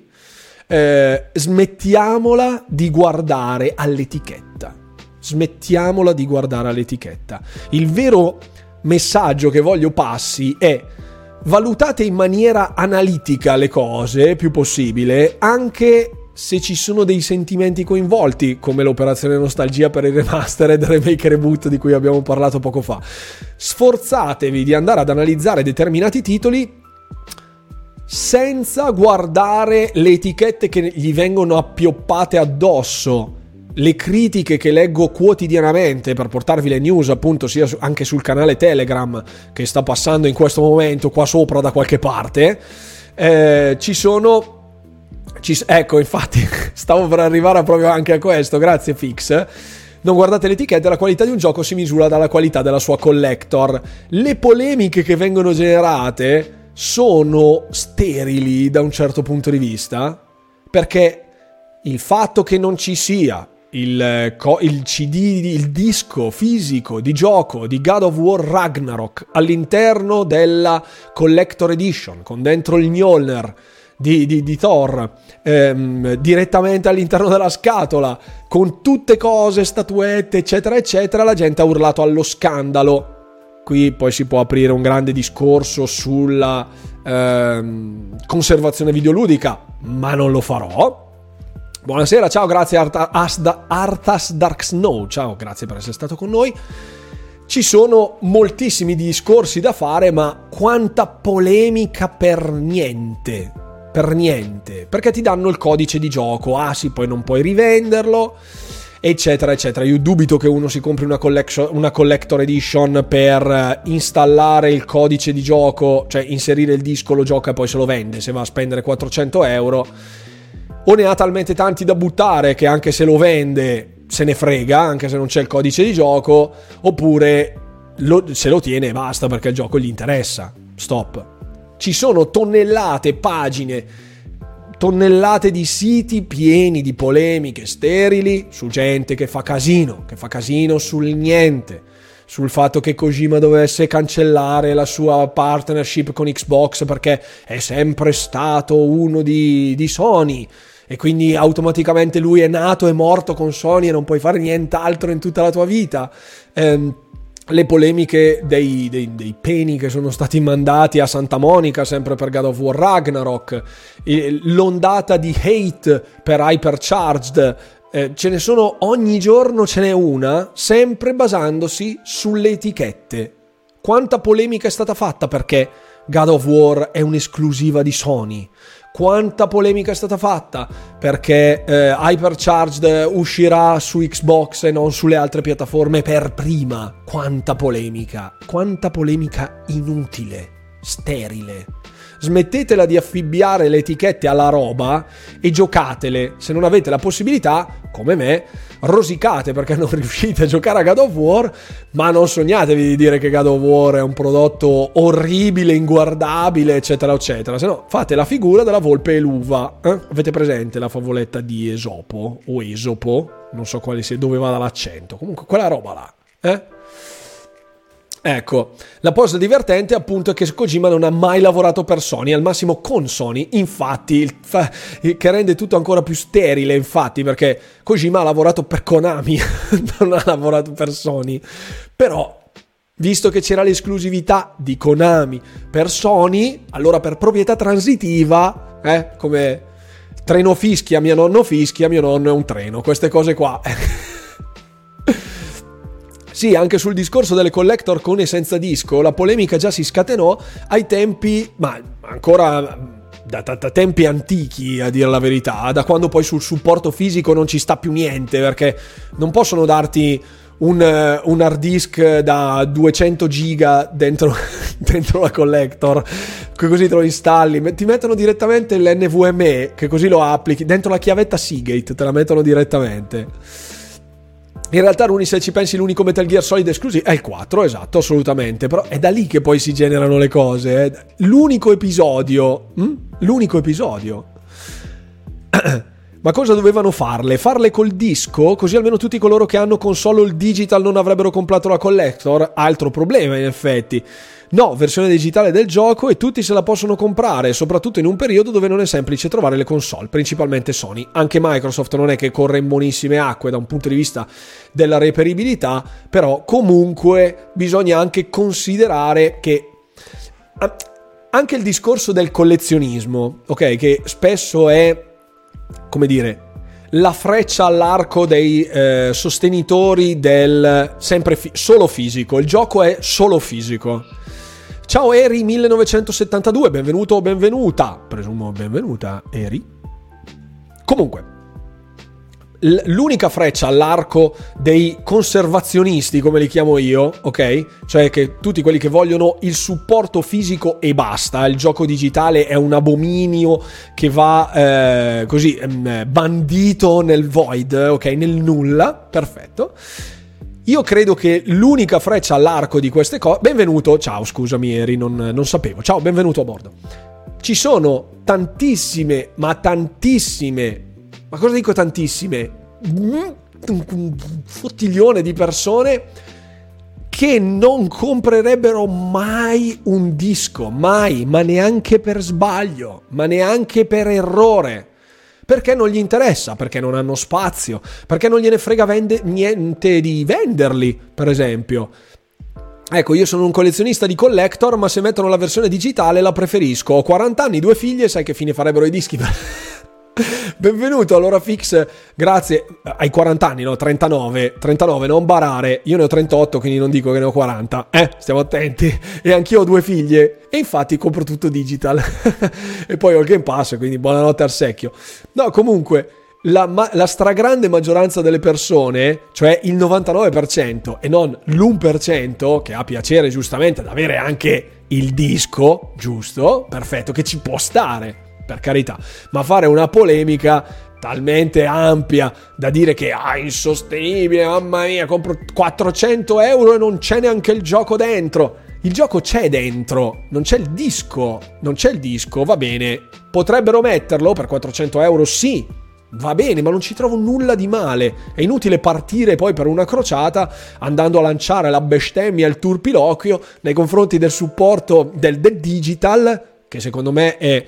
Smettiamola di guardare all'etichetta. Smettiamola di guardare all'etichetta. Il vero messaggio che voglio passi è: valutate in maniera analitica le cose più possibile, anche se ci sono dei sentimenti coinvolti, come l'operazione nostalgia per il remastered, remake, reboot di cui abbiamo parlato poco fa. Sforzatevi di andare ad analizzare determinati titoli senza guardare le etichette che gli vengono appioppate addosso, le critiche che leggo quotidianamente per portarvi le news, appunto, sia anche sul canale Telegram che sta passando in questo momento qua sopra da qualche parte. Ecco, infatti stavo per arrivare proprio anche a questo, grazie Fix. Non guardate l'etichetta, la qualità di un gioco si misura dalla qualità della sua collector. Le polemiche che vengono generate sono sterili da un certo punto di vista, perché il fatto che non ci sia il CD, il disco fisico di gioco di God of War Ragnarok all'interno della Collector Edition, con dentro il Mjolnir di Thor, direttamente all'interno della scatola, con tutte cose, statuette, eccetera, eccetera, la gente ha urlato allo scandalo. Qui poi si può aprire un grande discorso sulla conservazione videoludica, ma non lo farò. Buonasera, ciao, grazie Arthas Dark Snow, ciao, grazie per essere stato con noi. Ci sono moltissimi discorsi da fare, ma quanta polemica per niente, perché ti danno il codice di gioco, sì, poi non puoi rivenderlo, eccetera eccetera. Io dubito che uno si compri una collector edition per installare il codice di gioco, cioè inserire il disco, lo gioca e poi se lo vende, se va a spendere 400 euro, o ne ha talmente tanti da buttare che anche se lo vende se ne frega, anche se non c'è il codice di gioco, oppure se lo tiene e basta perché il gioco gli interessa. Stop. Ci sono tonnellate, pagine, tonnellate di siti pieni di polemiche sterili su gente che fa casino sul niente, sul fatto che Kojima dovesse cancellare la sua partnership con Xbox perché è sempre stato uno di Sony e quindi automaticamente lui è nato e morto con Sony e non puoi fare nient'altro in tutta la tua vita. Le polemiche dei peni che sono stati mandati a Santa Monica sempre per God of War Ragnarok, l'ondata di hate per Hypercharged, ce ne sono ogni giorno, ce n'è una, sempre basandosi sulle etichette. Quanta polemica è stata fatta perché God of War è un'esclusiva di Sony? Quanta polemica è stata fatta perché Hypercharged uscirà su Xbox e non sulle altre piattaforme per prima? Quanta polemica inutile, sterile. Smettetela di affibbiare le etichette alla roba e giocatele. Se non avete la possibilità, come me, rosicate perché non riuscite a giocare a God of War, ma non sognatevi di dire che God of War è un prodotto orribile, inguardabile, eccetera eccetera. Se no fate la figura della volpe e l'uva. Avete presente la favoletta di Esopo o Esopo? Non so quale sia, dove vada l'accento. Comunque quella roba là, Ecco, la cosa divertente appunto è che Kojima non ha mai lavorato per Sony, al massimo con Sony, infatti, che rende tutto ancora più sterile, infatti, perché Kojima ha lavorato per Konami, non ha lavorato per Sony. Però, visto che c'era l'esclusività di Konami per Sony, allora per proprietà transitiva, come treno fischia, mio nonno è un treno, queste cose qua. Sì, anche sul discorso delle collector con e senza disco, la polemica già si scatenò ai tempi, ma ancora da tempi antichi, a dire la verità, da quando poi sul supporto fisico non ci sta più niente, perché non possono darti un hard disk da 200 giga dentro la collector, che così te lo installi, ti mettono direttamente l'NVMe, che così lo applichi, dentro la chiavetta Seagate te la mettono direttamente. In realtà, se ci pensi, l'unico Metal Gear Solid esclusivo è il 4, esatto, assolutamente. Però è da lì che poi si generano le cose. L'unico episodio. Ma cosa dovevano farle? Farle col disco? Così almeno tutti coloro che hanno console o il digital non avrebbero comprato la collector? Altro problema, in effetti. No, versione digitale del gioco e tutti se la possono comprare, soprattutto in un periodo dove non è semplice trovare le console, principalmente Sony. Anche Microsoft non è che corre in buonissime acque da un punto di vista della reperibilità, però comunque bisogna anche considerare che anche il discorso del collezionismo, ok, che spesso è, come dire, la freccia all'arco dei sostenitori del sempre solo fisico. Il gioco è solo fisico. Ciao Eri 1972, benvenuto o benvenuta. Presumo benvenuta, Eri. Comunque, l'unica freccia all'arco dei conservazionisti, come li chiamo io, ok? Cioè che tutti quelli che vogliono il supporto fisico e basta, il gioco digitale è un abominio che va così bandito nel void, ok? Nel nulla, perfetto. Io credo che l'unica freccia all'arco di queste cose... Benvenuto, ciao, scusami Eri, non sapevo. Ciao, benvenuto a bordo. Ci sono tantissime, ma cosa dico tantissime? Un fottiglione di persone che non comprerebbero mai un disco, mai, ma neanche per sbaglio, ma neanche per errore. Perché non gli interessa, perché non hanno spazio, perché non gliene frega niente di venderli, per esempio. Ecco, io sono un collezionista di collector, ma se mettono la versione digitale la preferisco. Ho 40 anni, 2 figlie, sai che fine farebbero i dischi? Benvenuto, allora Fix, grazie. Hai 40 anni, no? 39, non barare. Io ne ho 38, quindi non dico che ne ho 40. Stiamo attenti. E anch'io ho 2 figlie e infatti compro tutto digital. E poi ho il Game Pass, quindi buonanotte al secchio. No, comunque la stragrande maggioranza delle persone, cioè il 99% e non l'1% che ha piacere giustamente ad avere anche il disco, giusto? Perfetto, che ci può stare, per carità, ma fare una polemica talmente ampia da dire che è insostenibile, mamma mia, compro 400 euro e non c'è neanche il gioco dentro. Il gioco c'è dentro, non c'è il disco, va bene, potrebbero metterlo per 400 euro, sì, va bene, ma non ci trovo nulla di male. È inutile partire poi per una crociata andando a lanciare la bestemmia, il turpiloquio nei confronti del supporto del digital, che secondo me è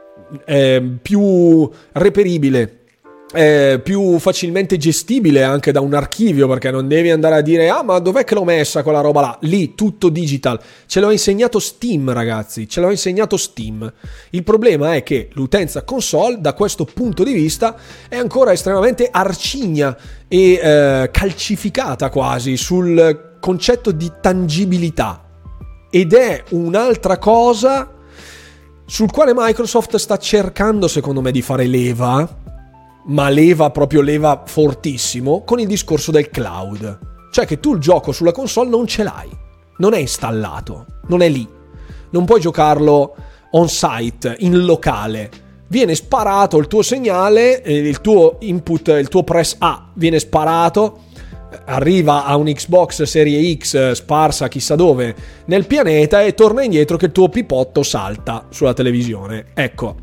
più reperibile, più facilmente gestibile anche da un archivio, perché non devi andare a dire ma dov'è che l'ho messa quella roba là, lì tutto digital. Ce l'ho insegnato Steam, ragazzi, ce l'ho insegnato Steam. Il problema è che l'utenza console da questo punto di vista è ancora estremamente arcigna e calcificata quasi sul concetto di tangibilità, ed è un'altra cosa sul quale Microsoft sta cercando, secondo me, di fare leva, ma proprio leva fortissimo, con il discorso del cloud. Cioè che tu il gioco sulla console non ce l'hai, non è installato, non è lì, non puoi giocarlo on site, in locale. Viene sparato il tuo segnale, il tuo input, il tuo press A viene sparato, arriva a un Xbox Serie X sparsa chissà dove nel pianeta e torna indietro che il tuo pipotto salta sulla televisione. Ecco,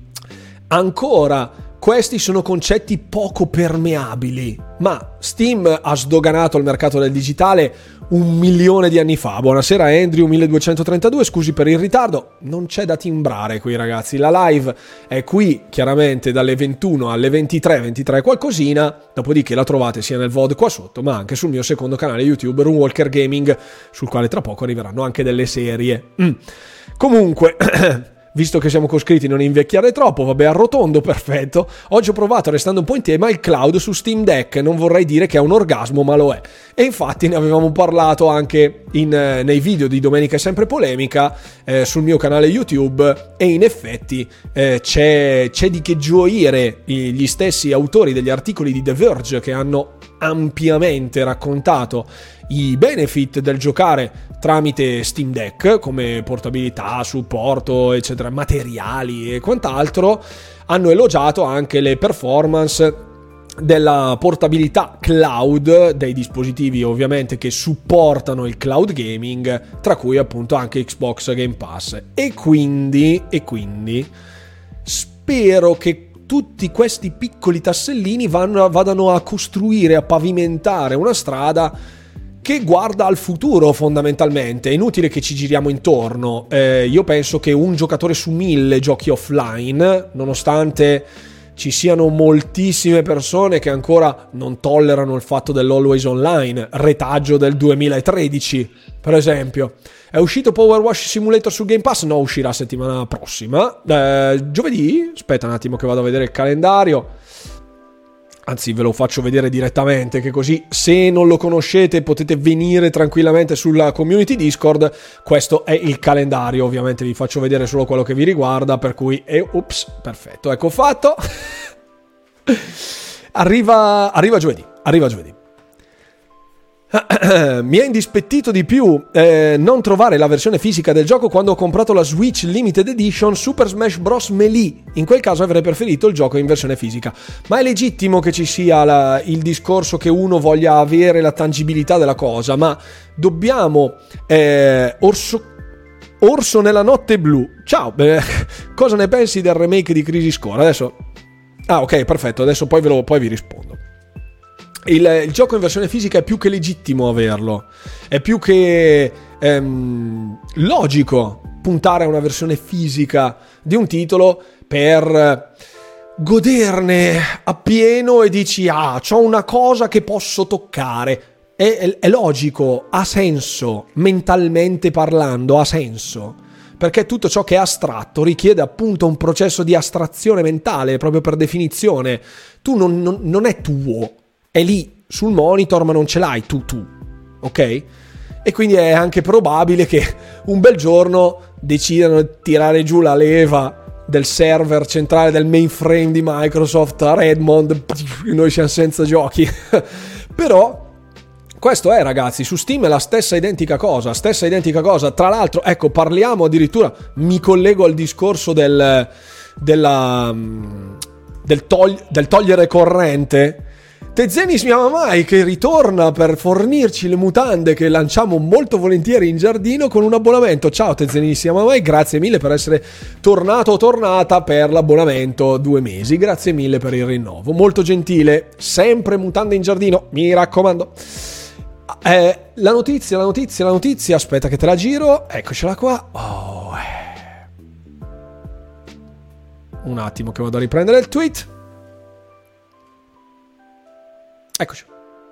ancora questi sono concetti poco permeabili, ma Steam ha sdoganato il mercato del digitale 1.000.000 di anni fa. Buonasera Andrew 1232, scusi per il ritardo, non c'è da timbrare qui ragazzi, la live è qui chiaramente dalle 21 alle 23 qualcosina, dopodiché la trovate sia nel VOD qua sotto ma anche sul mio secondo canale YouTube Runewalker Gaming, sul quale tra poco arriveranno anche delle serie. Comunque visto che siamo coscritti a non invecchiare troppo, vabbè, arrotondo, perfetto. Oggi ho provato, restando un po' in tema, il cloud su Steam Deck. Non vorrei dire che è un orgasmo, ma lo è. E infatti ne avevamo parlato anche nei video di Domenica è sempre polemica sul mio canale YouTube, e in effetti c'è di che gioire. Gli stessi autori degli articoli di The Verge, che hanno ampiamente raccontato i benefit del giocare tramite Steam Deck, come portabilità, supporto, eccetera, materiali e quant'altro, hanno elogiato anche le performance della portabilità cloud dei dispositivi ovviamente che supportano il cloud gaming, tra cui appunto anche Xbox Game Pass. E quindi spero che tutti questi piccoli tassellini vadano a costruire, a pavimentare una strada che guarda al futuro fondamentalmente. È inutile che ci giriamo intorno. Io penso che un giocatore su 1000 giochi offline, nonostante ci siano moltissime persone che ancora non tollerano il fatto dell'always online, retaggio del 2013 per esempio. È uscito Power Wash Simulator su Game Pass? No, uscirà settimana prossima, giovedì. Aspetta un attimo che vado a vedere il calendario. Anzi, ve lo faccio vedere direttamente, che così se non lo conoscete potete venire tranquillamente sulla community Discord. Questo è il calendario, ovviamente vi faccio vedere solo quello che vi riguarda, per cui ups, perfetto, ecco fatto. Arriva giovedì. Mi è indispettito di più non trovare la versione fisica del gioco quando ho comprato la Switch Limited Edition Super Smash Bros. Melee. In quel caso avrei preferito il gioco in versione fisica. Ma è legittimo che ci sia il discorso che uno voglia avere la tangibilità della cosa, ma dobbiamo Orso nella notte blu. Ciao, cosa ne pensi del remake di Crisis Core? Adesso ok, perfetto, adesso poi vi rispondo. Il gioco in versione fisica è più che legittimo averlo, è più che logico puntare a una versione fisica di un titolo per goderne appieno e dici c'ho una cosa che posso toccare. È logico, ha senso, mentalmente parlando ha senso, perché tutto ciò che è astratto richiede appunto un processo di astrazione mentale, proprio per definizione. Tu non è tuo, è lì sul monitor ma non ce l'hai tu, ok? E quindi è anche probabile che un bel giorno decidano di tirare giù la leva del server centrale del mainframe di Microsoft a Redmond, noi siamo senza giochi. Però questo è, ragazzi, su Steam è la stessa identica cosa. Tra l'altro, ecco, parliamo addirittura, mi collego al discorso del togliere corrente. Tezenis Miamamai che ritorna per fornirci le mutande che lanciamo molto volentieri in giardino con un abbonamento. Ciao Tezenis Miamamai, grazie mille per essere tornato o tornata per l'abbonamento 2 mesi, grazie mille per il rinnovo, molto gentile. Sempre mutande in giardino, mi raccomando. La notizia, aspetta che te la giro, eccocela qua. Un attimo che vado a riprendere il tweet. Eccoci.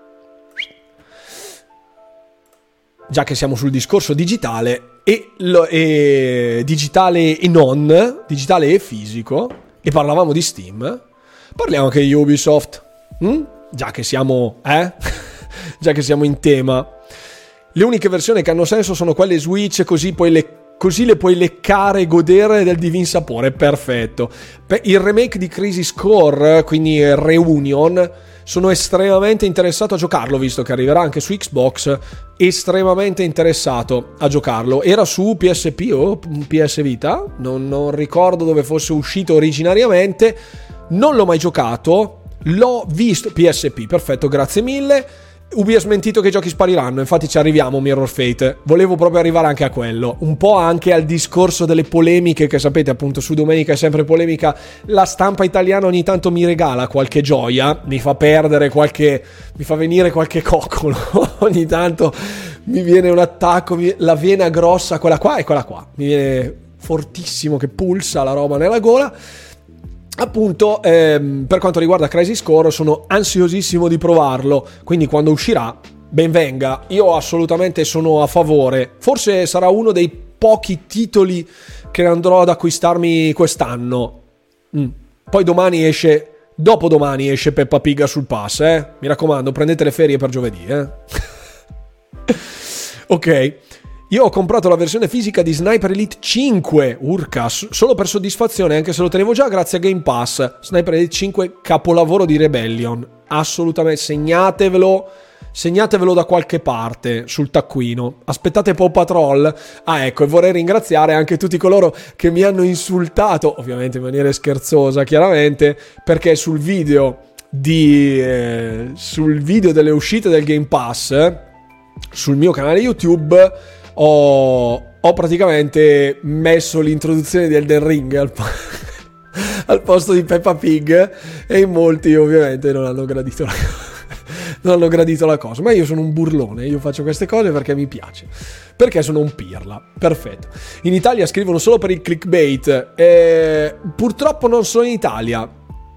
Già che siamo sul discorso digitale digitale e non, digitale e fisico, e parlavamo di Steam, parliamo anche di Ubisoft. Già che siamo già che siamo in tema. Le uniche versioni che hanno senso sono quelle Switch, così le puoi leccare e godere del divin sapore. Perfetto. Il remake di Crisis Core, quindi Reunion, sono estremamente interessato a giocarlo, visto che arriverà anche su Xbox. Estremamente interessato a giocarlo. Era su PSP o PS Vita, non ricordo dove fosse uscito originariamente, non l'ho mai giocato, l'ho visto. PSP, perfetto, grazie mille. Ubi ha smentito che i giochi spariranno, infatti ci arriviamo. Mirror Fate, volevo proprio arrivare anche a quello, un po' anche al discorso delle polemiche, che sapete appunto su Domenica è sempre polemica. La stampa italiana ogni tanto mi regala qualche gioia, mi fa venire qualche coccolo ogni tanto mi viene un attacco, la vena grossa, quella qua e quella qua, mi viene fortissimo che pulsa la roba nella gola. Appunto, per quanto riguarda Crisis Core sono ansiosissimo di provarlo, quindi quando uscirà ben venga. Io assolutamente sono a favore, forse sarà uno dei pochi titoli che andrò ad acquistarmi quest'anno. Poi dopodomani esce Peppa Pig sul pass, mi raccomando, prendete le ferie per giovedì, Ok. Io ho comprato la versione fisica di Sniper Elite 5, urca, solo per soddisfazione, anche se lo tenevo già grazie a Game Pass. Sniper Elite 5, capolavoro di Rebellion, assolutamente, segnatevelo da qualche parte sul taccuino. Aspettate Paw Patrol. Ecco, e vorrei ringraziare anche tutti coloro che mi hanno insultato, ovviamente in maniera scherzosa chiaramente, perché sul video sul video delle uscite del Game Pass sul mio canale YouTube ho praticamente messo l'introduzione di Elden Ring al posto di Peppa Pig, e in molti ovviamente non hanno gradito la cosa, ma io sono un burlone, io faccio queste cose perché mi piace, perché sono un pirla. Perfetto. In Italia scrivono solo per il clickbait, purtroppo non sono in Italia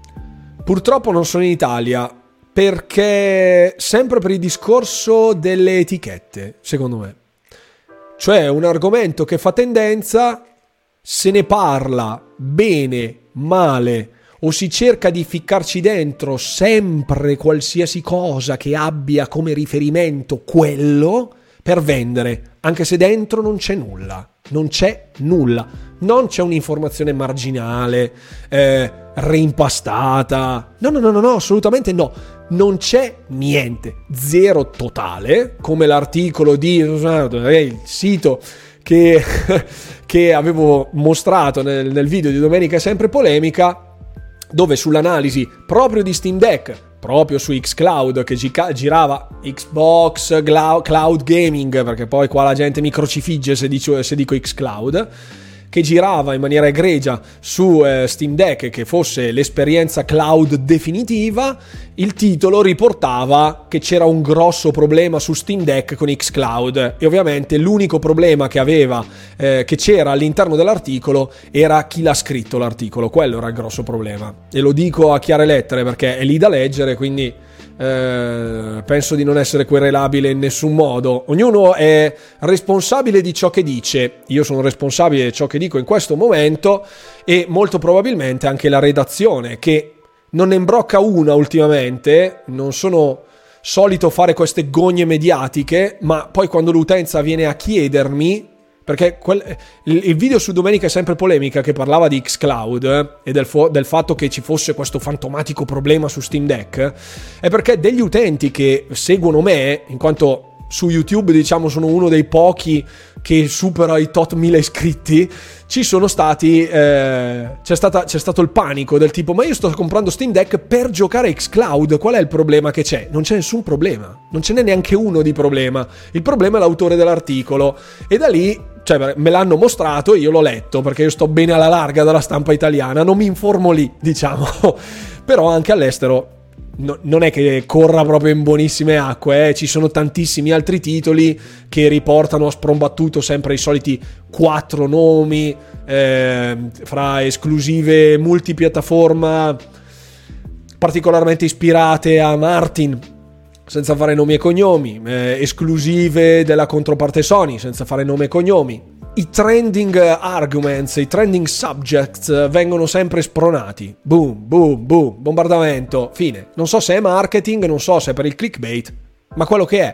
perché sempre per il discorso delle etichette, secondo me, cioè un argomento che fa tendenza, se ne parla bene, male, o si cerca di ficcarci dentro sempre qualsiasi cosa che abbia come riferimento quello per vendere, anche se dentro non c'è nulla, non c'è un'informazione marginale, reimpastata, no, assolutamente no, non c'è niente, zero totale, come l'articolo il sito che avevo mostrato nel video di Domenica è sempre polemica, dove sull'analisi proprio di Steam Deck, proprio su xCloud, che girava Xbox Cloud Gaming, perché poi qua la gente mi crocifigge se dico xCloud, che girava in maniera egregia su Steam Deck, che fosse l'esperienza cloud definitiva, il titolo riportava che c'era un grosso problema su Steam Deck con xCloud, e ovviamente l'unico problema che c'era all'interno dell'articolo era chi l'ha scritto l'articolo, quello era il grosso problema, e lo dico a chiare lettere perché è lì da leggere, quindi penso di non essere querelabile in nessun modo. Ognuno è responsabile di ciò che dice. Io sono responsabile di ciò che dico in questo momento, e molto probabilmente anche la redazione, che non ne imbrocca una ultimamente. Non sono solito fare queste gogne mediatiche, ma poi quando l'utenza viene a chiedermi, perché il video su Domenica è sempre polemica, che parlava di xCloud e del fatto che ci fosse questo fantomatico problema su Steam Deck, è perché degli utenti che seguono me, in quanto su YouTube diciamo sono uno dei pochi che supera i tot 1000 iscritti, ci sono stati c'è stato il panico del tipo: ma io sto comprando Steam Deck per giocare xCloud, qual è il problema che c'è? Non c'è nessun problema, non ce n'è neanche uno di problema, il problema è l'autore dell'articolo. E da lì, cioè, me l'hanno mostrato, io l'ho letto perché io sto bene alla larga dalla stampa italiana, non mi informo lì, diciamo. Però anche all'estero non è che corra proprio in buonissime acque, ci sono tantissimi altri titoli che riportano a sprombattuto sempre i soliti 4 nomi, fra esclusive multipiattaforma particolarmente ispirate a Martin, senza fare nomi e cognomi, esclusive della controparte Sony, senza fare nome e cognomi. I trending arguments, i trending subjects vengono sempre spronati. Boom, boom, boom, bombardamento, fine. Non so se è marketing, non so se è per il clickbait, ma quello che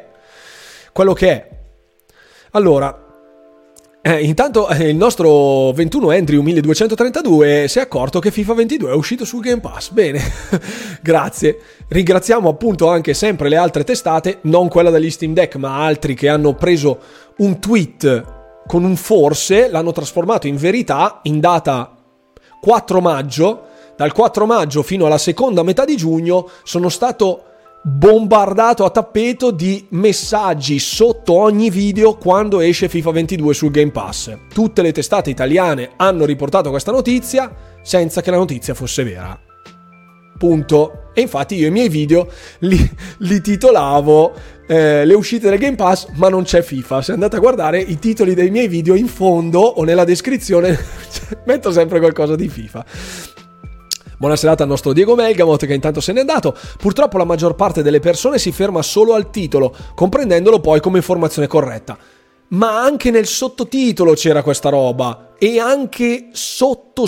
è. Allora, intanto il nostro 21 Andrew 1232 si è accorto che FIFA 22 è uscito sul Game Pass. Bene, grazie. Ringraziamo appunto anche sempre le altre testate, non quella degli Steam Deck, ma altri che hanno preso un tweet con un forse, l'hanno trasformato in verità in data 4 maggio. Dal 4 maggio fino alla seconda metà di giugno sono stato bombardato a tappeto di messaggi sotto ogni video quando esce FIFA 22 sul Game Pass. Tutte le testate italiane hanno riportato questa notizia senza che la notizia fosse vera. Punto. E infatti io i miei video li titolavo le uscite del Game Pass, ma non c'è FIFA. Se andate a guardare i titoli dei miei video, in fondo o nella descrizione metto sempre qualcosa di FIFA. Buona serata al nostro Diego Melgamot, che intanto se n'è andato. Purtroppo la maggior parte delle persone si ferma solo al titolo, comprendendolo poi come informazione corretta. Ma anche nel sottotitolo c'era questa roba, e anche sotto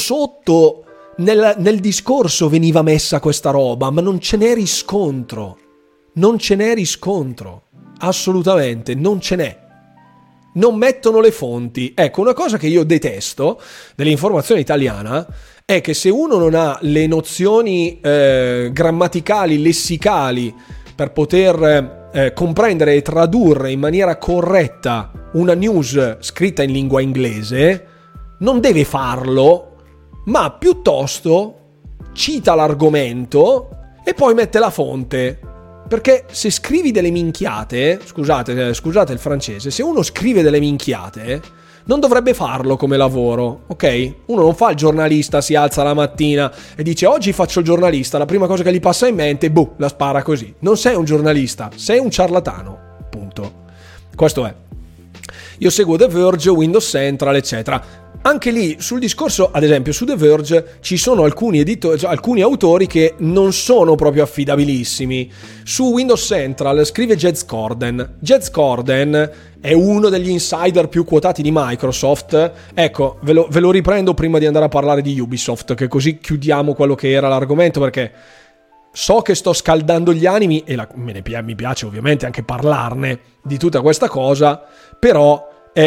nel discorso veniva messa questa roba, ma non ce n'è riscontro. Non ce n'è riscontro. Assolutamente, non ce n'è. Non mettono le fonti. Ecco, una cosa che io detesto dell'informazione italiana è che se uno non ha le nozioni grammaticali, lessicali, per poter comprendere e tradurre in maniera corretta una news scritta in lingua inglese, non deve farlo, ma piuttosto cita l'argomento e poi mette la fonte. Perché se scrivi delle minchiate, scusate il francese, se uno scrive delle minchiate non dovrebbe farlo come lavoro, ok? Uno non fa il giornalista, si alza la mattina e dice oggi faccio il giornalista, la prima cosa che gli passa in mente, la spara così. Non sei un giornalista, sei un ciarlatano, punto. Questo è. Io seguo The Verge, Windows Central, eccetera. Anche lì, sul discorso, ad esempio, su The Verge ci sono alcuni autori che non sono proprio affidabilissimi. Su Windows Central scrive Jez Corden. Jez Corden è uno degli insider più quotati di Microsoft. Ecco, ve lo riprendo prima di andare a parlare di Ubisoft, che così chiudiamo quello che era l'argomento, perché so che sto scaldando gli animi e mi piace ovviamente anche parlarne di tutta questa cosa, però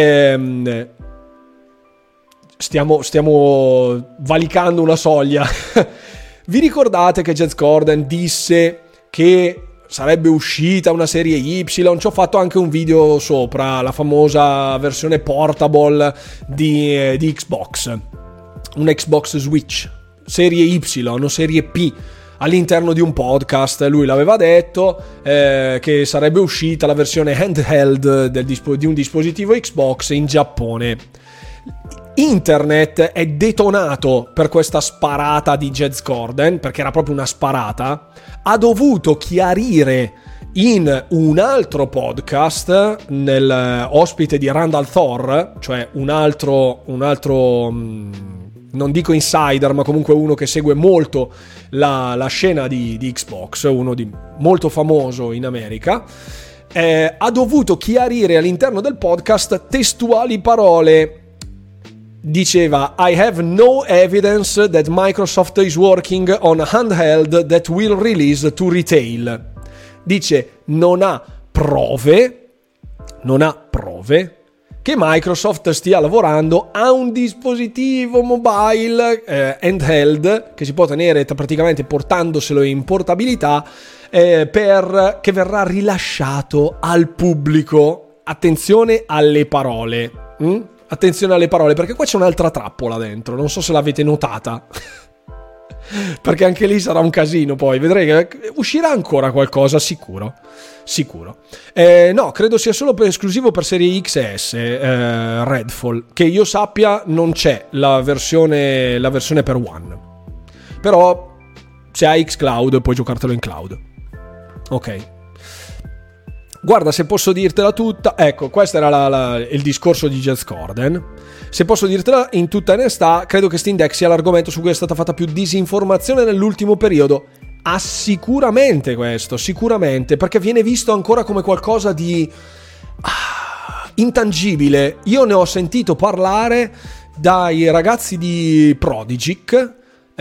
stiamo valicando una soglia. Vi ricordate che Jez Corden disse che sarebbe uscita una serie Y? Ci ho fatto anche un video sopra, la famosa versione portable di Xbox, un Xbox Switch, serie Y o serie P. All'interno di un podcast lui l'aveva detto che sarebbe uscita la versione handheld di un dispositivo Xbox in Giappone. Internet è detonato per questa sparata di Jez Corden, perché era proprio una sparata. Ha dovuto chiarire in un altro podcast, nel ospite di Randall Thor, cioè un altro non dico insider, ma comunque uno che segue molto la scena di Xbox, uno molto famoso in America, ha dovuto chiarire all'interno del podcast testuali parole. Diceva: I have no evidence that Microsoft is working on a handheld that will release to retail. Dice non ha prove che Microsoft stia lavorando a un dispositivo mobile handheld che si può tenere praticamente portandoselo in portabilità, che verrà rilasciato al pubblico. Attenzione alle parole. Attenzione alle parole, perché qua c'è un'altra trappola dentro, non so se l'avete notata. Perché anche lì sarà un casino, poi vedrei che uscirà ancora qualcosa, sicuro. No, credo sia solo esclusivo per serie X e S, Redfall, che io sappia non c'è la versione per One, però se hai xCloud puoi giocartelo in cloud. Ok, guarda, se posso dirtela tutta, ecco, questo era il discorso di Jez Corden. Se posso dirtela in tutta onestà, credo che Steam Deck sia l'argomento su cui è stata fatta più disinformazione nell'ultimo periodo. Sicuramente questo, sicuramente, perché viene visto ancora come qualcosa di intangibile. Io ne ho sentito parlare dai ragazzi di Prodigic,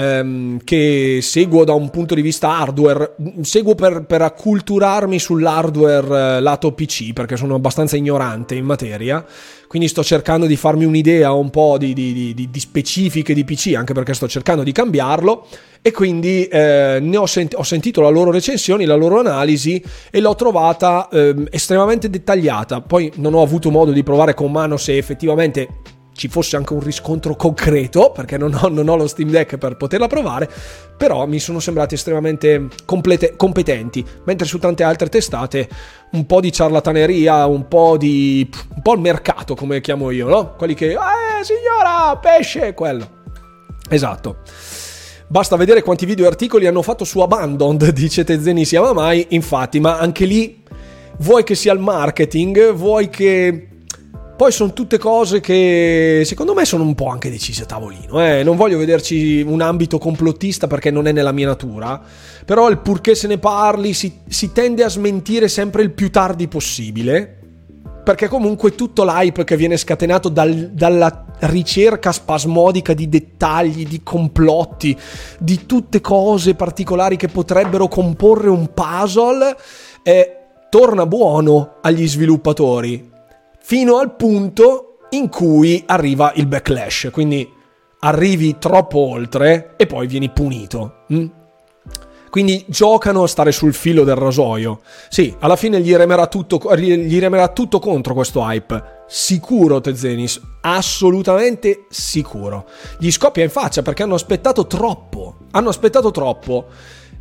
che seguo da un punto di vista hardware, seguo per acculturarmi sull'hardware lato PC, perché sono abbastanza ignorante in materia, quindi sto cercando di farmi un'idea un po' di specifiche di PC, anche perché sto cercando di cambiarlo, e quindi ho sentito la loro recensioni, la loro analisi, e l'ho trovata estremamente dettagliata. Poi non ho avuto modo di provare con mano se effettivamente ci fosse anche un riscontro concreto, perché non ho lo Steam Deck per poterla provare, però mi sono sembrati estremamente competenti, mentre su tante altre testate un po' di ciarlataneria, un po' il mercato, come chiamo io, no? Quelli che signora, pesce, quello. Esatto. Basta vedere quanti video e articoli hanno fatto su Abandoned, dice Tezzeni si ama mai, infatti, ma anche lì vuoi che sia il marketing, vuoi che... Poi sono tutte cose che secondo me sono un po' anche decise a tavolino. Non voglio vederci un ambito complottista perché non è nella mia natura, però il purché se ne parli si tende a smentire sempre il più tardi possibile, perché comunque tutto l'hype che viene scatenato dalla ricerca spasmodica di dettagli, di complotti, di tutte cose particolari che potrebbero comporre un puzzle, torna buono agli sviluppatori, fino al punto in cui arriva il backlash, quindi arrivi troppo oltre e poi vieni punito. Quindi giocano a stare sul filo del rasoio. Sì, alla fine gli remerà tutto contro questo hype. Sicuro, Tezenis, assolutamente sicuro. Gli scoppia in faccia perché hanno aspettato troppo.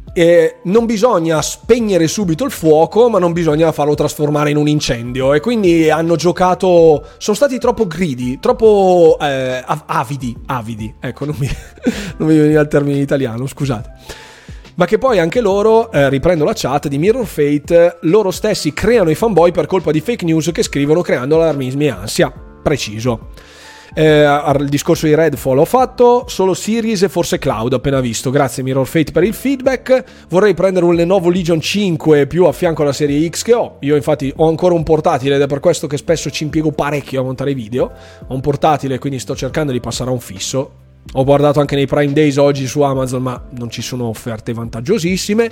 non bisogna spegnere subito il fuoco, ma non bisogna farlo trasformare in un incendio, e quindi hanno giocato, sono stati troppo greedy, troppo avidi, ecco, non mi viene il termine in italiano, scusate. Ma che poi anche loro, riprendo la chat di Mirror Fate, loro stessi creano i fanboy per colpa di fake news che scrivono creando allarmismi e ansia. Preciso. Il discorso di Redfall ho fatto, solo Series e forse Cloud appena visto. Grazie Mirror Fate per il feedback. Vorrei prendere un Lenovo Legion 5 più a fianco alla serie X che ho. Io infatti ho ancora un portatile ed è per questo che spesso ci impiego parecchio a montare i video. Ho un portatile, quindi sto cercando di passare a un fisso. Ho guardato anche nei Prime Days oggi su Amazon, ma non ci sono offerte vantaggiosissime.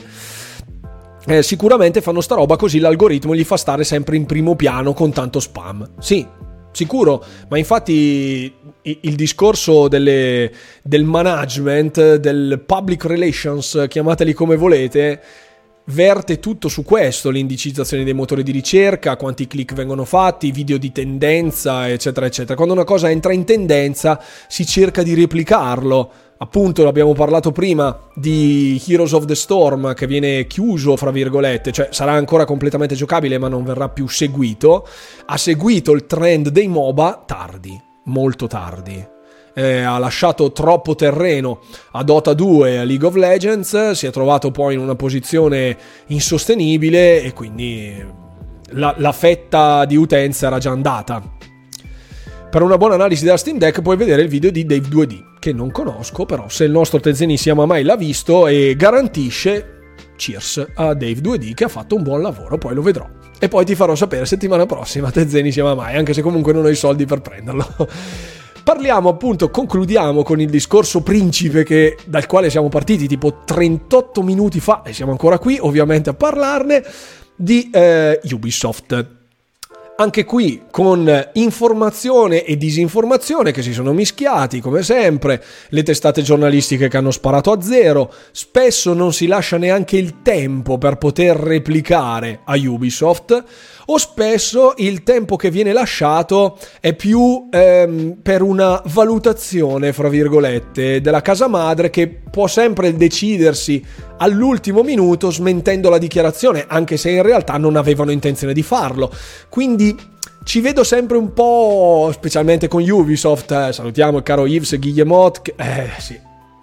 Sicuramente fanno sta roba così l'algoritmo gli fa stare sempre in primo piano con tanto spam. Sì, sicuro, ma infatti il discorso del management, del public relations, chiamateli come volete, verte tutto su questo: l'indicizzazione dei motori di ricerca, quanti click vengono fatti, video di tendenza, eccetera eccetera. Quando una cosa entra in tendenza si cerca di replicarlo. Appunto, abbiamo parlato prima di Heroes of the Storm, che viene chiuso fra virgolette, cioè sarà ancora completamente giocabile ma non verrà più seguito. Ha seguito il trend dei MOBA tardi, molto tardi. Ha lasciato troppo terreno a Dota 2 e a League of Legends, si è trovato poi in una posizione insostenibile e quindi la fetta di utenza era già andata. Per una buona analisi della Steam Deck puoi vedere il video di Dave 2D, che non conosco, però se il nostro Tezzeni Siama mai l'ha visto, e garantisce cheers a Dave 2D che ha fatto un buon lavoro, poi lo vedrò. E poi ti farò sapere settimana prossima Tezzeni Siama mai, anche se comunque non ho i soldi per prenderlo. Parliamo appunto, concludiamo con il discorso principe dal quale siamo partiti tipo 38 minuti fa, e siamo ancora qui ovviamente a parlarne, di Ubisoft. Anche qui con informazione e disinformazione che si sono mischiati, come sempre, le testate giornalistiche che hanno sparato a zero, spesso non si lascia neanche il tempo per poter replicare a Ubisoft, o spesso il tempo che viene lasciato è più per una valutazione, fra virgolette, della casa madre, che può sempre decidersi all'ultimo minuto smentendo la dichiarazione, anche se in realtà non avevano intenzione di farlo. Quindi ci vedo sempre un po', specialmente con Ubisoft, salutiamo il caro Yves Guillemot, sì.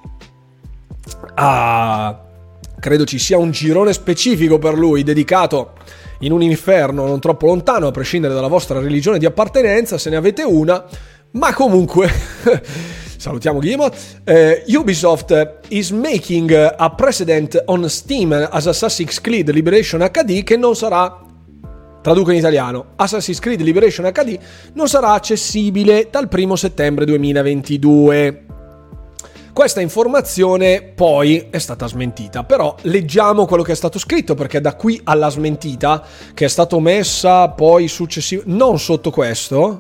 Credo ci sia un girone specifico per lui, dedicato in un inferno non troppo lontano, a prescindere dalla vostra religione di appartenenza, se ne avete una, ma comunque salutiamo Guillemot. Ubisoft is making a precedent on Steam as Assassin's Creed Liberation HD, che non sarà, traduco in italiano, Assassin's Creed Liberation HD non sarà accessibile dal 1 settembre 2022. Questa informazione poi è stata smentita, però leggiamo quello che è stato scritto, perché da qui alla smentita, che è stato messa poi non sotto questo.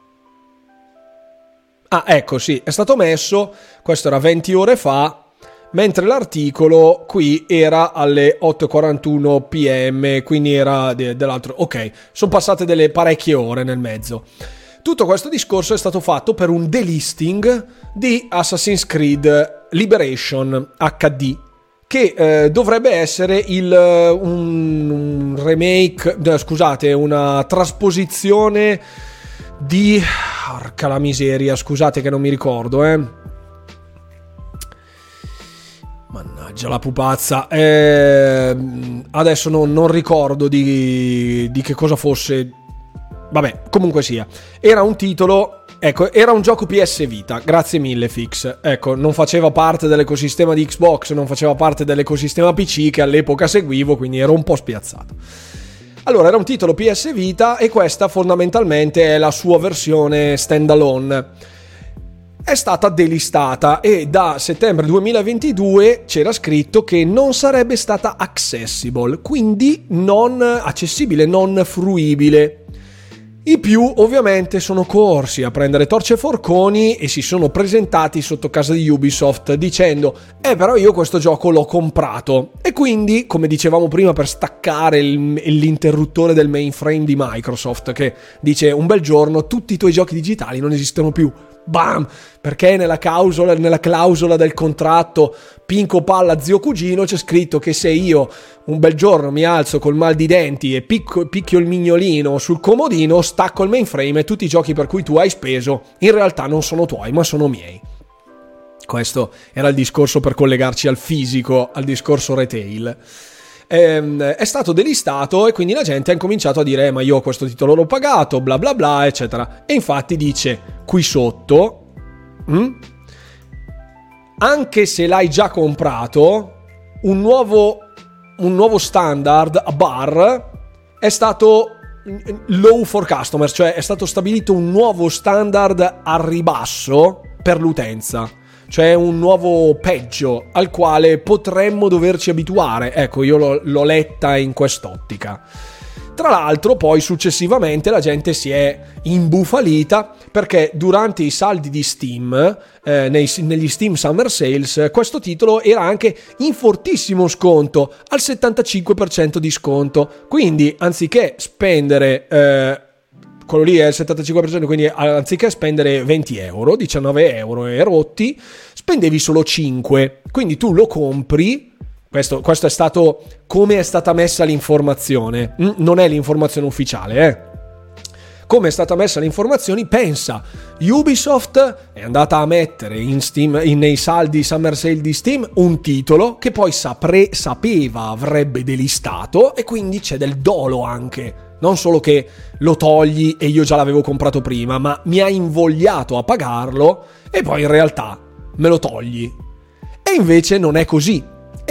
Ecco, sì, è stato messo, questo era 20 ore fa, mentre l'articolo qui era alle 8:41 PM, quindi era dell'altro. Ok, sono passate delle parecchie ore nel mezzo. Tutto questo discorso è stato fatto per un delisting di Assassin's Creed Liberation HD, che dovrebbe essere un remake, scusate, una trasposizione di... Porca la miseria, scusate che non mi ricordo, Mannaggia la pupazza. Adesso non ricordo di che cosa fosse. Vabbè, comunque sia. Era un titolo, ecco, era un gioco PS Vita, grazie mille Fix. Ecco, non faceva parte dell'ecosistema di Xbox, non faceva parte dell'ecosistema PC che all'epoca seguivo, quindi ero un po' spiazzato. Allora, era un titolo PS Vita e questa fondamentalmente è la sua versione standalone. È stata delistata e da settembre 2022 c'era scritto che non sarebbe stata accessible, quindi non accessibile, non fruibile. I più ovviamente sono corsi a prendere torce e forconi e si sono presentati sotto casa di Ubisoft dicendo però io questo gioco l'ho comprato, e quindi, come dicevamo prima, per staccare l'interruttore del mainframe di Microsoft che dice un bel giorno tutti i tuoi giochi digitali non esistono più, Bam! Perché nella clausola del contratto Pinco Palla zio cugino c'è scritto che se io un bel giorno mi alzo col mal di denti e picchio il mignolino sul comodino, stacco il mainframe e tutti i giochi per cui tu hai speso in realtà non sono tuoi ma sono miei. Questo era il discorso per collegarci al fisico, al discorso retail. È stato delistato e quindi la gente ha incominciato a dire ma io questo titolo l'ho pagato, bla bla bla, eccetera. E infatti dice qui sotto, anche se l'hai già comprato, un nuovo standard a bar è stato low for customers, cioè è stato stabilito un nuovo standard a ribasso per l'utenza. Cioè un nuovo peggio al quale potremmo doverci abituare. Ecco, io l'ho letta in quest'ottica. Tra l'altro poi successivamente la gente si è imbufalita perché durante i saldi di Steam, negli Steam Summer Sales, questo titolo era anche in fortissimo sconto, al 75% di sconto. Quindi anziché spendere... quello lì è il 75%, quindi anziché spendere 20 euro, 19 euro e rotti, spendevi solo 5. Quindi tu lo compri. Questo è stato come è stata messa l'informazione. Non è l'informazione ufficiale, Come è stata messa l'informazione, pensa, Ubisoft è andata a mettere in Steam, nei saldi Summer Sale di Steam, un titolo che poi sapeva avrebbe delistato e quindi c'è del dolo anche. Non solo che lo togli e io già l'avevo comprato prima, ma mi ha invogliato a pagarlo e poi in realtà me lo togli. E invece non è così.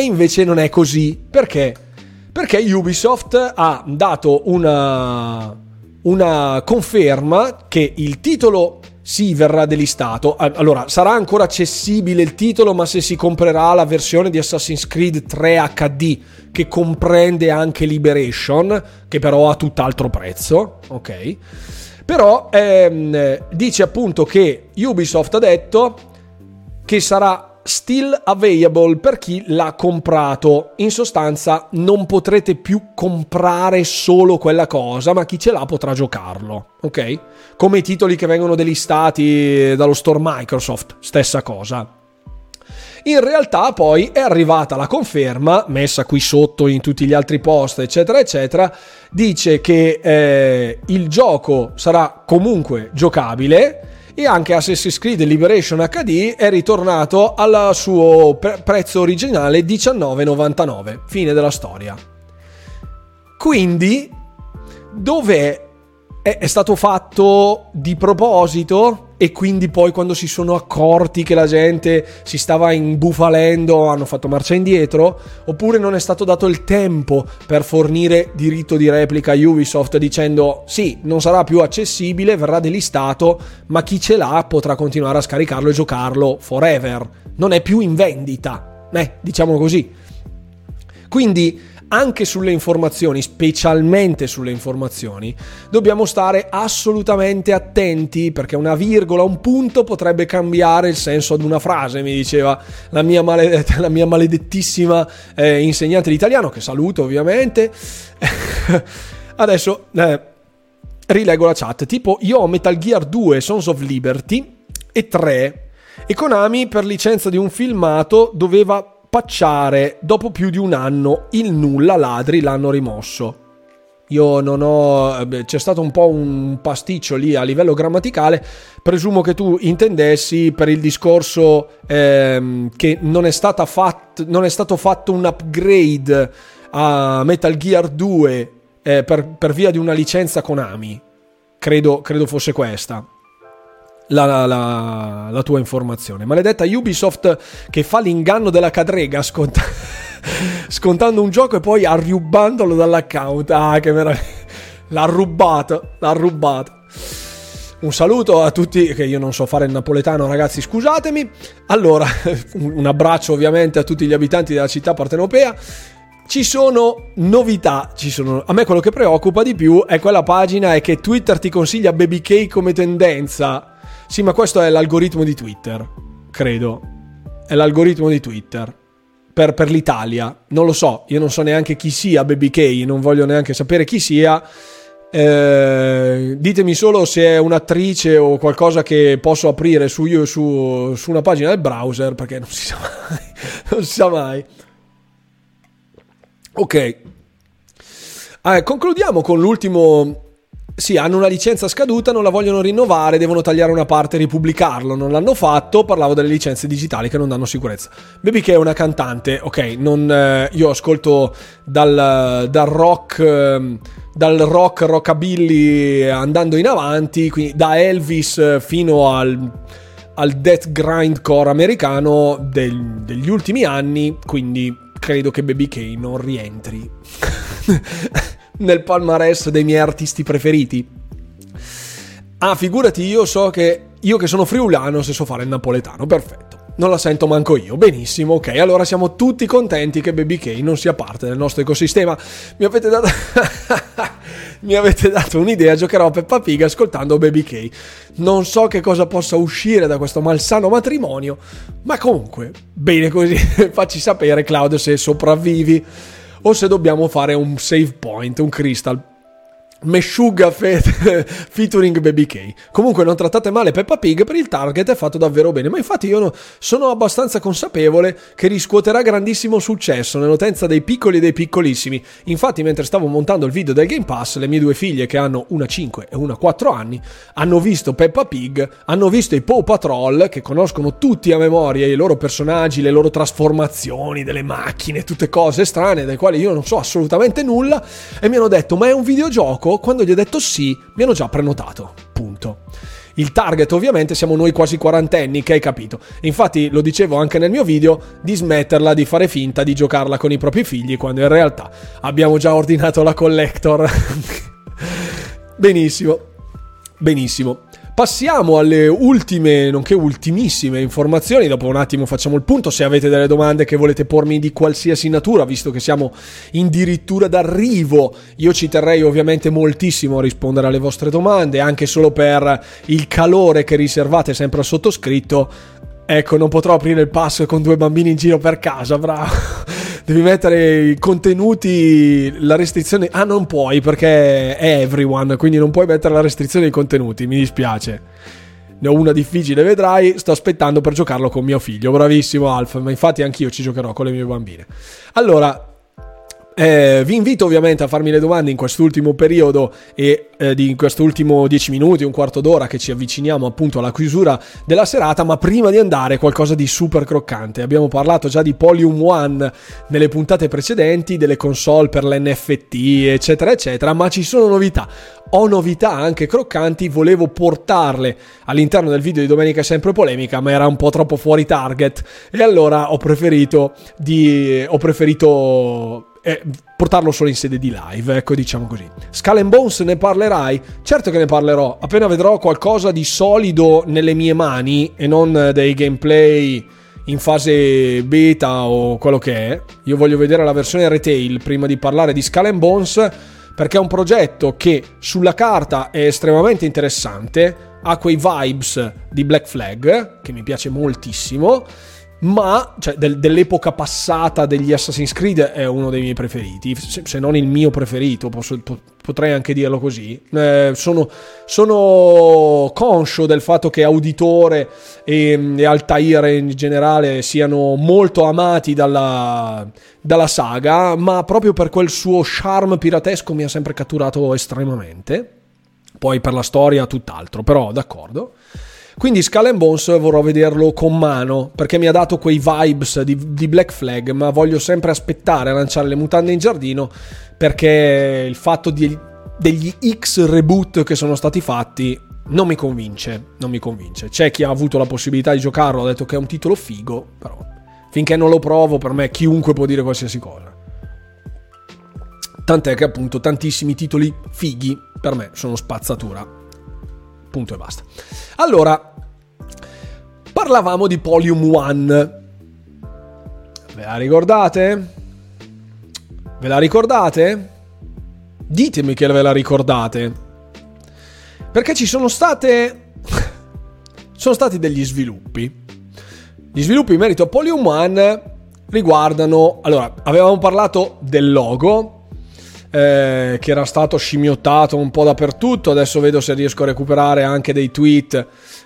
Perché? Perché Ubisoft ha dato una conferma che il titolo sì verrà delistato. Allora, sarà ancora accessibile il titolo, ma se si comprerà la versione di Assassin's Creed 3 HD che comprende anche Liberation, che però ha tutt'altro prezzo, ok? Però dice appunto che Ubisoft ha detto che sarà still available per chi l'ha comprato. In sostanza non potrete più comprare solo quella cosa, ma chi ce l'ha potrà giocarlo, ok? Come i titoli che vengono delistati dallo store Microsoft, stessa cosa. In realtà poi è arrivata la conferma, messa qui sotto in tutti gli altri post, eccetera eccetera, dice che il gioco sarà comunque giocabile e anche Assassin's Creed Liberation HD è ritornato al suo prezzo originale $19,99, fine della storia. Quindi dov'è? È stato fatto di proposito e quindi poi quando si sono accorti che la gente si stava imbufalendo hanno fatto marcia indietro? Oppure non è stato dato il tempo per fornire diritto di replica a Ubisoft dicendo sì, non sarà più accessibile, verrà delistato, ma chi ce l'ha potrà continuare a scaricarlo e giocarlo forever, non è più in vendita, diciamo così. Quindi anche sulle informazioni, specialmente sulle informazioni, dobbiamo stare assolutamente attenti, perché una virgola, un punto potrebbe cambiare il senso ad una frase, mi diceva la mia maledettissima insegnante di italiano, che saluto ovviamente. Adesso rileggo la chat, tipo io ho Metal Gear 2 Sons of Liberty e 3 e Konami per licenza di un filmato doveva patchare dopo più di un anno il nulla ladri, l'hanno rimosso. Io non ho... c'è stato un po' un pasticcio lì a livello grammaticale, presumo che tu intendessi per il discorso che non è stato fatto un upgrade a Metal Gear 2 per via di una licenza Konami. Credo fosse questa la tua informazione. Maledetta Ubisoft che fa l'inganno della cadrega scontando un gioco e poi arrubandolo dall'account. Che meraviglia, l'ha rubato. Un saluto a tutti, che io non so fare il napoletano, ragazzi, scusatemi. Allora, un abbraccio ovviamente a tutti gli abitanti della città partenopea. Ci sono novità, a me quello che preoccupa di più è quella pagina è che Twitter ti consiglia Baby K come tendenza. Sì, ma questo è l'algoritmo di Twitter, credo. È l'algoritmo di Twitter. Per l'Italia. Non lo so, io non so neanche chi sia Baby K, non voglio neanche sapere chi sia. Ditemi solo se è un'attrice o qualcosa che posso aprire su una pagina del browser, perché non si sa mai. Non si sa mai. Ok. Concludiamo con l'ultimo. Sì, hanno una licenza scaduta, non la vogliono rinnovare, devono tagliare una parte e ripubblicarlo. Non l'hanno fatto. Parlavo delle licenze digitali che non danno sicurezza. Baby K è una cantante, ok. Io ascolto dal rock. Dal rockabilly andando in avanti, quindi da Elvis fino al death grindcore americano degli ultimi anni, quindi credo che Baby K non rientri nel palmarès dei miei artisti preferiti. Figurati, io che sono friulano, se so fare il napoletano, perfetto. Non la sento manco io. Benissimo, ok. Allora siamo tutti contenti che Baby K non sia parte del nostro ecosistema. Mi avete dato un'idea. Giocherò a Peppa Pig ascoltando Baby K. Non so che cosa possa uscire da questo malsano matrimonio, ma comunque, bene così. Facci sapere, Claudio, se sopravvivi o se dobbiamo fare un save point, un crystal. Meshuggah featuring Baby K. Comunque non trattate male Peppa Pig, per il target è fatto davvero bene, ma infatti io sono abbastanza consapevole che riscuoterà grandissimo successo nell'utenza dei piccoli e dei piccolissimi. Infatti mentre stavo montando il video del Game Pass, le mie due figlie, che hanno una 5 e una 4 anni, hanno visto Peppa Pig, hanno visto i Paw Patrol, che conoscono tutti a memoria i loro personaggi, le loro trasformazioni delle macchine, tutte cose strane delle quali io non so assolutamente nulla, e mi hanno detto: ma è un videogioco? Quando gli ho detto sì, mi hanno già prenotato. Punto. Il target ovviamente siamo noi quasi quarantenni, che hai capito. Infatti lo dicevo anche nel mio video, di smetterla di fare finta di giocarla con i propri figli, quando in realtà abbiamo già ordinato la collector. Benissimo. Passiamo alle ultime, nonché ultimissime informazioni. Dopo un attimo facciamo il punto. Se avete delle domande che volete pormi di qualsiasi natura, visto che siamo addirittura d'arrivo, io ci terrei ovviamente moltissimo a rispondere alle vostre domande, anche solo per il calore che riservate sempre al sottoscritto. Ecco, non potrò aprire il pass con 2 bambini in giro per casa, bravo. Devi mettere i contenuti, la restrizione. Non puoi, perché è everyone, quindi non puoi mettere la restrizione dei contenuti, mi dispiace. Ne ho una difficile, vedrai. Sto aspettando per giocarlo con mio figlio. Bravissimo Alf, ma infatti anch'io ci giocherò con le mie bambine. Allora, vi invito ovviamente a farmi le domande in quest'ultimo periodo e in quest'ultimo 10 minuti, un quarto d'ora, che ci avviciniamo appunto alla chiusura della serata. Ma prima di andare, qualcosa di super croccante. Abbiamo parlato già di Polyum One nelle puntate precedenti, delle console per l'NFT eccetera eccetera, ma ci sono novità. Ho novità anche croccanti, volevo portarle all'interno del video di Domenica Sempre Polemica, ma era un po' troppo fuori target, e allora ho preferito portarlo solo in sede di live, ecco, diciamo così. Skull and Bones, ne parlerai? Certo che ne parlerò, appena vedrò qualcosa di solido nelle mie mani e non dei gameplay in fase beta o quello che è. Io voglio vedere la versione retail prima di parlare di Skull and Bones, perché è un progetto che sulla carta è estremamente interessante, ha quei vibes di Black Flag che mi piace moltissimo, ma cioè, dell'epoca passata degli Assassin's Creed è uno dei miei preferiti, se non il mio preferito, potrei anche dirlo così. Sono conscio del fatto che Auditore e Altair in generale siano molto amati dalla saga, ma proprio per quel suo charme piratesco mi ha sempre catturato estremamente. Poi per la storia tutt'altro, però d'accordo. Quindi Skull and Bones vorrò vederlo con mano, perché mi ha dato quei vibes di Black Flag, ma voglio sempre aspettare a lanciare le mutande in giardino, perché il fatto degli X reboot che sono stati fatti non mi convince. C'è chi ha avuto la possibilità di giocarlo, ha detto che è un titolo figo, però finché non lo provo, per me chiunque può dire qualsiasi cosa. Tant'è che appunto tantissimi titoli fighi per me sono spazzatura. Punto e basta. Allora, parlavamo di Polyum One. Ve la ricordate? Ditemi che ve la ricordate. Perché sono stati degli sviluppi. Gli sviluppi in merito a Polyum One riguardano... Allora, avevamo parlato del logo. che era stato scimmiottato un po' dappertutto. Adesso vedo se riesco a recuperare anche dei tweet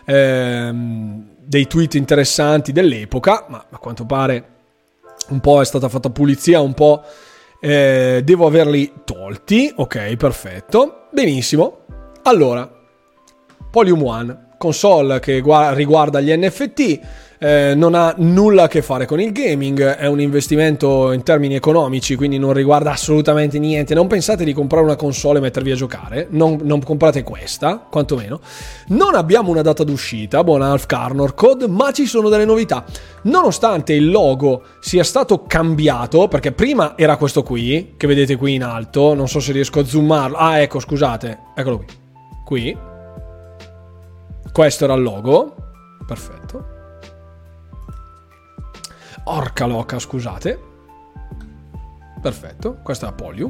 interessanti dell'epoca, ma a quanto pare un po' è stata fatta pulizia, un po' devo averli tolti. Ok, perfetto, benissimo. Allora, Polyum One, console che riguarda gli NFT, non ha nulla a che fare con il gaming, è un investimento in termini economici, quindi non riguarda assolutamente niente. Non pensate di comprare una console e mettervi a giocare, non comprate questa, quantomeno. Non abbiamo una data d'uscita, buon Alf Carnor Code, ma ci sono delle novità. Nonostante il logo sia stato cambiato, perché prima era questo qui, che vedete qui in alto, non so se riesco a zoomarlo. Ah, ecco, scusate, eccolo qui. Questo era il logo, perfetto. Orca loca, scusate. Perfetto, questo è Polyum.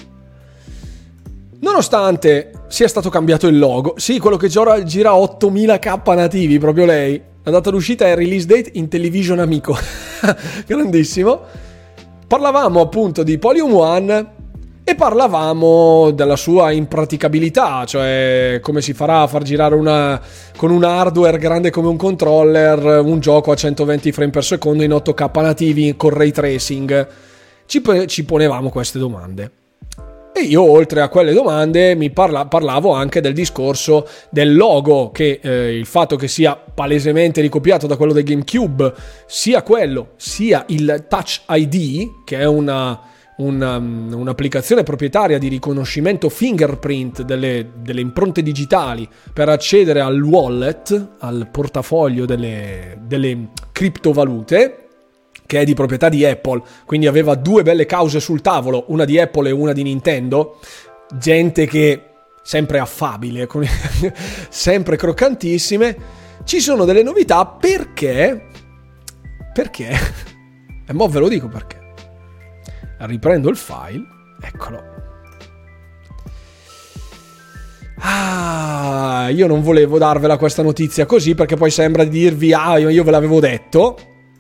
Nonostante sia stato cambiato il logo, sì, quello che gira 8000k nativi, proprio lei. La data d'uscita è release date Intellivision Amico. Grandissimo. Parlavamo appunto di Polyum One e parlavamo della sua impraticabilità, cioè come si farà a far girare con un hardware grande come un controller un gioco a 120 frame per secondo in 8K nativi con ray tracing. Ci ponevamo queste domande. E io, oltre a quelle domande, parlavo anche del discorso del logo, che il fatto che sia palesemente ricopiato da quello del GameCube, sia quello, sia il Touch ID, che è un'applicazione proprietaria di riconoscimento fingerprint delle impronte digitali per accedere al wallet, al portafoglio delle criptovalute, che è di proprietà di Apple, quindi aveva due belle cause sul tavolo, una di Apple e una di Nintendo. Gente che sempre affabile, sempre croccantissime. Ci sono delle novità perché e mo ve lo dico perché. Riprendo il file, eccolo. Io non volevo darvela questa notizia così, perché poi sembra di dirvi io ve l'avevo detto.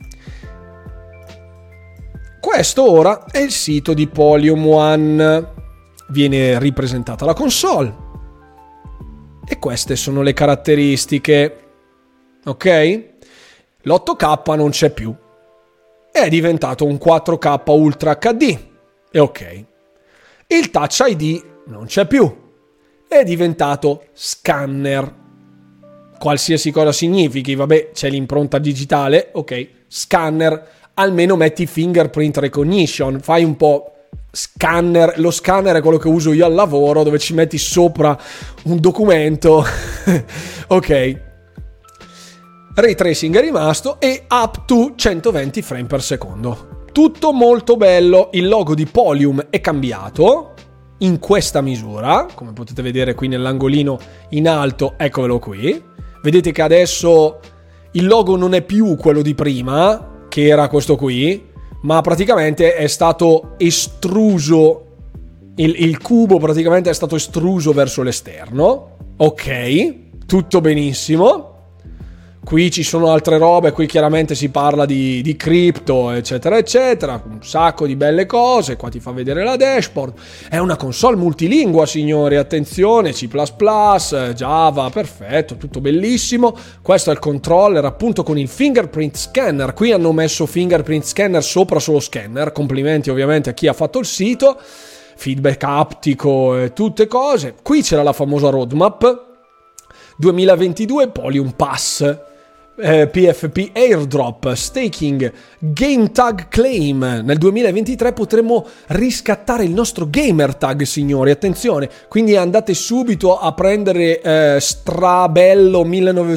Questo ora è il sito di Polyum One. Viene ripresentata la console e queste sono le caratteristiche. Ok? L'8K non c'è più, è diventato un 4K Ultra HD. E ok. Il Touch ID non c'è più, è diventato scanner. Qualsiasi cosa significhi, vabbè, c'è l'impronta digitale, ok, scanner, almeno metti fingerprint recognition, fai un po' scanner. Lo scanner è quello che uso io al lavoro, dove ci metti sopra un documento. Ok. Ray tracing è rimasto e up to 120 frame per secondo. Tutto molto bello. Il logo di Polyum è cambiato in questa misura, come potete vedere qui nell'angolino in alto, eccolo qui. Vedete che adesso il logo non è più quello di prima, che era questo qui, ma praticamente è stato estruso, il cubo praticamente è stato estruso verso l'esterno. Ok, tutto benissimo. Qui ci sono altre robe, qui chiaramente si parla di cripto, eccetera, eccetera, un sacco di belle cose. Qua ti fa vedere la dashboard. È una console multilingua, signori, attenzione, C++, Java, perfetto, tutto bellissimo. Questo è il controller appunto con il fingerprint scanner. Qui hanno messo fingerprint scanner sopra solo scanner. Complimenti ovviamente a chi ha fatto il sito. Feedback aptico e tutte cose. Qui c'era la famosa roadmap 2022, Polyum Pass, PFP Airdrop, Staking, Game Tag Claim. Nel 2023 potremo riscattare il nostro Gamer Tag, signori, attenzione. Quindi andate subito a prendere strabello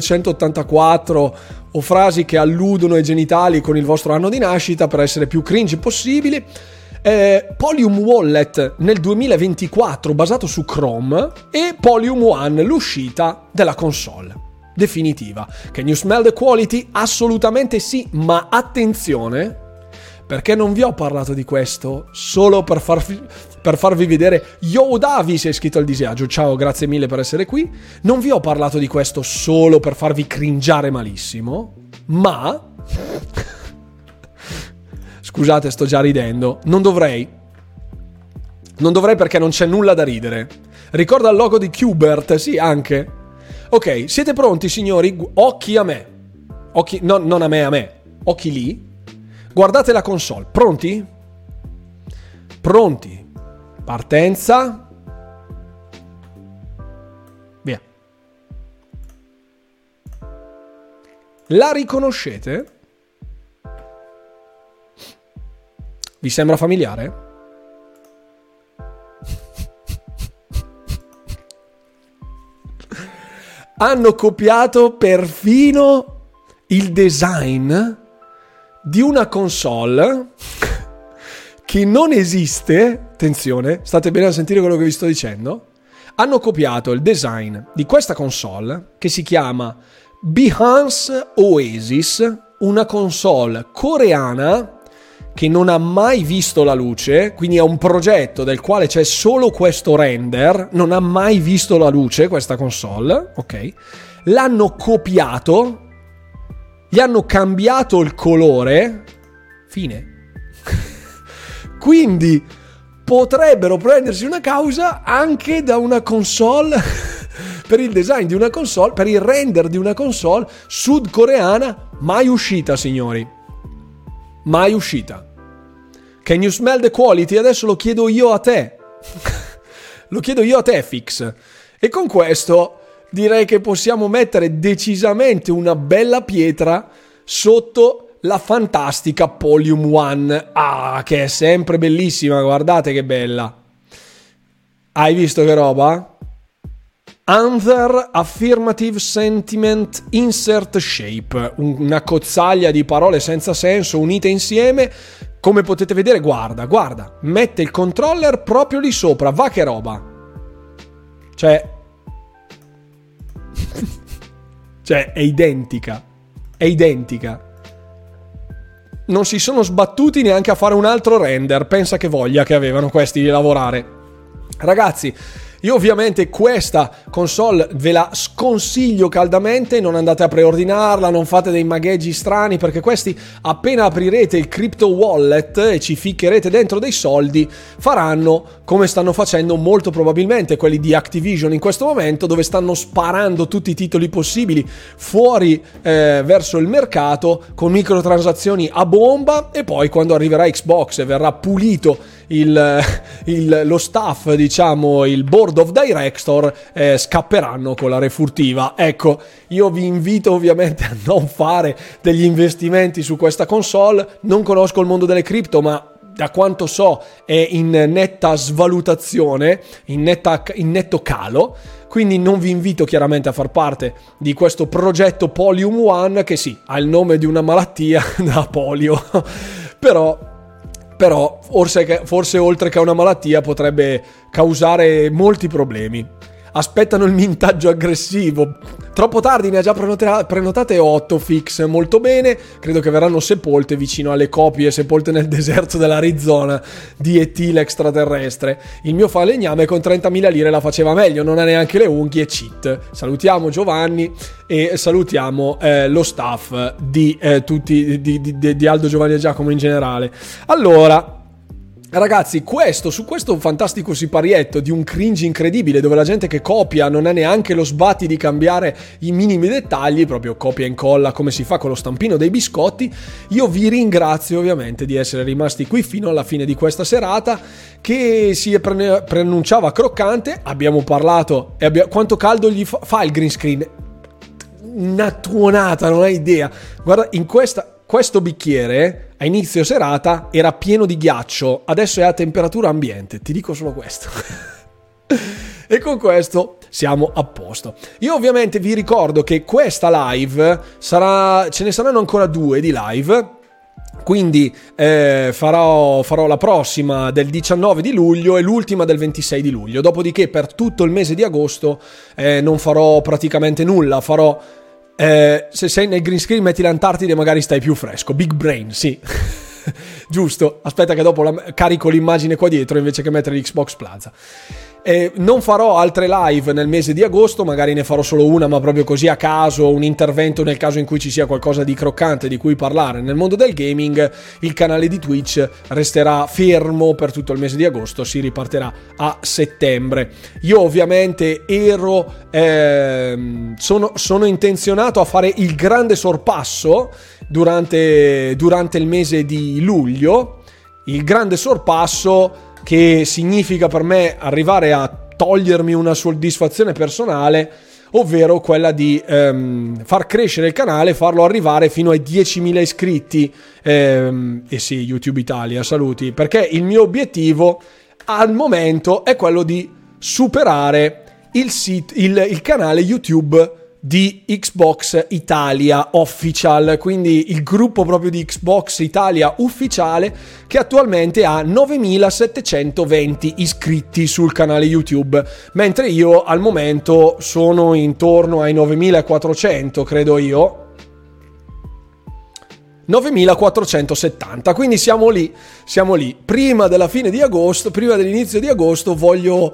1984 o frasi che alludono ai genitali con il vostro anno di nascita per essere più cringe possibili. Polyum Wallet nel 2024 basato su Chrome e Polyum One, l'uscita della console definitiva. Can you smell the quality? Assolutamente sì, ma attenzione, perché non vi ho parlato di questo solo per farvi vedere. Yo Davi, sei iscritto al disagio, ciao, grazie mille per essere qui. Non vi ho parlato di questo solo per farvi cringiare malissimo, ma scusate, sto già ridendo, non dovrei, Non dovrei perché non c'è nulla da ridere. Ricorda il logo di Qbert? Sì, anche. Ok, siete pronti signori? Occhi a me. Occhi, no, non a me. Occhi lì. Guardate la console. Pronti? Pronti. Partenza. Via. La riconoscete? Vi sembra familiare? Hanno copiato perfino il design di una console che non esiste. Attenzione, state bene a sentire quello che vi sto dicendo. Hanno copiato il design di questa console che si chiama Behance Oasis, una console coreana che non ha mai visto la luce, quindi è un progetto del quale c'è solo questo render, non ha mai visto la luce questa console, ok? L'hanno copiato, gli hanno cambiato il colore, fine. Quindi potrebbero prendersi una causa anche da una console per il design di una console, per il render di una console sudcoreana mai uscita, signori. Mai uscita. Can you smell the quality? Adesso lo chiedo io a te. Lo chiedo io a te, Fix. E con questo direi che possiamo mettere decisamente una bella pietra sotto la fantastica Polyum One. Ah, che è sempre bellissima, guardate che bella. Hai visto che roba? Anther Affirmative Sentiment Insert Shape, una cozzaglia di parole senza senso unite insieme. Come potete vedere, guarda, mette il controller proprio lì sopra, va che roba. Cioè è identica. Non si sono sbattuti neanche a fare un altro render, pensa che voglia che avevano questi di lavorare. Ragazzi, io ovviamente questa console ve la sconsiglio caldamente, non andate a preordinarla, non fate dei magheggi strani, perché questi appena aprirete il crypto wallet e ci ficcherete dentro dei soldi faranno come stanno facendo molto probabilmente quelli di Activision in questo momento, dove stanno sparando tutti i titoli possibili fuori verso il mercato con microtransazioni a bomba, e poi quando arriverà Xbox e verrà pulito lo staff, diciamo il board of director, scapperanno con la refurtiva. Ecco, io vi invito ovviamente a non fare degli investimenti su questa console. Non conosco il mondo delle cripto, ma da quanto so è in netta svalutazione, in netto calo, quindi non vi invito chiaramente a far parte di questo progetto Polyum One, che sì, ha il nome di una malattia da polio, però forse oltre che a una malattia potrebbe causare molti problemi. Aspettano il mintaggio aggressivo. Troppo tardi, ne ha già prenotate 8, Fix. Molto bene, credo che verranno sepolte vicino alle copie sepolte nel deserto dell'Arizona di E.T. l'extraterrestre. Il mio falegname con 30.000 lire la faceva meglio, non ha neanche le unghie, cheat. Salutiamo Giovanni e salutiamo lo staff di tutti di Aldo, Giovanni e Giacomo in generale. Allora, ragazzi, su questo fantastico siparietto di un cringe incredibile, dove la gente che copia non ha neanche lo sbatti di cambiare i minimi dettagli, proprio copia e incolla come si fa con lo stampino dei biscotti, io vi ringrazio ovviamente di essere rimasti qui fino alla fine di questa serata, che si preannunciava croccante. Abbiamo parlato quanto caldo gli fa il green screen, una tuonata, non hai idea. Guarda, in questo bicchiere a inizio serata era pieno di ghiaccio, adesso è a temperatura ambiente, ti dico solo questo. E con questo siamo a posto. Io ovviamente vi ricordo che questa live ce ne saranno ancora 2 di live, quindi farò la prossima del 19 di luglio e l'ultima del 26 di luglio, dopodiché per tutto il mese di agosto non farò praticamente nulla. Se sei nel green screen metti l'Antartide, magari stai più fresco. Big brain, sì. Giusto, aspetta che dopo carico l'immagine qua dietro invece che mettere l'Xbox Plaza. Non farò altre live nel mese di agosto, magari ne farò solo una, ma proprio così a caso, un intervento nel caso in cui ci sia qualcosa di croccante di cui parlare nel mondo del gaming. Il canale di Twitch resterà fermo per tutto il mese di agosto, si ripartirà a settembre. Io ovviamente sono intenzionato a fare il grande sorpasso durante il mese di luglio, il grande sorpasso che significa per me arrivare a togliermi una soddisfazione personale, ovvero quella di far crescere il canale, farlo arrivare fino ai 10.000 iscritti. E sì, YouTube Italia, saluti, perché il mio obiettivo al momento è quello di superare il canale YouTube di Xbox Italia Official, quindi il gruppo proprio di Xbox Italia ufficiale, che attualmente ha 9.720 iscritti sul canale YouTube, mentre io al momento sono intorno ai 9.400, credo io. 9.470, quindi siamo lì. Prima della fine di agosto, prima dell'inizio di agosto, voglio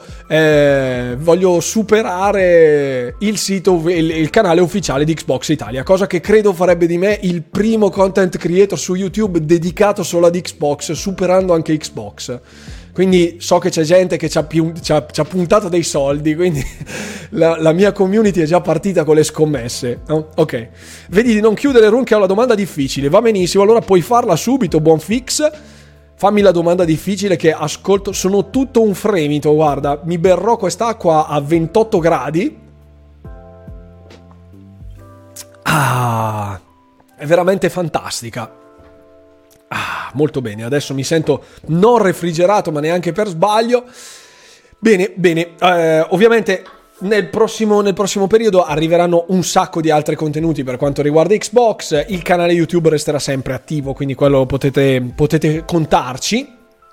superare il sito, il canale ufficiale di Xbox Italia, cosa che credo farebbe di me il primo content creator su YouTube dedicato solo ad Xbox, superando anche Xbox. Quindi so che c'è gente che ci ha puntato dei soldi, quindi la mia community è già partita con le scommesse, no? Ok, vedi di non chiudere, Run, che ho la domanda difficile. Va benissimo, allora puoi farla subito, buon fix. Fammi la domanda difficile che ascolto, sono tutto un fremito, guarda, mi berrò quest'acqua a 28 gradi. È veramente fantastica. Molto bene, adesso mi sento non refrigerato, ma neanche per sbaglio. Bene, ovviamente nel prossimo periodo arriveranno un sacco di altri contenuti per quanto riguarda Xbox. Il canale YouTube resterà sempre attivo, quindi quello potete contarci.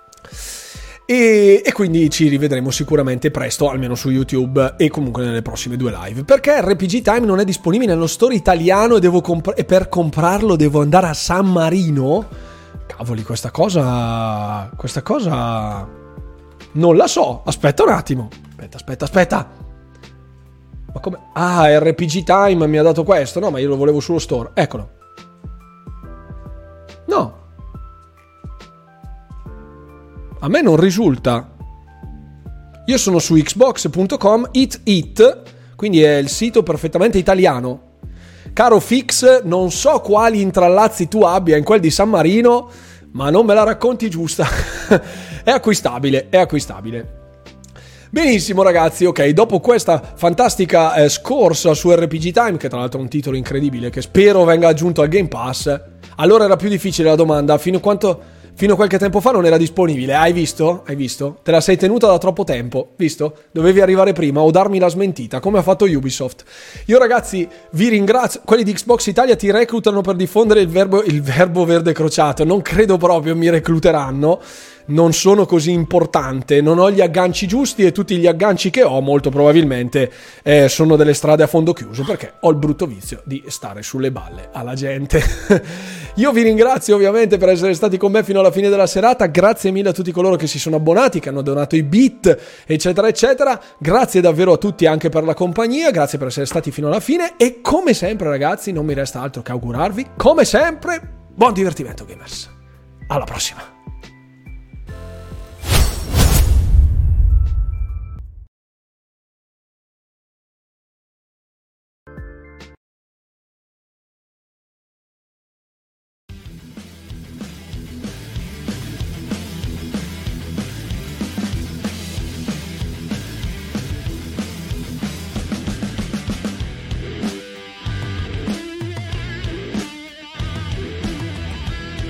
E quindi ci rivedremo sicuramente presto, almeno su YouTube e comunque nelle prossime 2 live. Perché RPG Time non è disponibile nello store italiano e per comprarlo devo andare a San Marino? Cavoli, questa cosa non la so. Aspetta un attimo. Aspetta. Ma come? RPG Time mi ha dato questo. No, ma io lo volevo sullo store. Eccolo. No. A me non risulta. Io sono su xbox.com it, quindi è il sito perfettamente italiano. Caro Fix, non so quali intrallazzi tu abbia in quel di San Marino, ma non me la racconti giusta. È acquistabile. Benissimo ragazzi, ok, dopo questa fantastica scorsa su RPG Time, che tra l'altro è un titolo incredibile, che spero venga aggiunto al Game Pass, allora era più difficile la domanda, fino a qualche tempo fa non era disponibile. Hai visto? Te la sei tenuta da troppo tempo, visto? Dovevi arrivare prima o darmi la smentita, come ha fatto Ubisoft. Io ragazzi vi ringrazio. Quelli di Xbox Italia ti reclutano per diffondere il verbo verde crociato. Non credo proprio mi recluteranno. Non sono così importante, non ho gli agganci giusti e tutti gli agganci che ho molto probabilmente sono delle strade a fondo chiuso, perché ho il brutto vizio di stare sulle balle alla gente. Io vi ringrazio ovviamente per essere stati con me fino alla fine della serata, grazie mille a tutti coloro che si sono abbonati, che hanno donato i bit, eccetera eccetera. Grazie davvero a tutti anche per la compagnia, grazie per essere stati fino alla fine e come sempre ragazzi non mi resta altro che augurarvi, come sempre, buon divertimento gamers. Alla prossima.